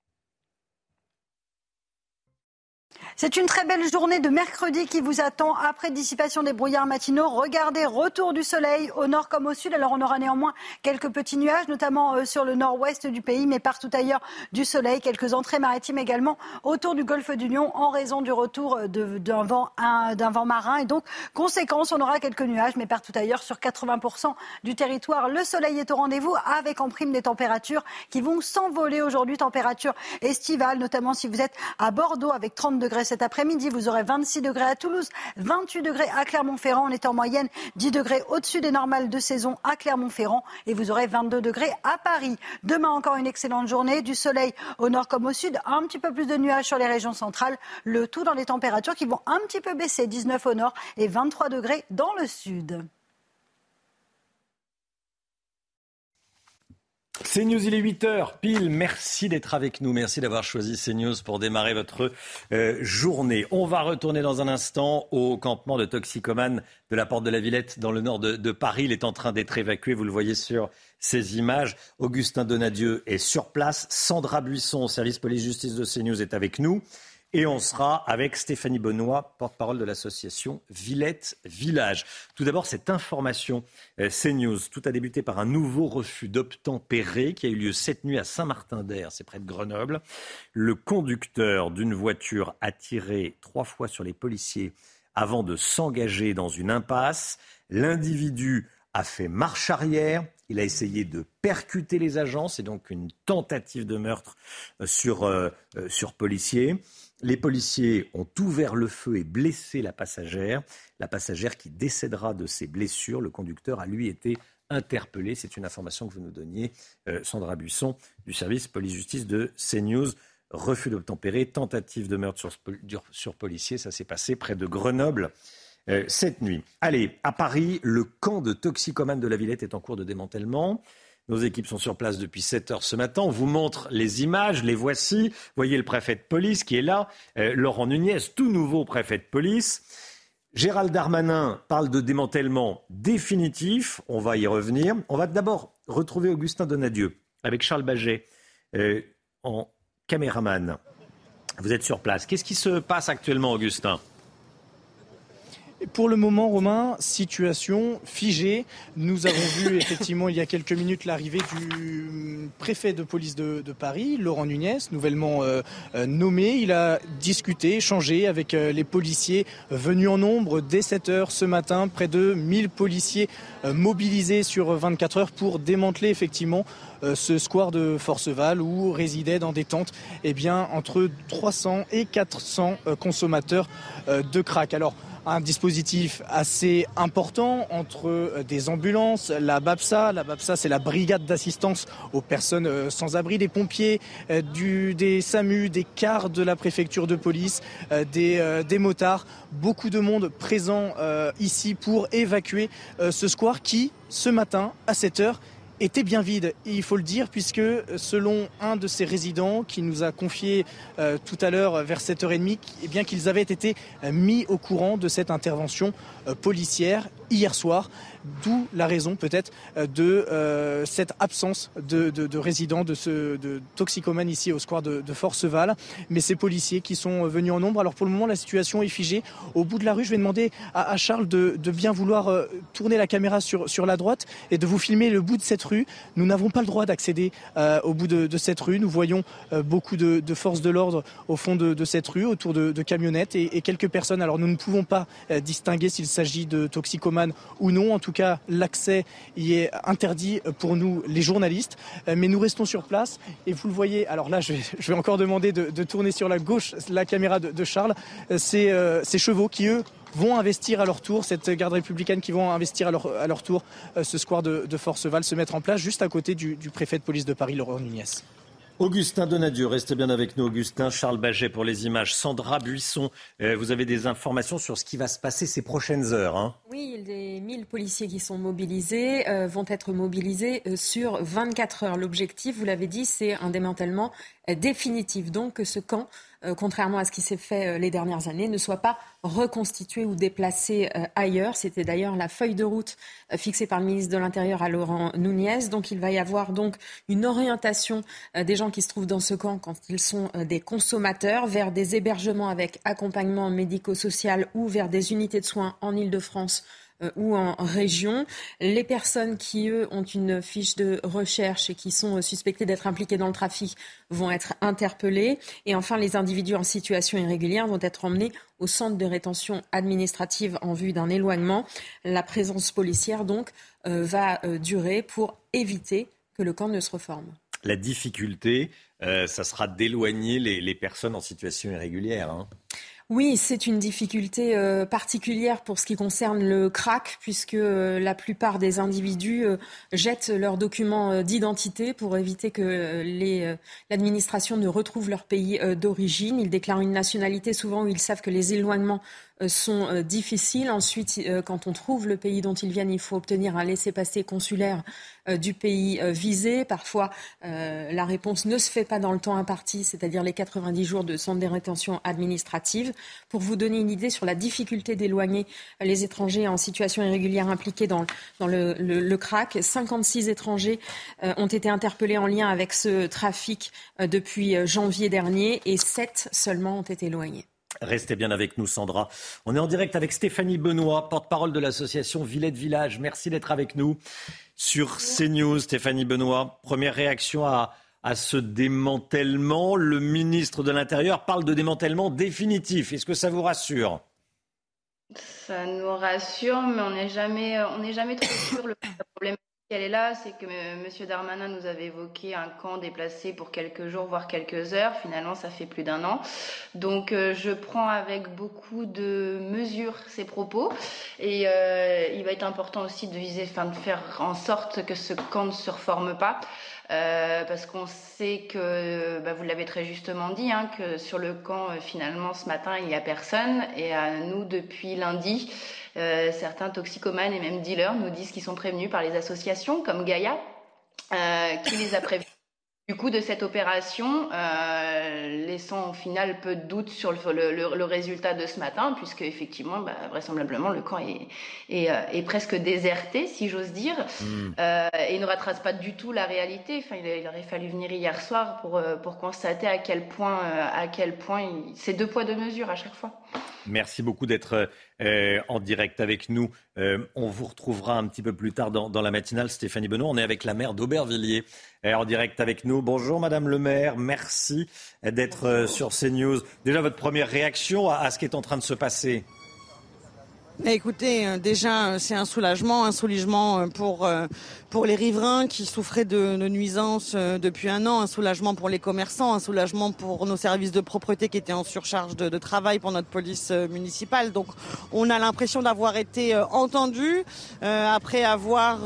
C'est une très belle journée de mercredi qui vous attend après dissipation des brouillards matinaux. Regardez, retour du soleil au nord comme au sud. Alors on aura néanmoins quelques petits nuages, notamment sur le nord-ouest du pays, mais partout ailleurs du soleil. Quelques entrées maritimes également autour du golfe du Lion en raison du retour d'un vent marin. Et donc, conséquence, on aura quelques nuages, mais partout ailleurs sur 80% du territoire. Le soleil est au rendez-vous avec en prime des températures qui vont s'envoler aujourd'hui. Température estivale, notamment si vous êtes à Bordeaux avec 30 degrés cet après-midi. Vous aurez 26 degrés à Toulouse, 28 degrés à Clermont-Ferrand. On est en moyenne 10 degrés au-dessus des normales de saison à Clermont-Ferrand et vous aurez 22 degrés à Paris. Demain, encore une excellente journée. Du soleil au nord comme au sud. Un petit peu plus de nuages sur les régions centrales. Le tout dans des températures qui vont un petit peu baisser. 19 au nord et 23 degrés dans le sud. CNews, il est 8h pile. Merci d'être avec nous. Merci d'avoir choisi CNews pour démarrer votre journée. On va retourner dans un instant au campement de toxicomanes de la porte de la Villette dans le nord de Paris. Il est en train d'être évacué. Vous le voyez sur ces images. Augustin Donadieu est sur place. Sandra Buisson, au service police-justice de CNews, est avec nous. Et on sera avec Stéphanie Benoît, porte-parole de l'association Villette Village. Tout d'abord, cette information CNews. Tout a débuté par un nouveau refus d'obtempérer qui a eu lieu cette nuit à Saint-Martin-d'Air, c'est près de Grenoble. Le conducteur d'une voiture a tiré 3 fois sur les policiers avant de s'engager dans une impasse. L'individu a fait marche arrière. Il a essayé de percuter les agents. C'est donc une tentative de meurtre sur policiers. Les policiers ont ouvert le feu et blessé la passagère qui décédera de ses blessures. Le conducteur a lui été interpellé. C'est une information que vous nous donniez, Sandra Buisson, du service police-justice de CNews. Refus d'obtempérer, tentative de meurtre sur policier, ça s'est passé près de Grenoble cette nuit. Allez, à Paris, le camp de toxicomanes de la Villette est en cours de démantèlement. Nos équipes sont sur place depuis 7h ce matin. On vous montre les images, les voici. Voyez le préfet de police qui est là, Laurent Nunez, tout nouveau préfet de police. Gérald Darmanin parle de démantèlement définitif. On va y revenir. On va d'abord retrouver Augustin Donadieu avec Charles Baget en caméraman. Vous êtes sur place. Qu'est-ce qui se passe actuellement, Augustin ? Pour le moment, Romain, situation figée. Nous avons vu effectivement il y a quelques minutes l'arrivée du préfet de police de Paris, Laurent Nunez, nouvellement nommé. Il a discuté, échangé avec les policiers venus en nombre dès 7h ce matin. Près de 1000 policiers mobilisés sur 24 heures pour démanteler effectivement ce square de Forceval où résidaient dans des tentes entre 300 et 400 consommateurs de crack. Alors, un dispositif assez important entre des ambulances, la BAPSA, c'est la brigade d'assistance aux personnes sans abri, des pompiers, des SAMU, des cars de la préfecture de police, des motards, beaucoup de monde présent ici pour évacuer ce square qui, ce matin, à 7h, était bien vide, il faut le dire, puisque selon un de ses résidents qui nous a confié tout à l'heure vers 7h30, qu'ils avaient été mis au courant de cette intervention policière hier soir, d'où la raison peut-être de cette absence de résidents, de toxicomanes ici au square de Forceval. Mais ces policiers qui sont venus en nombre, alors pour le moment la situation est figée. Au bout de la rue, je vais demander à Charles de bien vouloir tourner la caméra sur la droite et de vous filmer le bout de cette rue. Nous n'avons pas le droit d'accéder au bout de cette rue. Nous voyons beaucoup de forces de l'ordre au fond de cette rue, autour de camionnettes et quelques personnes. Alors nous ne pouvons pas distinguer s'il s'agit de toxicomanes ou non. En tout cas, l'accès y est interdit pour nous, les journalistes. Mais nous restons sur place et vous le voyez. Alors là, je vais encore demander de tourner sur la gauche la caméra de Charles. Ces chevaux qui, eux, vont investir à leur tour, cette garde républicaine qui vont investir à leur tour ce square de Forceval, se mettre en place juste à côté du préfet de police de Paris, Laurent Nunez. Augustin Donadieu, restez bien avec nous, Augustin. Charles Baget pour les images. Sandra Buisson, vous avez des informations sur ce qui va se passer ces prochaines heures, hein ? Oui, les 1000 policiers qui sont mobilisés vont être mobilisés sur 24 heures. L'objectif, vous l'avez dit, c'est un démantèlement définitif. Donc que ce camp, contrairement à ce qui s'est fait les dernières années, ne soit pas reconstitué ou déplacé ailleurs. C'était d'ailleurs la feuille de route fixée par le ministre de l'Intérieur à Laurent Nunez. Donc il va y avoir donc une orientation des gens qui se trouvent dans ce camp quand ils sont des consommateurs vers des hébergements avec accompagnement médico-social ou vers des unités de soins en Île-de-France ou en région. Les personnes qui, eux, ont une fiche de recherche et qui sont suspectées d'être impliquées dans le trafic vont être interpellées. Et enfin, les individus en situation irrégulière vont être emmenés au centre de rétention administrative en vue d'un éloignement. La présence policière, donc, va durer pour éviter que le camp ne se reforme. La difficulté, ça sera d'éloigner les personnes en situation irrégulière, hein. Oui, c'est une difficulté particulière pour ce qui concerne le crack, puisque la plupart des individus jettent leurs documents d'identité pour éviter que l'administration ne retrouve leur pays d'origine. Ils déclarent une nationalité souvent où ils savent que les éloignements sont difficiles. Ensuite, quand on trouve le pays dont ils viennent, il faut obtenir un laissez-passer consulaire du pays visé. Parfois, la réponse ne se fait pas dans le temps imparti, c'est-à-dire les 90 jours de centre de rétention administrative. Pour vous donner une idée sur la difficulté d'éloigner les étrangers en situation irrégulière impliqués dans le crack, 56 étrangers ont été interpellés en lien avec ce trafic depuis janvier dernier et 7 seulement ont été éloignés. Restez bien avec nous, Sandra. On est en direct avec Stéphanie Benoît, porte-parole de l'association Villette Village. Merci d'être avec nous sur CNews. Stéphanie Benoît, première réaction à ce démantèlement. Le ministre de l'Intérieur parle de démantèlement définitif. Est-ce que ça vous rassure ? Ça nous rassure, mais on n'est jamais trop sûr. Le problème Elle est là, c'est que M. Darmanin nous avait évoqué un camp déplacé pour quelques jours, voire quelques heures. Finalement, ça fait plus d'1 an. Donc, je prends avec beaucoup de mesure ces propos. Et il va être important aussi de faire en sorte que ce camp ne se reforme pas. Parce qu'on sait que, vous l'avez très justement dit, que sur le camp, finalement, ce matin, il n'y a personne. Et à nous, depuis lundi, certains toxicomanes et même dealers nous disent qu'ils sont prévenus par les associations comme Gaïa, qui les a prévenus du coup de cette opération, laissant au final peu de doute sur le résultat de ce matin, puisque effectivement, vraisemblablement, le camp est presque déserté, si j'ose dire, et ne retrace pas du tout la réalité. Enfin, il aurait fallu venir hier soir pour constater à quel point c'est 2 poids 2 mesures à chaque fois. Merci beaucoup d'être en direct avec nous. On vous retrouvera un petit peu plus tard dans la matinale. Stéphanie Benoît, on est avec la maire d'Aubervilliers en direct avec nous. Bonjour Madame le maire, merci d'être sur CNews. Déjà votre première réaction à ce qui est en train de se passer? Écoutez, déjà c'est un soulagement pour les riverains qui souffraient de nuisances depuis 1 an, un soulagement pour les commerçants, un soulagement pour nos services de propreté qui étaient en surcharge de travail pour notre police municipale. Donc on a l'impression d'avoir été entendus après avoir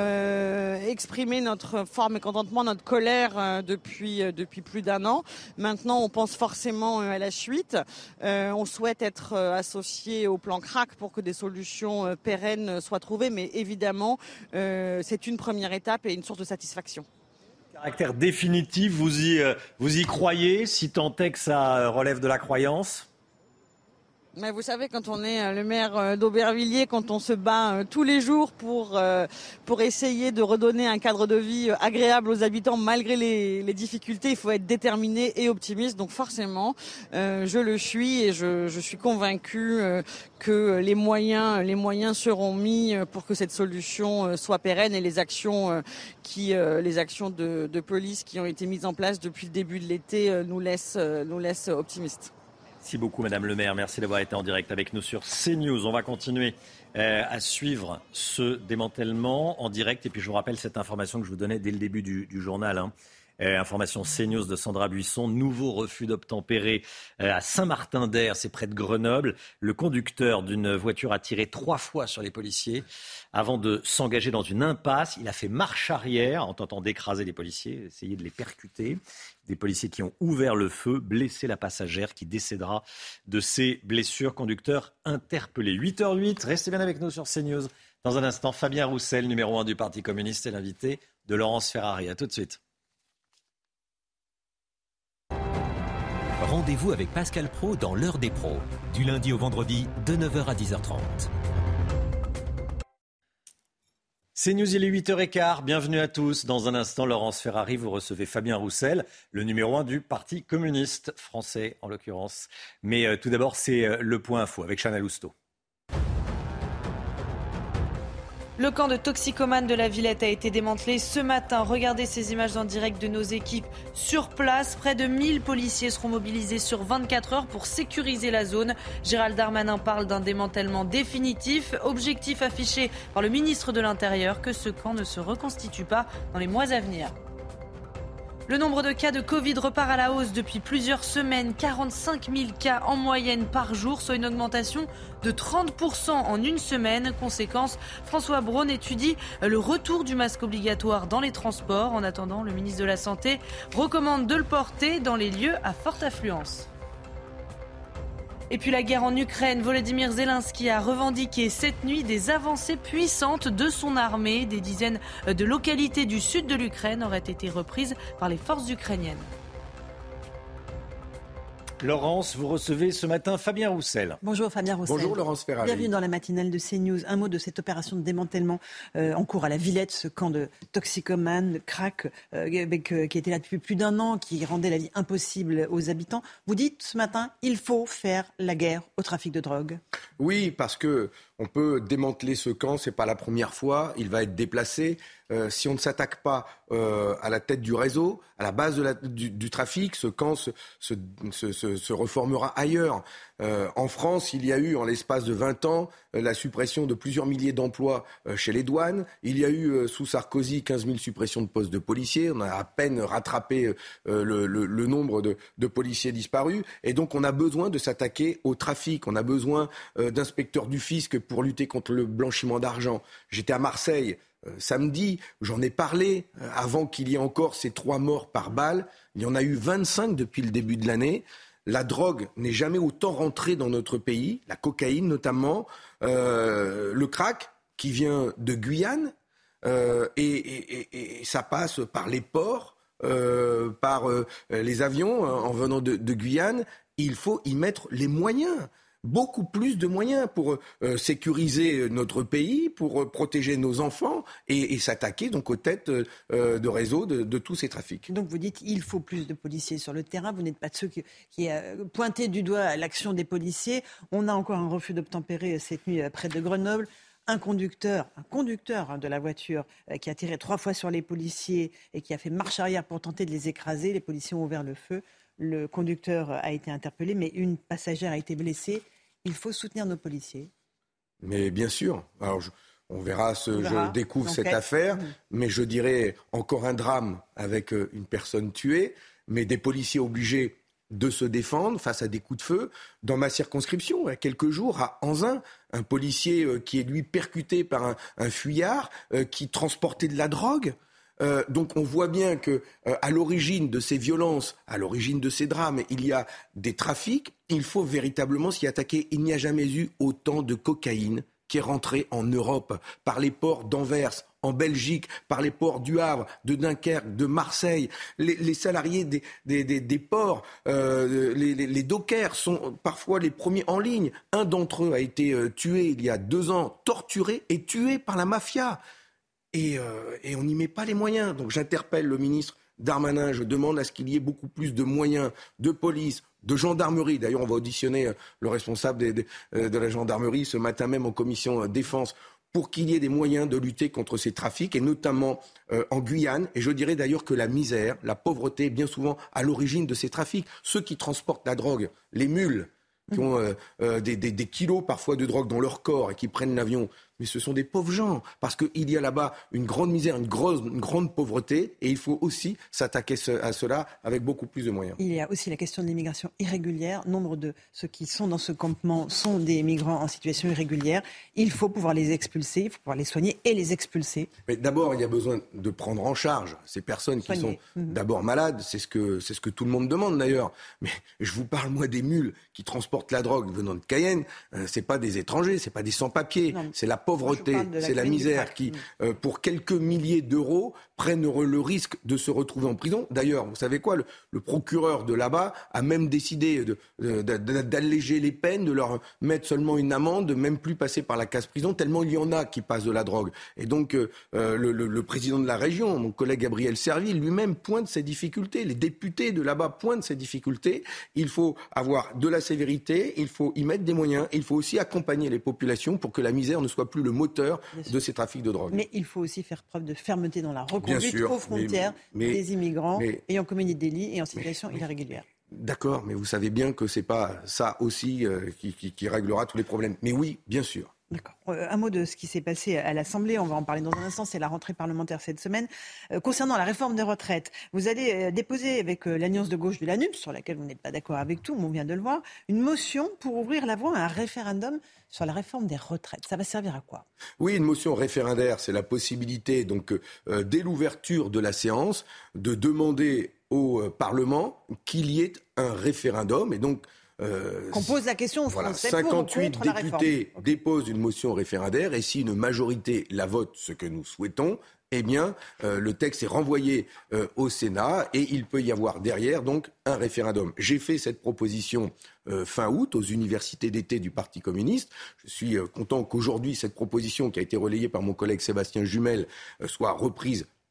exprimé notre fort mécontentement, notre colère depuis plus d'1 an. Maintenant on pense forcément à la suite. On souhaite être associé au plan CRAC pour que des solutions pérennes soient trouvées, mais évidemment, c'est une première étape et une source de satisfaction. Caractère définitif, vous y croyez, si tant est que ça relève de la croyance? Mais vous savez, quand on est le maire d'Aubervilliers, quand on se bat tous les jours pour essayer de redonner un cadre de vie agréable aux habitants malgré les difficultés, il faut être déterminé et optimiste. Donc forcément, je le suis et je suis convaincue que les moyens seront mis pour que cette solution soit pérenne et les actions de police qui ont été mises en place depuis le début de l'été nous laissent optimistes. Merci beaucoup Madame le maire, merci d'avoir été en direct avec nous sur CNews. On va continuer à suivre ce démantèlement en direct et puis je vous rappelle cette information que je vous donnais dès le début du journal. Information CNews de Sandra Buisson, nouveau refus d'obtempérer à Saint-Martin-d'Air, c'est près de Grenoble. Le conducteur d'une voiture a tiré 3 fois sur les policiers avant de s'engager dans une impasse. Il a fait marche arrière en tentant d'écraser les policiers, essayer de les percuter. Des policiers qui ont ouvert le feu, blessé la passagère qui décédera de ses blessures. Conducteur interpellé. 8h08, restez bien avec nous sur CNews. Dans un instant, Fabien Roussel, numéro 1 du Parti communiste, est l'invité de Laurence Ferrari. À tout de suite. Rendez-vous avec Pascal Praud dans l'heure des pros, du lundi au vendredi de 9h à 10h30. CNews, il est 8h15, bienvenue à tous. Dans un instant, Laurence Ferrari, vous recevez Fabien Roussel, le numéro 1 du Parti communiste français en l'occurrence. Mais tout d'abord, c'est le point info avec Chana Lousteau. Le camp de toxicomanes de la Villette a été démantelé ce matin. Regardez ces images en direct de nos équipes sur place. Près de 1000 policiers seront mobilisés sur 24 heures pour sécuriser la zone. Gérald Darmanin parle d'un démantèlement définitif. Objectif affiché par le ministre de l'Intérieur, que ce camp ne se reconstitue pas dans les mois à venir. Le nombre de cas de Covid repart à la hausse depuis plusieurs semaines. 45 000 cas en moyenne par jour, soit une augmentation de 30% en une semaine. Conséquence, François Braun étudie le retour du masque obligatoire dans les transports. En attendant, le ministre de la Santé recommande de le porter dans les lieux à forte affluence. Et puis la guerre en Ukraine, Volodymyr Zelensky a revendiqué cette nuit des avancées puissantes de son armée. Des dizaines de localités du sud de l'Ukraine auraient été reprises par les forces ukrainiennes. Laurence, vous recevez ce matin Fabien Roussel. Bonjour Fabien Roussel. Bonjour Laurence Ferrari. Bienvenue dans la matinale de CNews. Un mot de cette opération de démantèlement en cours à la Villette, ce camp de toxicomanes, de crack, qui était là depuis plus d'1 an, qui rendait la vie impossible aux habitants. Vous dites ce matin, il faut faire la guerre au trafic de drogue. Oui, parce que on peut démanteler ce camp, c'est pas la première fois, il va être déplacé. si on ne s'attaque pas à la tête du réseau, à la base du trafic, ce camp se reformera ailleurs. En France, il y a eu, en l'espace de 20 ans, la suppression de plusieurs milliers d'emplois chez les douanes. Il y a eu, sous Sarkozy, 15 000 suppressions de postes de policiers. On a à peine rattrapé le nombre de policiers disparus. Et donc, on a besoin de s'attaquer au trafic. On a besoin d'inspecteurs du fisc pour lutter contre le blanchiment d'argent. J'étais à Marseille samedi, j'en ai parlé avant qu'il y ait encore ces 3 morts par balle. Il y en a eu 25 depuis le début de l'année. La drogue n'est jamais autant rentrée dans notre pays, la cocaïne notamment, le crack qui vient de Guyane, et ça passe par les ports, par les avions en venant de Guyane. Il faut y mettre les moyens. Beaucoup plus de moyens pour sécuriser notre pays, pour protéger nos enfants et s'attaquer donc aux têtes de réseau de tous ces trafics. Donc vous dites qu'il faut plus de policiers sur le terrain. Vous n'êtes pas de ceux qui pointaient du doigt l'action des policiers. On a encore un refus d'obtempérer cette nuit près de Grenoble. Un conducteur de la voiture qui a tiré 3 fois sur les policiers et qui a fait marche arrière pour tenter de les écraser. Les policiers ont ouvert le feu. Le conducteur a été interpellé, mais une passagère a été blessée. Il faut soutenir nos policiers. Mais bien sûr. Alors, on verra, je découvre cette affaire, mais je dirais encore un drame avec une personne tuée, mais des policiers obligés de se défendre face à des coups de feu. Dans ma circonscription, il y a quelques jours, à Anzin, un policier qui est lui percuté par un fuyard qui transportait de la drogue. Donc on voit bien que à l'origine de ces violences, à l'origine de ces drames, il y a des trafics. Il faut véritablement s'y attaquer. Il n'y a jamais eu autant de cocaïne qui est rentrée en Europe par les ports d'Anvers, en Belgique, par les ports du Havre, de Dunkerque, de Marseille. Les salariés des ports, les dockers sont parfois les premiers en ligne. Un d'entre eux a été tué il y a 2 ans, torturé et tué par la mafia. Et on n'y met pas les moyens. Donc j'interpelle le ministre Darmanin, je demande à ce qu'il y ait beaucoup plus de moyens de police, de gendarmerie. D'ailleurs, on va auditionner le responsable de la gendarmerie ce matin même en commission défense pour qu'il y ait des moyens de lutter contre ces trafics, et notamment en Guyane. Et je dirais d'ailleurs que la misère, la pauvreté est bien souvent à l'origine de ces trafics. Ceux qui transportent la drogue, les mules, qui ont des kilos parfois de drogue dans leur corps et qui prennent l'avion, mais ce sont des pauvres gens, parce qu'il y a là-bas une grande misère, une grande pauvreté, et il faut aussi s'attaquer à cela avec beaucoup plus de moyens. Il y a aussi la question de l'immigration irrégulière. Nombre de ceux qui sont dans ce campement sont des migrants en situation irrégulière. Il faut pouvoir les expulser, il faut pouvoir les soigner et les expulser. Mais d'abord, il y a besoin de prendre en charge ces personnes qui sont d'abord malades. C'est ce que tout le monde demande d'ailleurs. Mais je vous parle, moi, des mules qui transportent la drogue venant de Cayenne. C'est pas des étrangers, c'est pas des sans-papiers, c'est la pauvreté, c'est la misère qui, pour quelques milliers d'euros, prennent le risque de se retrouver en prison. D'ailleurs, vous savez quoi, le procureur de là-bas a même décidé d'alléger les peines, de leur mettre seulement une amende, de même plus passer par la case-prison, tellement il y en a qui passent de la drogue. Et donc, le président de la région, mon collègue Gabriel Serville, lui-même pointe ces difficultés. Les députés de là-bas pointent ces difficultés. Il faut avoir de la sévérité, il faut y mettre des moyens, il faut aussi accompagner les populations pour que la misère ne soit plus le moteur de ces trafics de drogue. Mais il faut aussi faire preuve de fermeté dans la reconduite aux frontières des immigrants ayant commis des délits et en situation irrégulière. D'accord, mais vous savez bien que c'est pas ça aussi qui réglera tous les problèmes. Mais oui, bien sûr. D'accord. Un mot de ce qui s'est passé à l'Assemblée, on va en parler dans un instant, c'est la rentrée parlementaire cette semaine. Concernant la réforme des retraites, vous allez déposer avec l'Alliance de gauche de la NUP, sur laquelle vous n'êtes pas d'accord avec tout, mais on vient de le voir, une motion pour ouvrir la voie à un référendum sur la réforme des retraites. Ça va servir à quoi ? Oui, une motion référendaire, c'est la possibilité, donc, dès l'ouverture de la séance, de demander au Parlement qu'il y ait un référendum, et donc qu'on pose la question aux Français. 58 députés déposent une motion référendaire, et si une majorité la vote, ce que nous souhaitons, eh bien, le texte est renvoyé au Sénat et il peut y avoir derrière donc un référendum. J'ai fait cette proposition fin août aux universités d'été du Parti communiste. Je suis content qu'aujourd'hui cette proposition qui a été relayée par mon collègue Sébastien Jumel soit reprise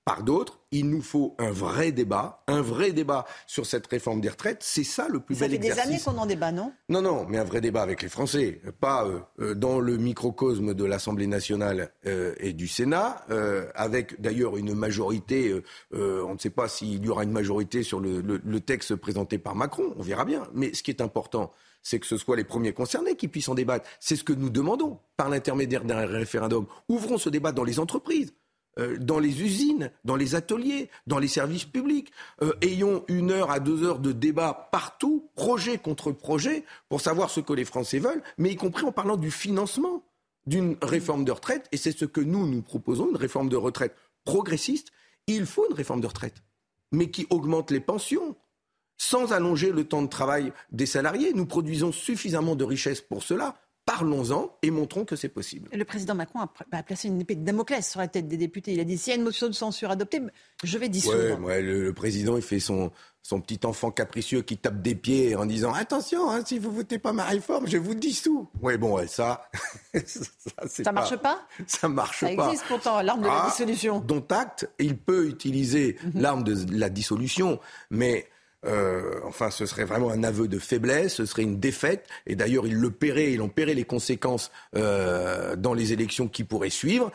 par d'autres. Il nous faut un vrai débat sur cette réforme des retraites. C'est ça le plus bel exercice. Ça fait des années qu'on en débat, non ? Non, mais un vrai débat avec les Français, pas dans le microcosme de l'Assemblée nationale et du Sénat, avec d'ailleurs une majorité, on ne sait pas s'il y aura une majorité sur le texte présenté par Macron, on verra bien. Mais ce qui est important, c'est que ce soit les premiers concernés qui puissent en débattre. C'est ce que nous demandons par l'intermédiaire d'un référendum. Ouvrons ce débat dans les entreprises, dans les usines, dans les ateliers, dans les services publics. Ayons 1 heure à 2 heures de débat partout, projet contre projet, pour savoir ce que les Français veulent, mais y compris en parlant du financement d'une réforme de retraite. Et c'est ce que nous proposons, une réforme de retraite progressiste. Il faut une réforme de retraite, mais qui augmente les pensions, sans allonger le temps de travail des salariés. Nous produisons suffisamment de richesses pour cela. Parlons-en et montrons que c'est possible. Le président Macron a placé une épée de Damoclès sur la tête des députés. Il a dit, s'il y a une motion de censure adoptée, je vais dissoudre. Ouais, le président, il fait son petit enfant capricieux qui tape des pieds en disant « Attention, si vous ne votez pas ma réforme, je vous dissous ». Oui, bon, ça ça marche pas. Ça marche pas. Ça existe pourtant, l'arme de la dissolution. Dont acte, il peut utiliser l'arme de la dissolution, mais... ce serait vraiment un aveu de faiblesse, ce serait une défaite. Et d'ailleurs, il en paierait les conséquences dans les élections qui pourraient suivre.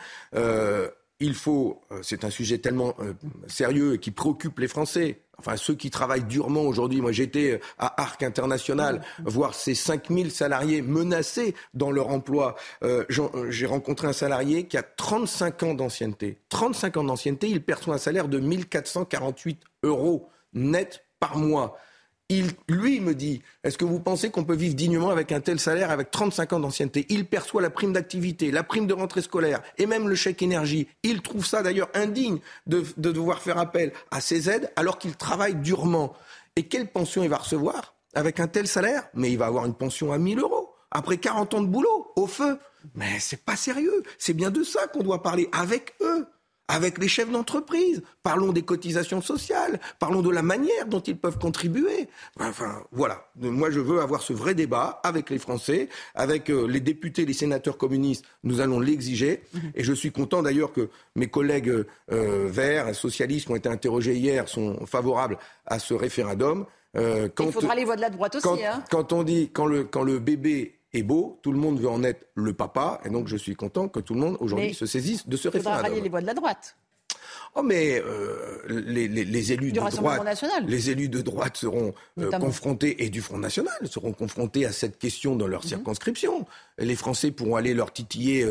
C'est un sujet tellement sérieux et qui préoccupe les Français. Enfin, ceux qui travaillent durement aujourd'hui. Moi, j'étais à Arc International, voir ces 5000 salariés menacés dans leur emploi. J'ai rencontré un salarié qui a 35 ans d'ancienneté. 35 ans d'ancienneté, il perçoit un salaire de 1 448 € net par mois. Lui me dit, est-ce que vous pensez qu'on peut vivre dignement avec un tel salaire, avec 35 ans d'ancienneté ? Il perçoit la prime d'activité, la prime de rentrée scolaire et même le chèque énergie. Il trouve ça d'ailleurs indigne de devoir faire appel à ces aides alors qu'il travaille durement. Et quelle pension il va recevoir avec un tel salaire ? Mais il va avoir une pension à 1 000 € après 40 ans de boulot, au feu. Mais c'est pas sérieux. C'est bien de ça qu'on doit parler avec eux. Avec les chefs d'entreprise, parlons des cotisations sociales, parlons de la manière dont ils peuvent contribuer. Enfin, voilà. Moi, je veux avoir ce vrai débat avec les Français, avec les députés, les sénateurs communistes. Nous allons l'exiger. Et je suis content d'ailleurs que mes collègues verts et socialistes qui ont été interrogés hier sont favorables à ce référendum. Il faudra les voix de la droite aussi. Quand on dit, quand le bébé est beau, tout le monde veut en être le papa, et donc je suis content que tout le monde aujourd'hui se saisisse de ce référendum. Il faudra rallier les voix de la droite. Oh mais les élus de droite seront confrontés, et du Front National, seront confrontés à cette question dans leur circonscription. Les Français pourront aller leur titiller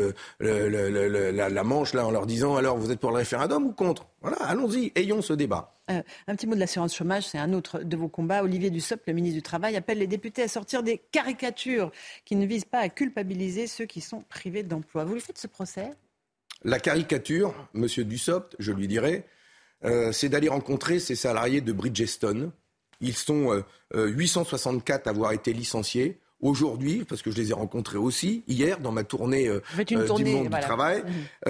la manche là en leur disant alors vous êtes pour le référendum ou contre ? Voilà, allons-y, ayons ce débat. Un petit mot de l'assurance chômage, c'est un autre de vos combats. Olivier Dussopt, le ministre du Travail, appelle les députés à sortir des caricatures qui ne visent pas à culpabiliser ceux qui sont privés d'emploi. Vous lui faites ce procès ? La caricature, monsieur Dussopt, je lui dirais, c'est d'aller rencontrer ces salariés de Bridgestone. Ils sont 864 à avoir été licenciés. Aujourd'hui, parce que je les ai rencontrés aussi, hier, dans ma tournée, du monde du travail,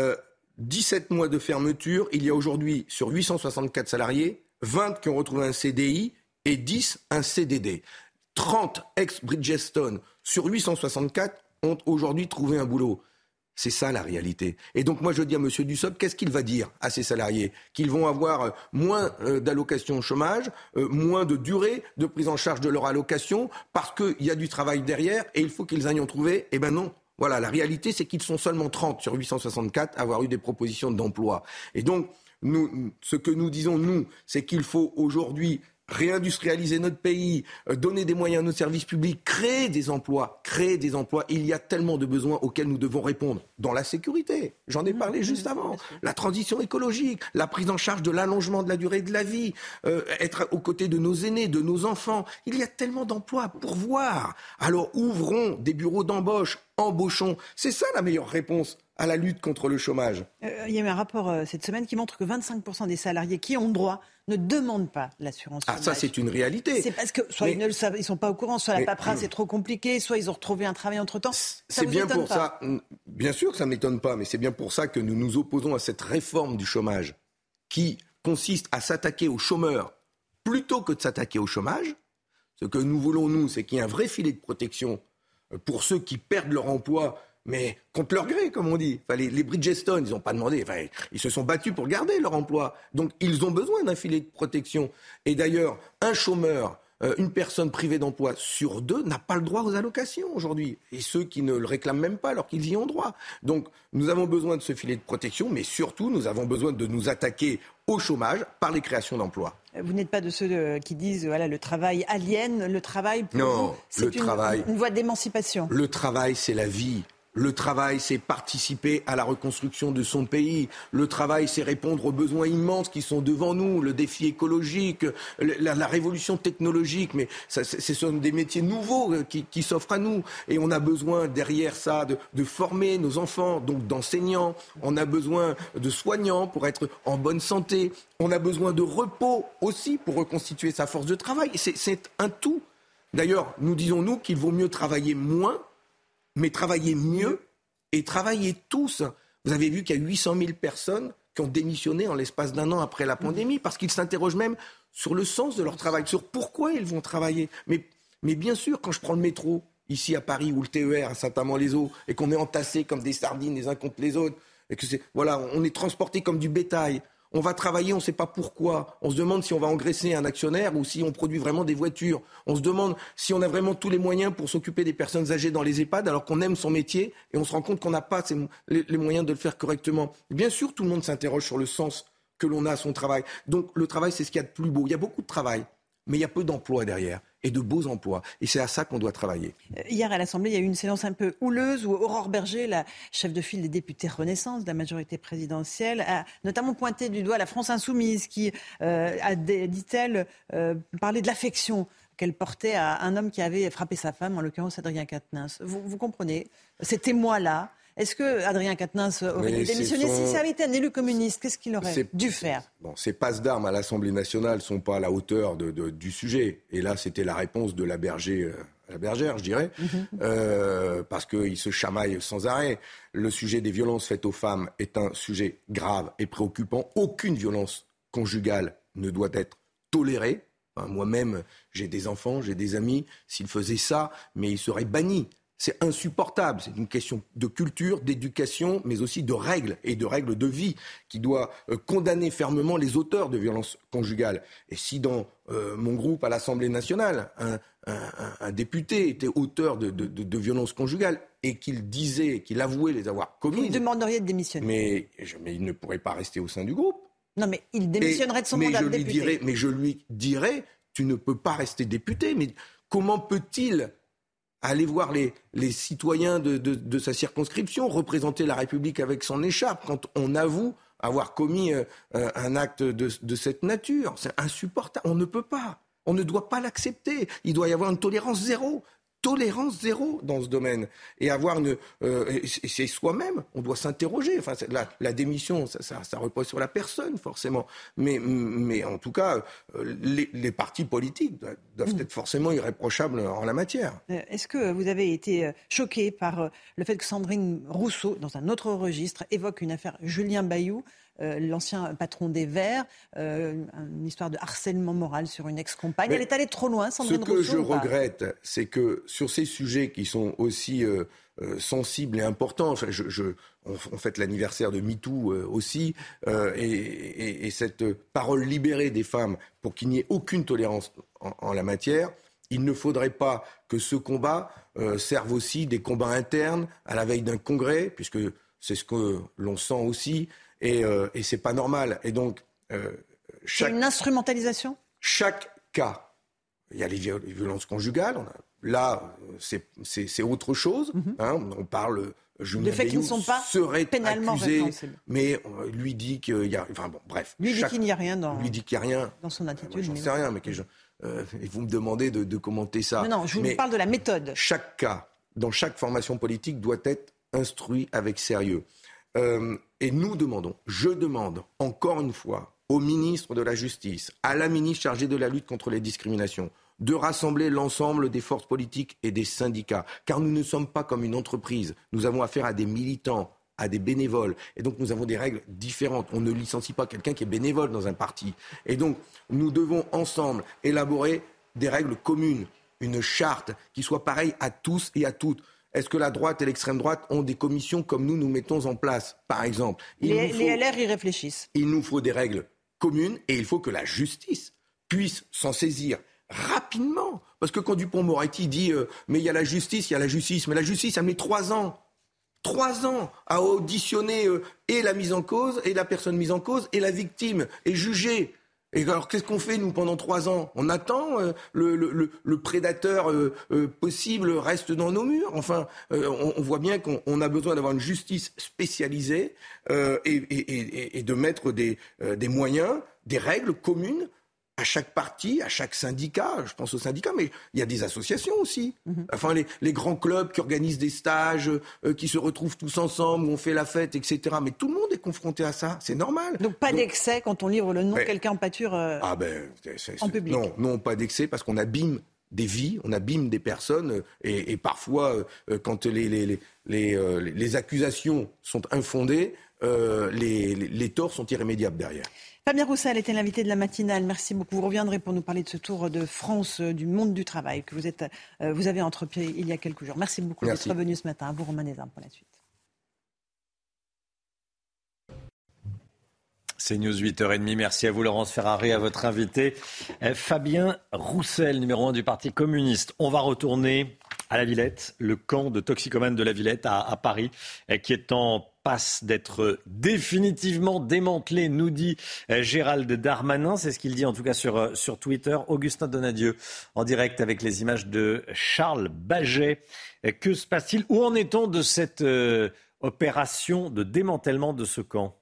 17 mois de fermeture. Il y a aujourd'hui, sur 864 salariés, 20 qui ont retrouvé un CDI et 10 un CDD. 30 ex-Bridgestone sur 864 ont aujourd'hui trouvé un boulot. C'est ça la réalité. Et donc moi je dis à M. Dussopt, qu'est-ce qu'il va dire à ces salariés ? Qu'ils vont avoir moins d'allocations au chômage, moins de durée de prise en charge de leur allocation, parce qu'il y a du travail derrière et il faut qu'ils aillent en trouver. Eh ben non. Voilà, la réalité c'est qu'ils sont seulement 30 sur 864 à avoir eu des propositions d'emploi. Et donc, ce que nous disons, nous, c'est qu'il faut aujourd'hui réindustrialiser notre pays, donner des moyens à nos services publics, créer des emplois. Il y a tellement de besoins auxquels nous devons répondre. Dans la sécurité, j'en ai parlé juste avant, la transition écologique, la prise en charge de l'allongement de la durée de la vie, être aux côtés de nos aînés, de nos enfants. Il y a tellement d'emplois à pourvoir. Alors ouvrons des bureaux d'embauche, embauchons. C'est ça la meilleure réponse à la lutte contre le chômage. Il y a eu un rapport cette semaine qui montre que 25% des salariés qui ont droit ne demandent pas l'assurance chômage. Ah, ça, c'est une réalité. C'est parce que soit ils ne le savent, ils sont pas au courant, soit la paperasse est trop compliquée, soit ils ont retrouvé un travail entre-temps. C'est bien pour ça. Bien sûr que ça ne m'étonne pas, mais c'est bien pour ça que nous nous opposons à cette réforme du chômage qui consiste à s'attaquer aux chômeurs plutôt que de s'attaquer au chômage. Ce que nous voulons, nous, c'est qu'il y ait un vrai filet de protection pour ceux qui perdent leur emploi mais contre leur gré, comme on dit. Enfin, les Bridgestone, ils n'ont pas demandé. Enfin, ils se sont battus pour garder leur emploi. Donc, ils ont besoin d'un filet de protection. Et d'ailleurs, un chômeur, une personne privée d'emploi sur 2 n'a pas le droit aux allocations aujourd'hui. Et ceux qui ne le réclament même pas alors qu'ils y ont droit. Donc, nous avons besoin de ce filet de protection, mais surtout, nous avons besoin de nous attaquer au chômage par les créations d'emplois. Vous n'êtes pas de ceux qui disent voilà, le travail aliène, le travail pour vous, c'est une voie d'émancipation. Le travail, c'est la vie. Le travail, c'est participer à la reconstruction de son pays. Le travail, c'est répondre aux besoins immenses qui sont devant nous, le défi écologique, la révolution technologique. Mais ce sont des métiers nouveaux qui s'offrent à nous. Et on a besoin, derrière ça, de former nos enfants, donc d'enseignants. On a besoin de soignants pour être en bonne santé. On a besoin de repos aussi pour reconstituer sa force de travail. C'est un tout. D'ailleurs, nous disons, nous, qu'il vaut mieux travailler moins, mais travailler mieux et travailler tous. Vous avez vu qu'il y a 800 000 personnes qui ont démissionné en l'espace d'un an après la pandémie parce qu'ils s'interrogent même sur le sens de leur travail, sur pourquoi ils vont travailler. Mais bien sûr, quand je prends le métro, ici à Paris, ou le TER à Saint-Amand-les-Eaux, et qu'on est entassés comme des sardines les uns contre les autres, et que on est transportés comme du bétail. On va travailler, on ne sait pas pourquoi. On se demande si on va engraisser un actionnaire ou si on produit vraiment des voitures. On se demande si on a vraiment tous les moyens pour s'occuper des personnes âgées dans les EHPAD alors qu'on aime son métier et on se rend compte qu'on n'a pas les moyens de le faire correctement. Bien sûr, tout le monde s'interroge sur le sens que l'on a à son travail. Donc le travail, c'est ce qu'il y a de plus beau. Il y a beaucoup de travail, mais il y a peu d'emplois derrière. Et de beaux emplois. Et c'est à ça qu'on doit travailler. Hier, à l'Assemblée, il y a eu une séance un peu houleuse où Aurore Berger, la chef de file des députés Renaissance de la majorité présidentielle, a notamment pointé du doigt la France insoumise qui a, dit-elle, parlé de l'affection qu'elle portait à un homme qui avait frappé sa femme, en l'occurrence Adrien Quatennens. Vous comprenez ces témoins-là? Est-ce que Adrien Quatennens aurait dû démissionner si ça avait été un élu communiste? Qu'est-ce qu'il aurait dû faire? Ces passes d'armes à l'Assemblée nationale ne sont pas à la hauteur du sujet. Et là, c'était la réponse de la bergère, je dirais, parce qu'ils se chamaillent sans arrêt. Le sujet des violences faites aux femmes est un sujet grave et préoccupant. Aucune violence conjugale ne doit être tolérée. Enfin, moi-même, j'ai des enfants, j'ai des amis. S'ils faisaient ça, mais ils seraient bannis. C'est insupportable. C'est une question de culture, d'éducation, mais aussi de règles et de règles de vie qui doit condamner fermement les auteurs de violences conjugales. Et si dans mon groupe à l'Assemblée nationale, un député était auteur de violences conjugales et qu'il avouait les avoir commises... Vous demanderiez de démissionner. Mais il ne pourrait pas rester au sein du groupe. Non, mais il démissionnerait de son mandat de député. Mais je lui dirais, tu ne peux pas rester député. Mais comment peut-il aller voir les citoyens de sa circonscription, représenter la République avec son écharpe quand on avoue avoir commis un acte de cette nature? C'est insupportable. On ne peut pas. On ne doit pas l'accepter. Il doit y avoir une tolérance zéro dans ce domaine. Et avoir c'est soi-même, on doit s'interroger. Enfin, la démission, ça repose sur la personne, forcément. Mais en tout cas, les partis politiques doivent être forcément irréprochables en la matière. Est-ce que vous avez été choqué par le fait que Sandrine Rousseau, dans un autre registre, évoque une affaire Julien Bayou, l'ancien patron des Verts, une histoire de harcèlement moral sur une ex-compagne? Elle est allée trop loin, Sandrine Rousseau? Ce que je regrette, c'est que sur ces sujets qui sont aussi sensibles et importants, on fête l'anniversaire de MeToo aussi, et cette parole libérée des femmes pour qu'il n'y ait aucune tolérance en la matière, il ne faudrait pas que ce combat serve aussi des combats internes à la veille d'un congrès, puisque c'est ce que l'on sent aussi. Et c'est pas normal. Et donc, c'est une instrumentalisation. Chaque cas, il y a les violences conjugales. Là, c'est autre chose. On parle. Julien Bayou serait accusé, mais lui dit qu'il y a. Enfin bon, bref. Lui dit qu'il n'y a rien dans son attitude. J'en sais rien, mais et vous me demandez de commenter ça. Non, je vous parle de la méthode. Chaque cas, dans chaque formation politique, doit être instruit avec sérieux. Et je demande encore une fois au ministre de la Justice, à la ministre chargée de la lutte contre les discriminations, de rassembler l'ensemble des forces politiques et des syndicats. Car nous ne sommes pas comme une entreprise. Nous avons affaire à des militants, à des bénévoles. Et donc nous avons des règles différentes. On ne licencie pas quelqu'un qui est bénévole dans un parti. Et donc nous devons ensemble élaborer des règles communes, une charte qui soit pareille à tous et à toutes. Est-ce que la droite et l'extrême droite ont des commissions comme nous mettons en place, par exemple? Les LR y réfléchissent. Il nous faut des règles communes et il faut que la justice puisse s'en saisir rapidement. Parce que quand Dupond-Moretti dit mais il y a la justice, mais la justice, elle met 3 ans. 3 ans à auditionner et la mise en cause, et la personne mise en cause, et la victime, et juger. Et alors, qu'est-ce qu'on fait, nous, pendant 3 ans? On attend, le prédateur possible reste dans nos murs. Enfin, on voit bien qu'on a besoin d'avoir une justice spécialisée et de mettre des moyens, des règles communes à chaque parti, à chaque syndicat. Je pense aux syndicats, mais il y a des associations aussi. Enfin, les grands clubs qui organisent des stages, qui se retrouvent tous ensemble, où on fait la fête, etc. Mais tout le monde est confronté à ça, c'est normal. Donc pas d'excès quand on livre le nom de quelqu'un en pâture en public. Non, pas d'excès, parce qu'on abîme des vies, on abîme des personnes, et parfois, quand les accusations sont infondées, les torts sont irrémédiables derrière. Fabien Roussel était l'invité de la matinale. Merci beaucoup. Vous reviendrez pour nous parler de ce tour de France du monde du travail que vous avez entrepris il y a quelques jours. Merci beaucoup d'être venu ce matin. À vous, Romain Desarmes, pour la suite. C'est News 8h30. Merci à vous, Laurence Ferrari, à votre invité, Fabien Roussel, numéro 1 du Parti communiste. On va retourner à la Villette, le camp de toxicomanes de la Villette à Paris, qui est en passe d'être définitivement démantelé, nous dit Gérald Darmanin. C'est ce qu'il dit en tout cas sur Twitter. Augustin Donadieu en direct avec les images de Charles Baget. Que se passe-t-il? Où en est-on de cette opération de démantèlement de ce camp?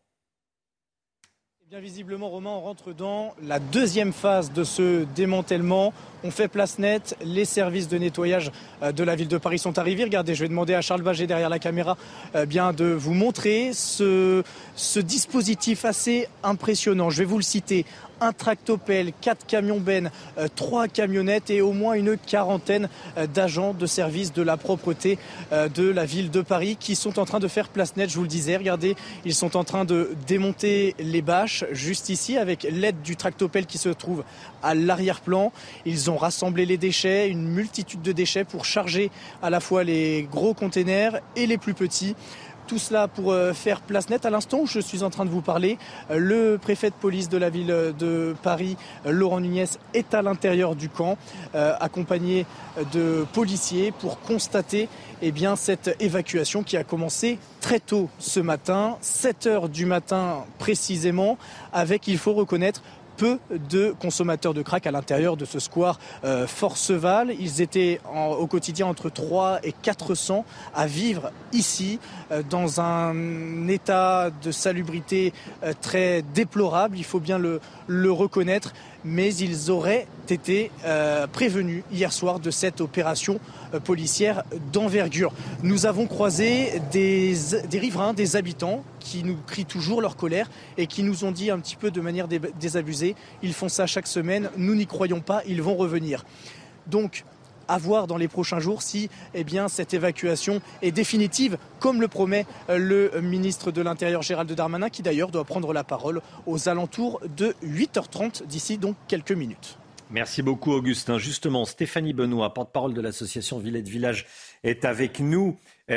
Bien visiblement, Romain, on rentre dans la deuxième phase de ce démantèlement. On fait place nette. Les services de nettoyage de la ville de Paris sont arrivés. Regardez, je vais demander à Charles Baget derrière la caméra de vous montrer ce dispositif assez impressionnant. Je vais vous le citer. Un tractopelle, 4 camions-bennes, 3 camionnettes et au moins une quarantaine d'agents de service de la propreté de la ville de Paris qui sont en train de faire place nette, je vous le disais. Regardez, ils sont en train de démonter les bâches juste ici avec l'aide du tractopelle qui se trouve à l'arrière-plan. Ils ont rassemblé les déchets, une multitude de déchets pour charger à la fois les gros containers et les plus petits. Tout cela pour faire place nette. À l'instant où je suis en train de vous parler, le préfet de police de la ville de Paris, Laurent Nunez, est à l'intérieur du camp, accompagné de policiers pour constater cette évacuation qui a commencé très tôt ce matin, 7h du matin précisément, avec, il faut reconnaître, peu de consommateurs de crack à l'intérieur de ce square Forceval. Ils étaient au quotidien entre 300 et 400 à vivre ici dans un état de salubrité très déplorable, il faut bien le reconnaître, mais ils auraient été prévenus hier soir de cette opération policière d'envergure. Nous avons croisé des riverains, des habitants qui nous crient toujours leur colère et qui nous ont dit un petit peu de manière désabusée, ils font ça chaque semaine, nous n'y croyons pas, ils vont revenir. Donc, à voir dans les prochains jours si cette évacuation est définitive, comme le promet le ministre de l'Intérieur Gérald Darmanin, qui d'ailleurs doit prendre la parole aux alentours de 8h30 d'ici donc quelques minutes. Merci beaucoup Augustin. Justement, Stéphanie Benoît, porte-parole de l'association Villette Village, est avec nous.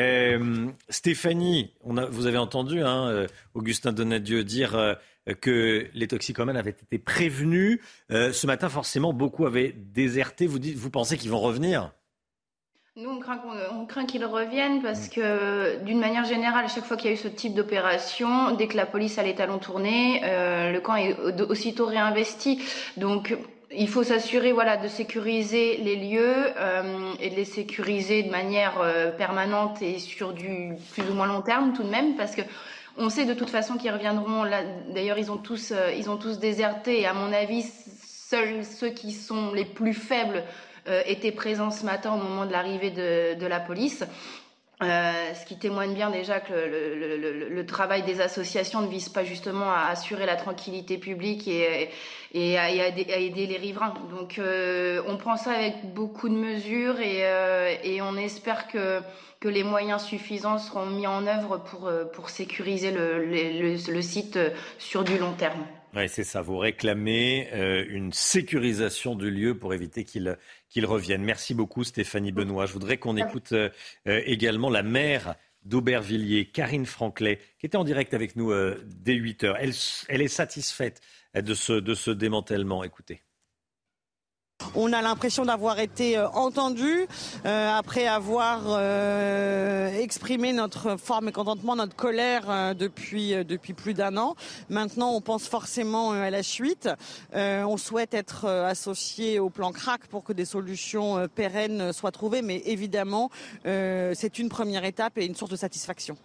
Stéphanie, vous avez entendu Augustin Donadieu dire que les toxicomanes avaient été prévenus. Ce matin, forcément, beaucoup avaient déserté. Vous pensez qu'ils vont revenir ? Nous, on craint qu'ils reviennent parce que, d'une manière générale, à chaque fois qu'il y a eu ce type d'opération, dès que la police a les talons tournés, le camp est aussitôt réinvesti. Donc, il faut s'assurer de sécuriser les lieux et de les sécuriser de manière permanente et sur du plus ou moins long terme tout de même, parce que on sait de toute façon qu'ils reviendront. Là, d'ailleurs, ils ont tous déserté. Et à mon avis, seuls ceux qui sont les plus faibles étaient présents ce matin au moment de l'arrivée de la police. Ce qui témoigne bien déjà que le travail des associations ne vise pas justement à assurer la tranquillité publique et à aider les riverains. Donc on prend ça avec beaucoup de mesures et on espère que les moyens suffisants seront mis en œuvre pour sécuriser le site sur du long terme. Oui, c'est ça. Vous réclamez une sécurisation du lieu pour éviter qu'il revienne. Merci beaucoup, Stéphanie Benoît. Je voudrais qu'on écoute également la maire d'Aubervilliers, Karine Franclet, qui était en direct avec nous dès 8h. Elle est satisfaite de ce démantèlement. Écoutez. On a l'impression d'avoir été entendus après avoir exprimé notre fort mécontentement, notre colère depuis plus d'1 an. Maintenant, on pense forcément à la suite. On souhaite être associé au plan CRAC pour que des solutions pérennes soient trouvées. Mais évidemment, c'est une première étape et une source de satisfaction.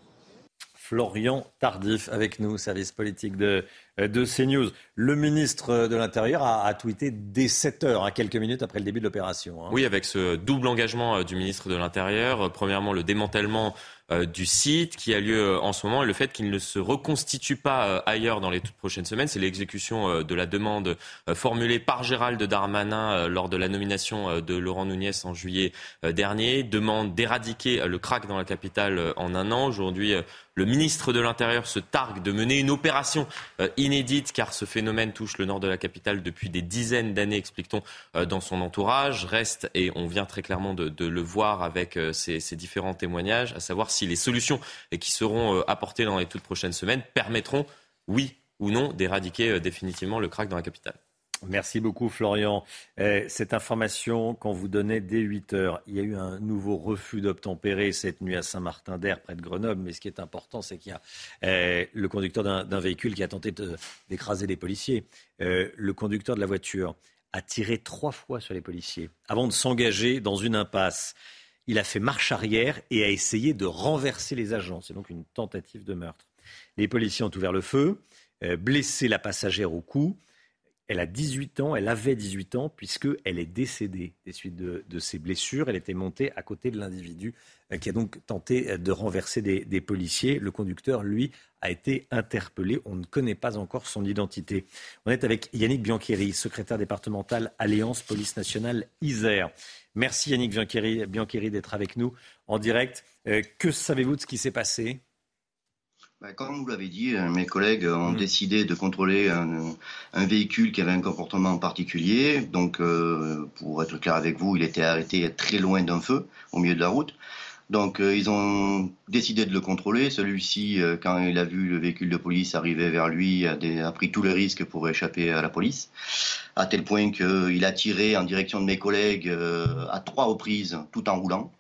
Florian Tardif avec nous, service politique de CNews. Le ministre de l'Intérieur a tweeté dès 7h, quelques minutes après le début de l'opération. Oui, avec ce double engagement du ministre de l'Intérieur. Premièrement, le démantèlement du site qui a lieu en ce moment et le fait qu'il ne se reconstitue pas ailleurs dans les toutes prochaines semaines. C'est l'exécution de la demande formulée par Gérald Darmanin lors de la nomination de Laurent Nunez en juillet dernier. Demande d'éradiquer le crack dans la capitale en 1 an. Aujourd'hui, le ministre de l'Intérieur se targue de mener une opération inédite car ce phénomène touche le nord de la capitale depuis des dizaines d'années, explique-t-on, dans son entourage. Reste, et on vient très clairement de le voir avec ces différents témoignages, à savoir si les solutions qui seront apportées dans les toutes prochaines semaines permettront, oui ou non, d'éradiquer définitivement le crack dans la capitale. Merci beaucoup Florian. Cette information qu'on vous donnait dès 8h, il y a eu un nouveau refus d'obtempérer cette nuit à Saint-Martin-d'Air, près de Grenoble. Mais ce qui est important, c'est qu'il y a le conducteur d'un véhicule qui a tenté d'écraser des policiers. Le conducteur de la voiture a tiré 3 fois sur les policiers avant de s'engager dans une impasse. Il a fait marche arrière et a essayé de renverser les agents. C'est donc une tentative de meurtre. Les policiers ont ouvert le feu, blessé la passagère au cou. Elle a 18 ans, elle avait 18 ans puisqu'elle est décédée des suites de ses blessures. Elle était montée à côté de l'individu qui a donc tenté de renverser des policiers. Le conducteur, lui, a été interpellé. On ne connaît pas encore son identité. On est avec Yannick Biancheri, secrétaire départemental Alliance Police Nationale Isère. Merci Yannick Biancheri d'être avec nous en direct. Que savez-vous de ce qui s'est passé ? Comme vous l'avez dit, mes collègues ont décidé de contrôler un véhicule qui avait un comportement particulier. Donc, pour être clair avec vous, il était arrêté très loin d'un feu, au milieu de la route. Donc, ils ont décidé de le contrôler. Celui-ci, quand il a vu le véhicule de police arriver vers lui, a pris tous les risques pour échapper à la police. À tel point qu'il a tiré en direction de mes collègues à 3 reprises, tout en roulant.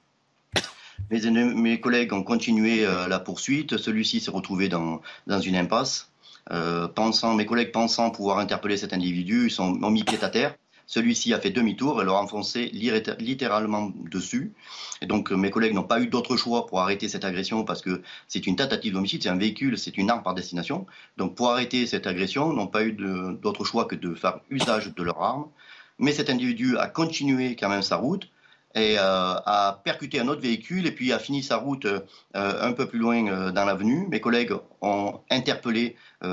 Mes collègues ont continué la poursuite. Celui-ci s'est retrouvé dans une impasse. Mes collègues pensant pouvoir interpeller cet individu, ont mis pied à terre. Celui-ci a fait demi-tour et leur a enfoncé littéralement dessus. Et donc mes collègues n'ont pas eu d'autre choix pour arrêter cette agression parce que c'est une tentative d'homicide, c'est un véhicule, c'est une arme par destination. Donc pour arrêter cette agression, ils n'ont pas eu d'autre choix que de faire usage de leur arme. Mais cet individu a continué quand même sa route et a percuté un autre véhicule et puis a fini sa route un peu plus loin dans l'avenue. Mes collègues ont interpellé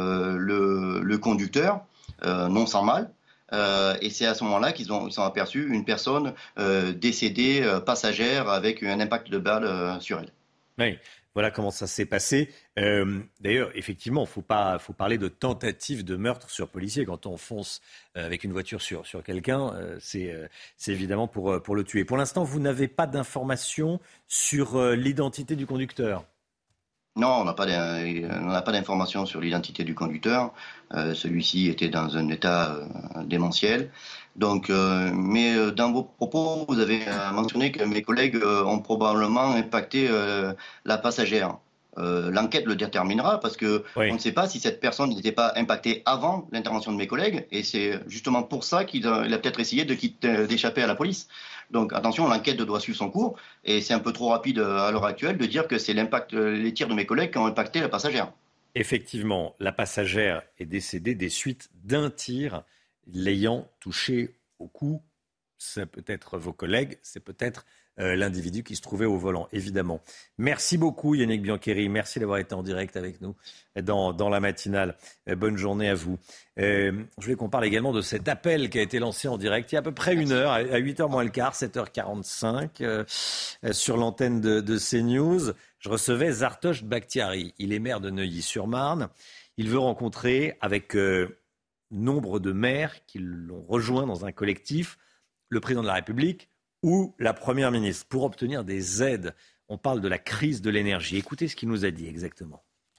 le conducteur, non sans mal. Et c'est à ce moment-là qu'ils ont aperçu une personne décédée, passagère, avec un impact de balle sur elle. Oui, voilà comment ça s'est passé. D'ailleurs, effectivement, il faut parler de tentative de meurtre sur policier. Quand on fonce avec une voiture sur quelqu'un, c'est évidemment pour le tuer. Pour l'instant, vous n'avez pas d'informations sur l'identité du conducteur ? Non, on n'a pas d'informations sur l'identité du conducteur. Celui-ci était dans un état démentiel. Donc, mais dans vos propos, vous avez mentionné que mes collègues ont probablement impacté la passagère. L'enquête le déterminera parce que on ne sait pas si cette personne n'était pas impactée avant l'intervention de mes collègues et c'est justement pour ça qu'il a peut-être essayé d'échapper à la police. Donc attention, l'enquête doit suivre son cours et c'est un peu trop rapide à l'heure actuelle de dire que c'est les tirs de mes collègues qui ont impacté la passagère. Effectivement, la passagère est décédée des suites d'un tir l'ayant touchée au cou. C'est peut-être vos collègues, c'est peut-être l'individu qui se trouvait au volant, évidemment. Merci beaucoup Yannick Biancheri, merci d'avoir été en direct avec nous dans la matinale. Bonne journée à vous. Je voulais qu'on parle également de cet appel qui a été lancé en direct il y a à peu près 1 heure, à 8h moins le quart, 7h45, sur l'antenne de CNews. Je recevais Zartosh Bakhtiari, il est maire de Neuilly-sur-Marne. Il veut rencontrer avec nombre de maires qui l'ont rejoint dans un collectif, le président de la République ou la Première ministre, pour obtenir des aides. On parle de la crise de l'énergie. Écoutez ce qu'il nous a dit exactement.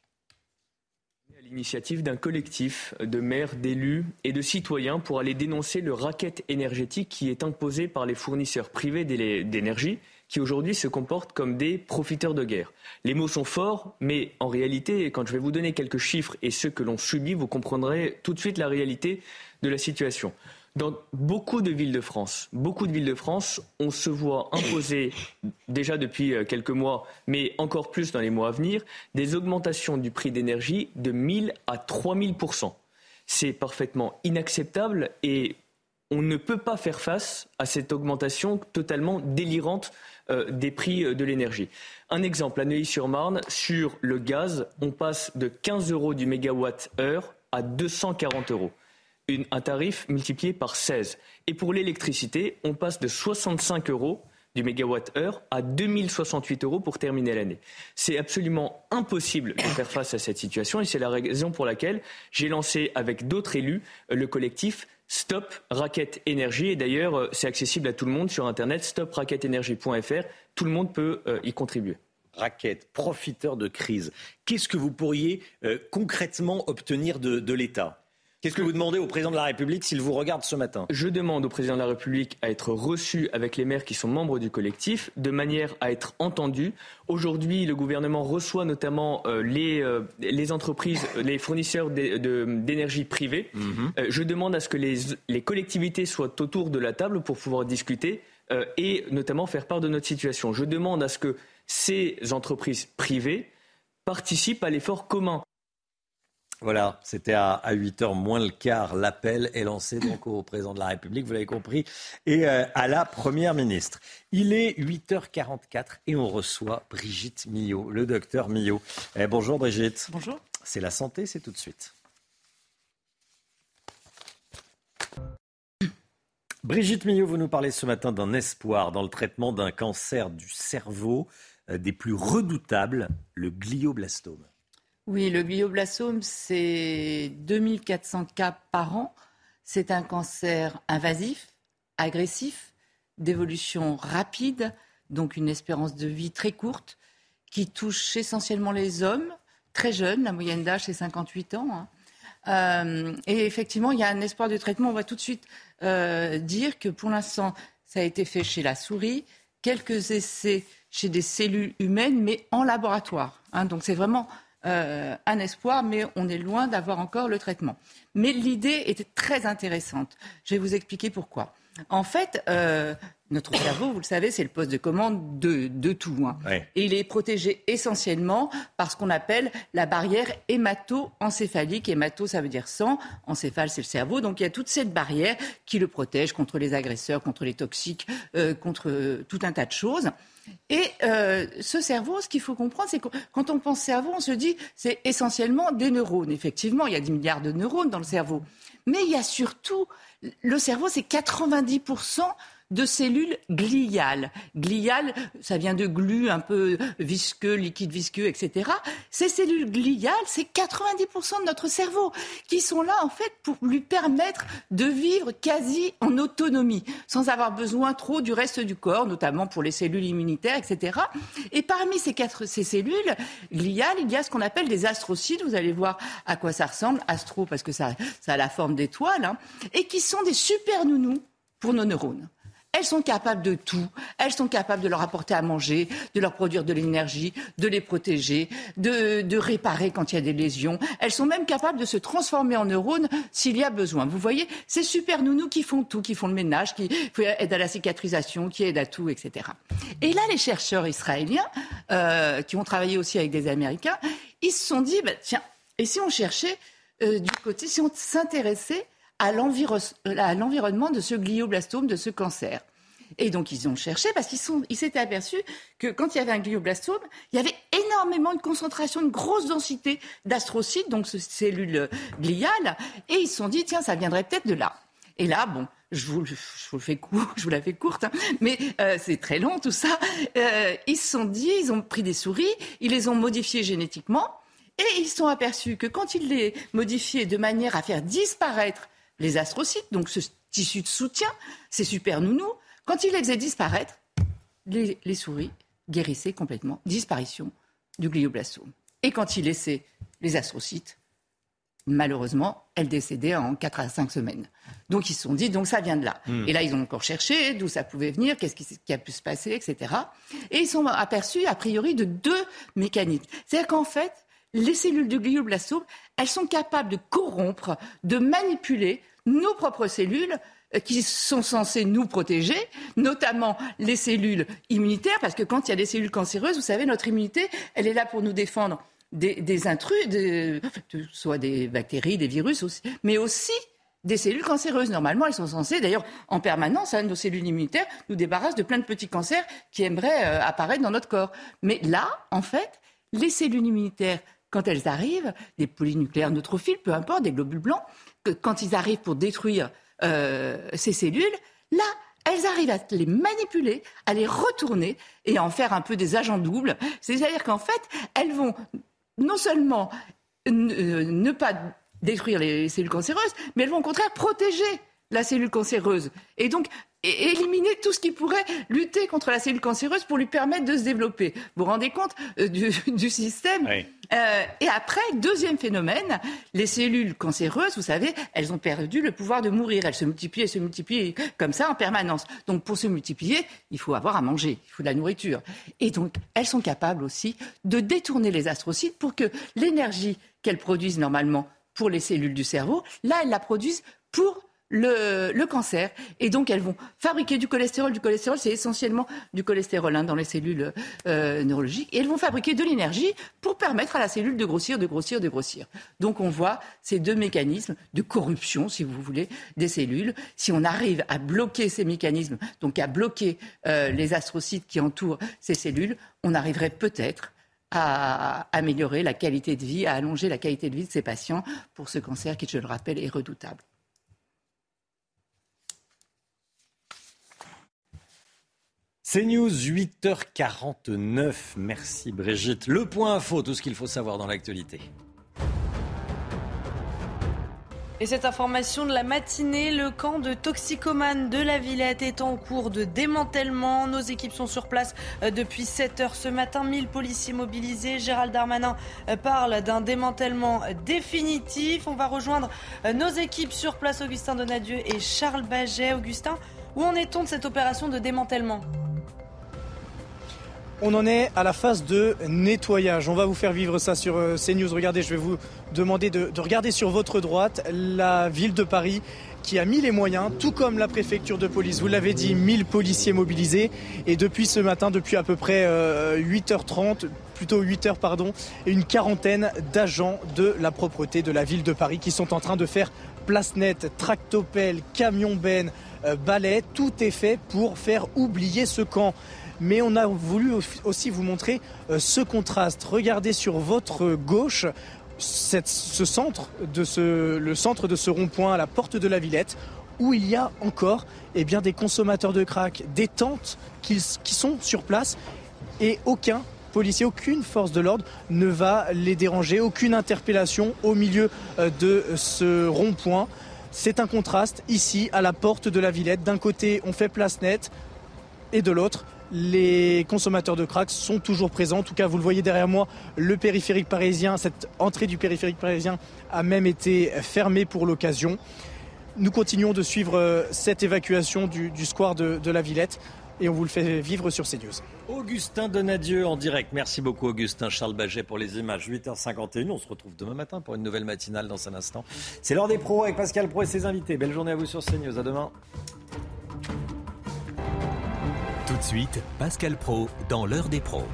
À l'initiative d'un collectif de maires, d'élus et de citoyens pour aller dénoncer le racket énergétique qui est imposé par les fournisseurs privés d'énergie qui aujourd'hui se comportent comme des profiteurs de guerre. Les mots sont forts, mais en réalité, quand je vais vous donner quelques chiffres et ceux que l'on subit, vous comprendrez tout de suite la réalité de la situation. Dans beaucoup de villes de France, on se voit imposer, déjà depuis quelques mois, mais encore plus dans les mois à venir, des augmentations du prix d'énergie de 1000 à 3000%. C'est parfaitement inacceptable et on ne peut pas faire face à cette augmentation totalement délirante des prix de l'énergie. Un exemple, à Neuilly-sur-Marne, sur le gaz, on passe de 15 € du mégawatt-heure à 240 €. Un tarif multiplié par 16. Et pour l'électricité, on passe de 65 € du mégawatt-heure à 2068 € pour terminer l'année. C'est absolument impossible de faire face à cette situation et c'est la raison pour laquelle j'ai lancé avec d'autres élus le collectif Stop Racket Énergie. Et d'ailleurs, c'est accessible à tout le monde sur Internet, stopracketenergie.fr. Tout le monde peut y contribuer. Racket, profiteur de crise. Qu'est-ce que vous pourriez concrètement obtenir de l'État ? Qu'est-ce que vous demandez au président de la République s'il vous regarde ce matin ? Je demande au président de la République à être reçu avec les maires qui sont membres du collectif, de manière à être entendu. Aujourd'hui, le gouvernement reçoit notamment les entreprises, les fournisseurs d'énergie privée. Je demande à ce que les collectivités soient autour de la table pour pouvoir discuter et notamment faire part de notre situation. Je demande à ce que ces entreprises privées participent à l'effort commun. Voilà, c'était à 8h moins le quart. L'appel est lancé donc au président de la République, vous l'avez compris, et à la Première ministre. Il est 8h44 et on reçoit Brigitte Millot, le docteur Millot. Bonjour Brigitte. Bonjour. C'est la santé, c'est tout de suite. Brigitte Millot, vous nous parlez ce matin d'un espoir dans le traitement d'un cancer du cerveau des plus redoutables, le glioblastome. Oui, le glioblastome, c'est 2400 cas par an. C'est un cancer invasif, agressif, d'évolution rapide, donc une espérance de vie très courte, qui touche essentiellement les hommes, très jeunes, la moyenne d'âge c'est 58 ans. Et effectivement, il y a un espoir de traitement. On va tout de suite dire que pour l'instant, ça a été fait chez la souris, quelques essais chez des cellules humaines, mais en laboratoire. Donc c'est vraiment... un espoir, mais on est loin d'avoir encore le traitement. Mais l'idée était très intéressante. Je vais vous expliquer pourquoi. En fait, notre cerveau, vous le savez, c'est le poste de commande de tout. Ouais. Et il est protégé essentiellement par ce qu'on appelle la barrière hémato-encéphalique. Hémato, ça veut dire sang. Encéphale, c'est le cerveau. Donc il y a toute cette barrière qui le protège contre les agresseurs, contre les toxiques, contre tout un tas de choses. Et ce cerveau, ce qu'il faut comprendre, c'est que quand on pense cerveau, on se dit c'est essentiellement des neurones. Effectivement, il y a 10 milliards de neurones dans le cerveau. Mais il y a surtout, le cerveau, c'est 90% de cellules gliales. Gliales, ça vient de glu, un peu visqueux, liquide visqueux, etc. Ces cellules gliales, c'est 90% de notre cerveau qui sont là, en fait, pour lui permettre de vivre quasi en autonomie, sans avoir besoin trop du reste du corps, notamment pour les cellules immunitaires, etc. Et parmi ces cellules gliales, il y a ce qu'on appelle des astrocytes. Vous allez voir à quoi ça ressemble. Astro, parce que ça a la forme d'étoile, et qui sont des super nounous pour nos neurones. Elles sont capables de tout. Elles sont capables de leur apporter à manger, de leur produire de l'énergie, de les protéger, de réparer quand il y a des lésions. Elles sont même capables de se transformer en neurones s'il y a besoin. Vous voyez, ces super nounous qui font tout, qui font le ménage, qui aident à la cicatrisation, qui aident à tout, etc. Et là, les chercheurs israéliens, qui ont travaillé aussi avec des Américains, ils se sont dit, tiens, et si on cherchait du côté, si on s'intéressait à l'environnement de ce glioblastome, de ce cancer. Et donc, ils ont cherché parce qu'ils s'étaient aperçus que quand il y avait un glioblastome, il y avait énormément de concentration, une grosse densité d'astrocytes, donc ces cellules gliales, et ils se sont dit, tiens, ça viendrait peut-être de là. Et là, bon, je vous la fais courte, mais c'est très long tout ça. Ils se sont dit, ils ont pris des souris, ils les ont modifiées génétiquement, et ils sont aperçus que quand ils les modifiaient de manière à faire disparaître les astrocytes, donc ce tissu de soutien, ces super nounous, quand ils les faisaient disparaître, les souris guérissaient complètement, disparition du glioblastome. Et quand ils laissaient les astrocytes, malheureusement, elles décédaient en 4 à 5 semaines. Donc ils se sont dit, donc ça vient de là. Et là, ils ont encore cherché d'où ça pouvait venir, qu'est-ce qui a pu se passer, etc. Et ils sont aperçus, a priori, de 2 mécanismes. C'est-à-dire qu'en fait, les cellules du glioblastome, elles sont capables de corrompre, de manipuler nos propres cellules qui sont censées nous protéger, notamment les cellules immunitaires, parce que quand il y a des cellules cancéreuses, vous savez, notre immunité, elle est là pour nous défendre des intrus, soit des bactéries, des virus aussi, mais aussi des cellules cancéreuses. Normalement, elles sont censées, d'ailleurs, en permanence, nos cellules immunitaires nous débarrassent de plein de petits cancers qui aimeraient apparaître dans notre corps. Mais là, en fait, les cellules immunitaires, quand elles arrivent, des polynucléaires neutrophiles, peu importe, des globules blancs, quand ils arrivent pour détruire ces cellules, là, elles arrivent à les manipuler, à les retourner et à en faire un peu des agents doubles. C'est-à-dire qu'en fait, elles vont non seulement ne pas détruire les cellules cancéreuses, mais elles vont au contraire protéger la cellule cancéreuse. Et donc, éliminer tout ce qui pourrait lutter contre la cellule cancéreuse pour lui permettre de se développer. Vous vous rendez compte du système ? Oui. Et après, deuxième phénomène, les cellules cancéreuses, vous savez, elles ont perdu le pouvoir de mourir. Elles se multiplient comme ça en permanence. Donc pour se multiplier, il faut avoir à manger, il faut de la nourriture. Et donc, elles sont capables aussi de détourner les astrocytes pour que l'énergie qu'elles produisent normalement pour les cellules du cerveau, là, elles la produisent pour le cancer. Et donc, elles vont fabriquer du cholestérol. Du cholestérol, c'est essentiellement du cholestérol dans les cellules neurologiques. Et elles vont fabriquer de l'énergie pour permettre à la cellule de grossir. Donc, on voit ces 2 mécanismes de corruption, si vous voulez, des cellules. Si on arrive à bloquer ces mécanismes, donc à bloquer les astrocytes qui entourent ces cellules, on arriverait peut-être à améliorer la qualité de vie, à allonger la qualité de vie de ces patients pour ce cancer qui, je le rappelle, est redoutable. CNews, 8h49. Merci Brigitte. Le point info, tout ce qu'il faut savoir dans l'actualité. Et cette information de la matinée, le camp de toxicomanes de la Villette est en cours de démantèlement. Nos équipes sont sur place depuis 7h ce matin. 1000 policiers mobilisés. Gérald Darmanin parle d'un démantèlement définitif. On va rejoindre nos équipes sur place, Augustin Donadieu et Charles Baget. Augustin, où en est-on de cette opération de démantèlement ? On en est à la phase de nettoyage. On va vous faire vivre ça sur CNews. Regardez, je vais vous demander de regarder sur votre droite la ville de Paris qui a mis les moyens, tout comme la préfecture de police. Vous l'avez dit, 1000 policiers mobilisés. Et depuis ce matin, depuis à peu près 8h30, plutôt 8h, pardon, une quarantaine d'agents de la propreté de la ville de Paris qui sont en train de faire place nette, tractopelle, camion-benne, balai. Tout est fait pour faire oublier ce camp. Mais on a voulu aussi vous montrer ce contraste. Regardez sur votre gauche le centre de ce rond-point à la porte de la Villette où il y a encore des consommateurs de crack, des tentes qui sont sur place et aucun policier, aucune force de l'ordre ne va les déranger, aucune interpellation au milieu de ce rond-point. C'est un contraste ici à la porte de la Villette. D'un côté, on fait place nette et de l'autre, les consommateurs de crack sont toujours présents. En tout cas, vous le voyez derrière moi, le périphérique parisien, cette entrée du périphérique parisien a même été fermée pour l'occasion. Nous continuons de suivre cette évacuation du square de la Villette et on vous le fait vivre sur CNews. Augustin Donadieu en direct. Merci beaucoup Augustin. Charles Baget pour les images. 8h51. On se retrouve demain matin pour une nouvelle matinale dans un instant. C'est l'heure des pros avec Pascal Pro et ses invités. Belle journée à vous sur CNews. À demain. Tout de suite, Pascal Pro dans l'heure des pros.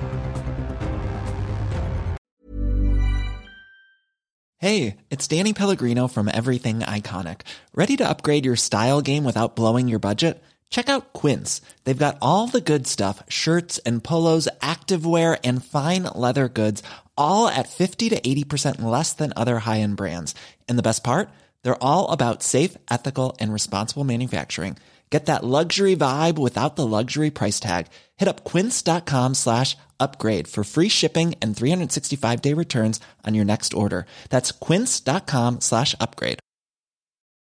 Hey, it's Danny Pellegrino from Everything Iconic. Ready to upgrade your style game without blowing your budget? Check out Quince. They've got all the good stuff, shirts and polos, activewear and fine leather goods, all at 50 to 80% less than other high-end brands. And the best part? They're all about safe, ethical, and responsible manufacturing. Get that luxury vibe without the luxury price tag. Hit up quince.com/upgrade for free shipping and 365-day returns on your next order. That's quince.com/upgrade.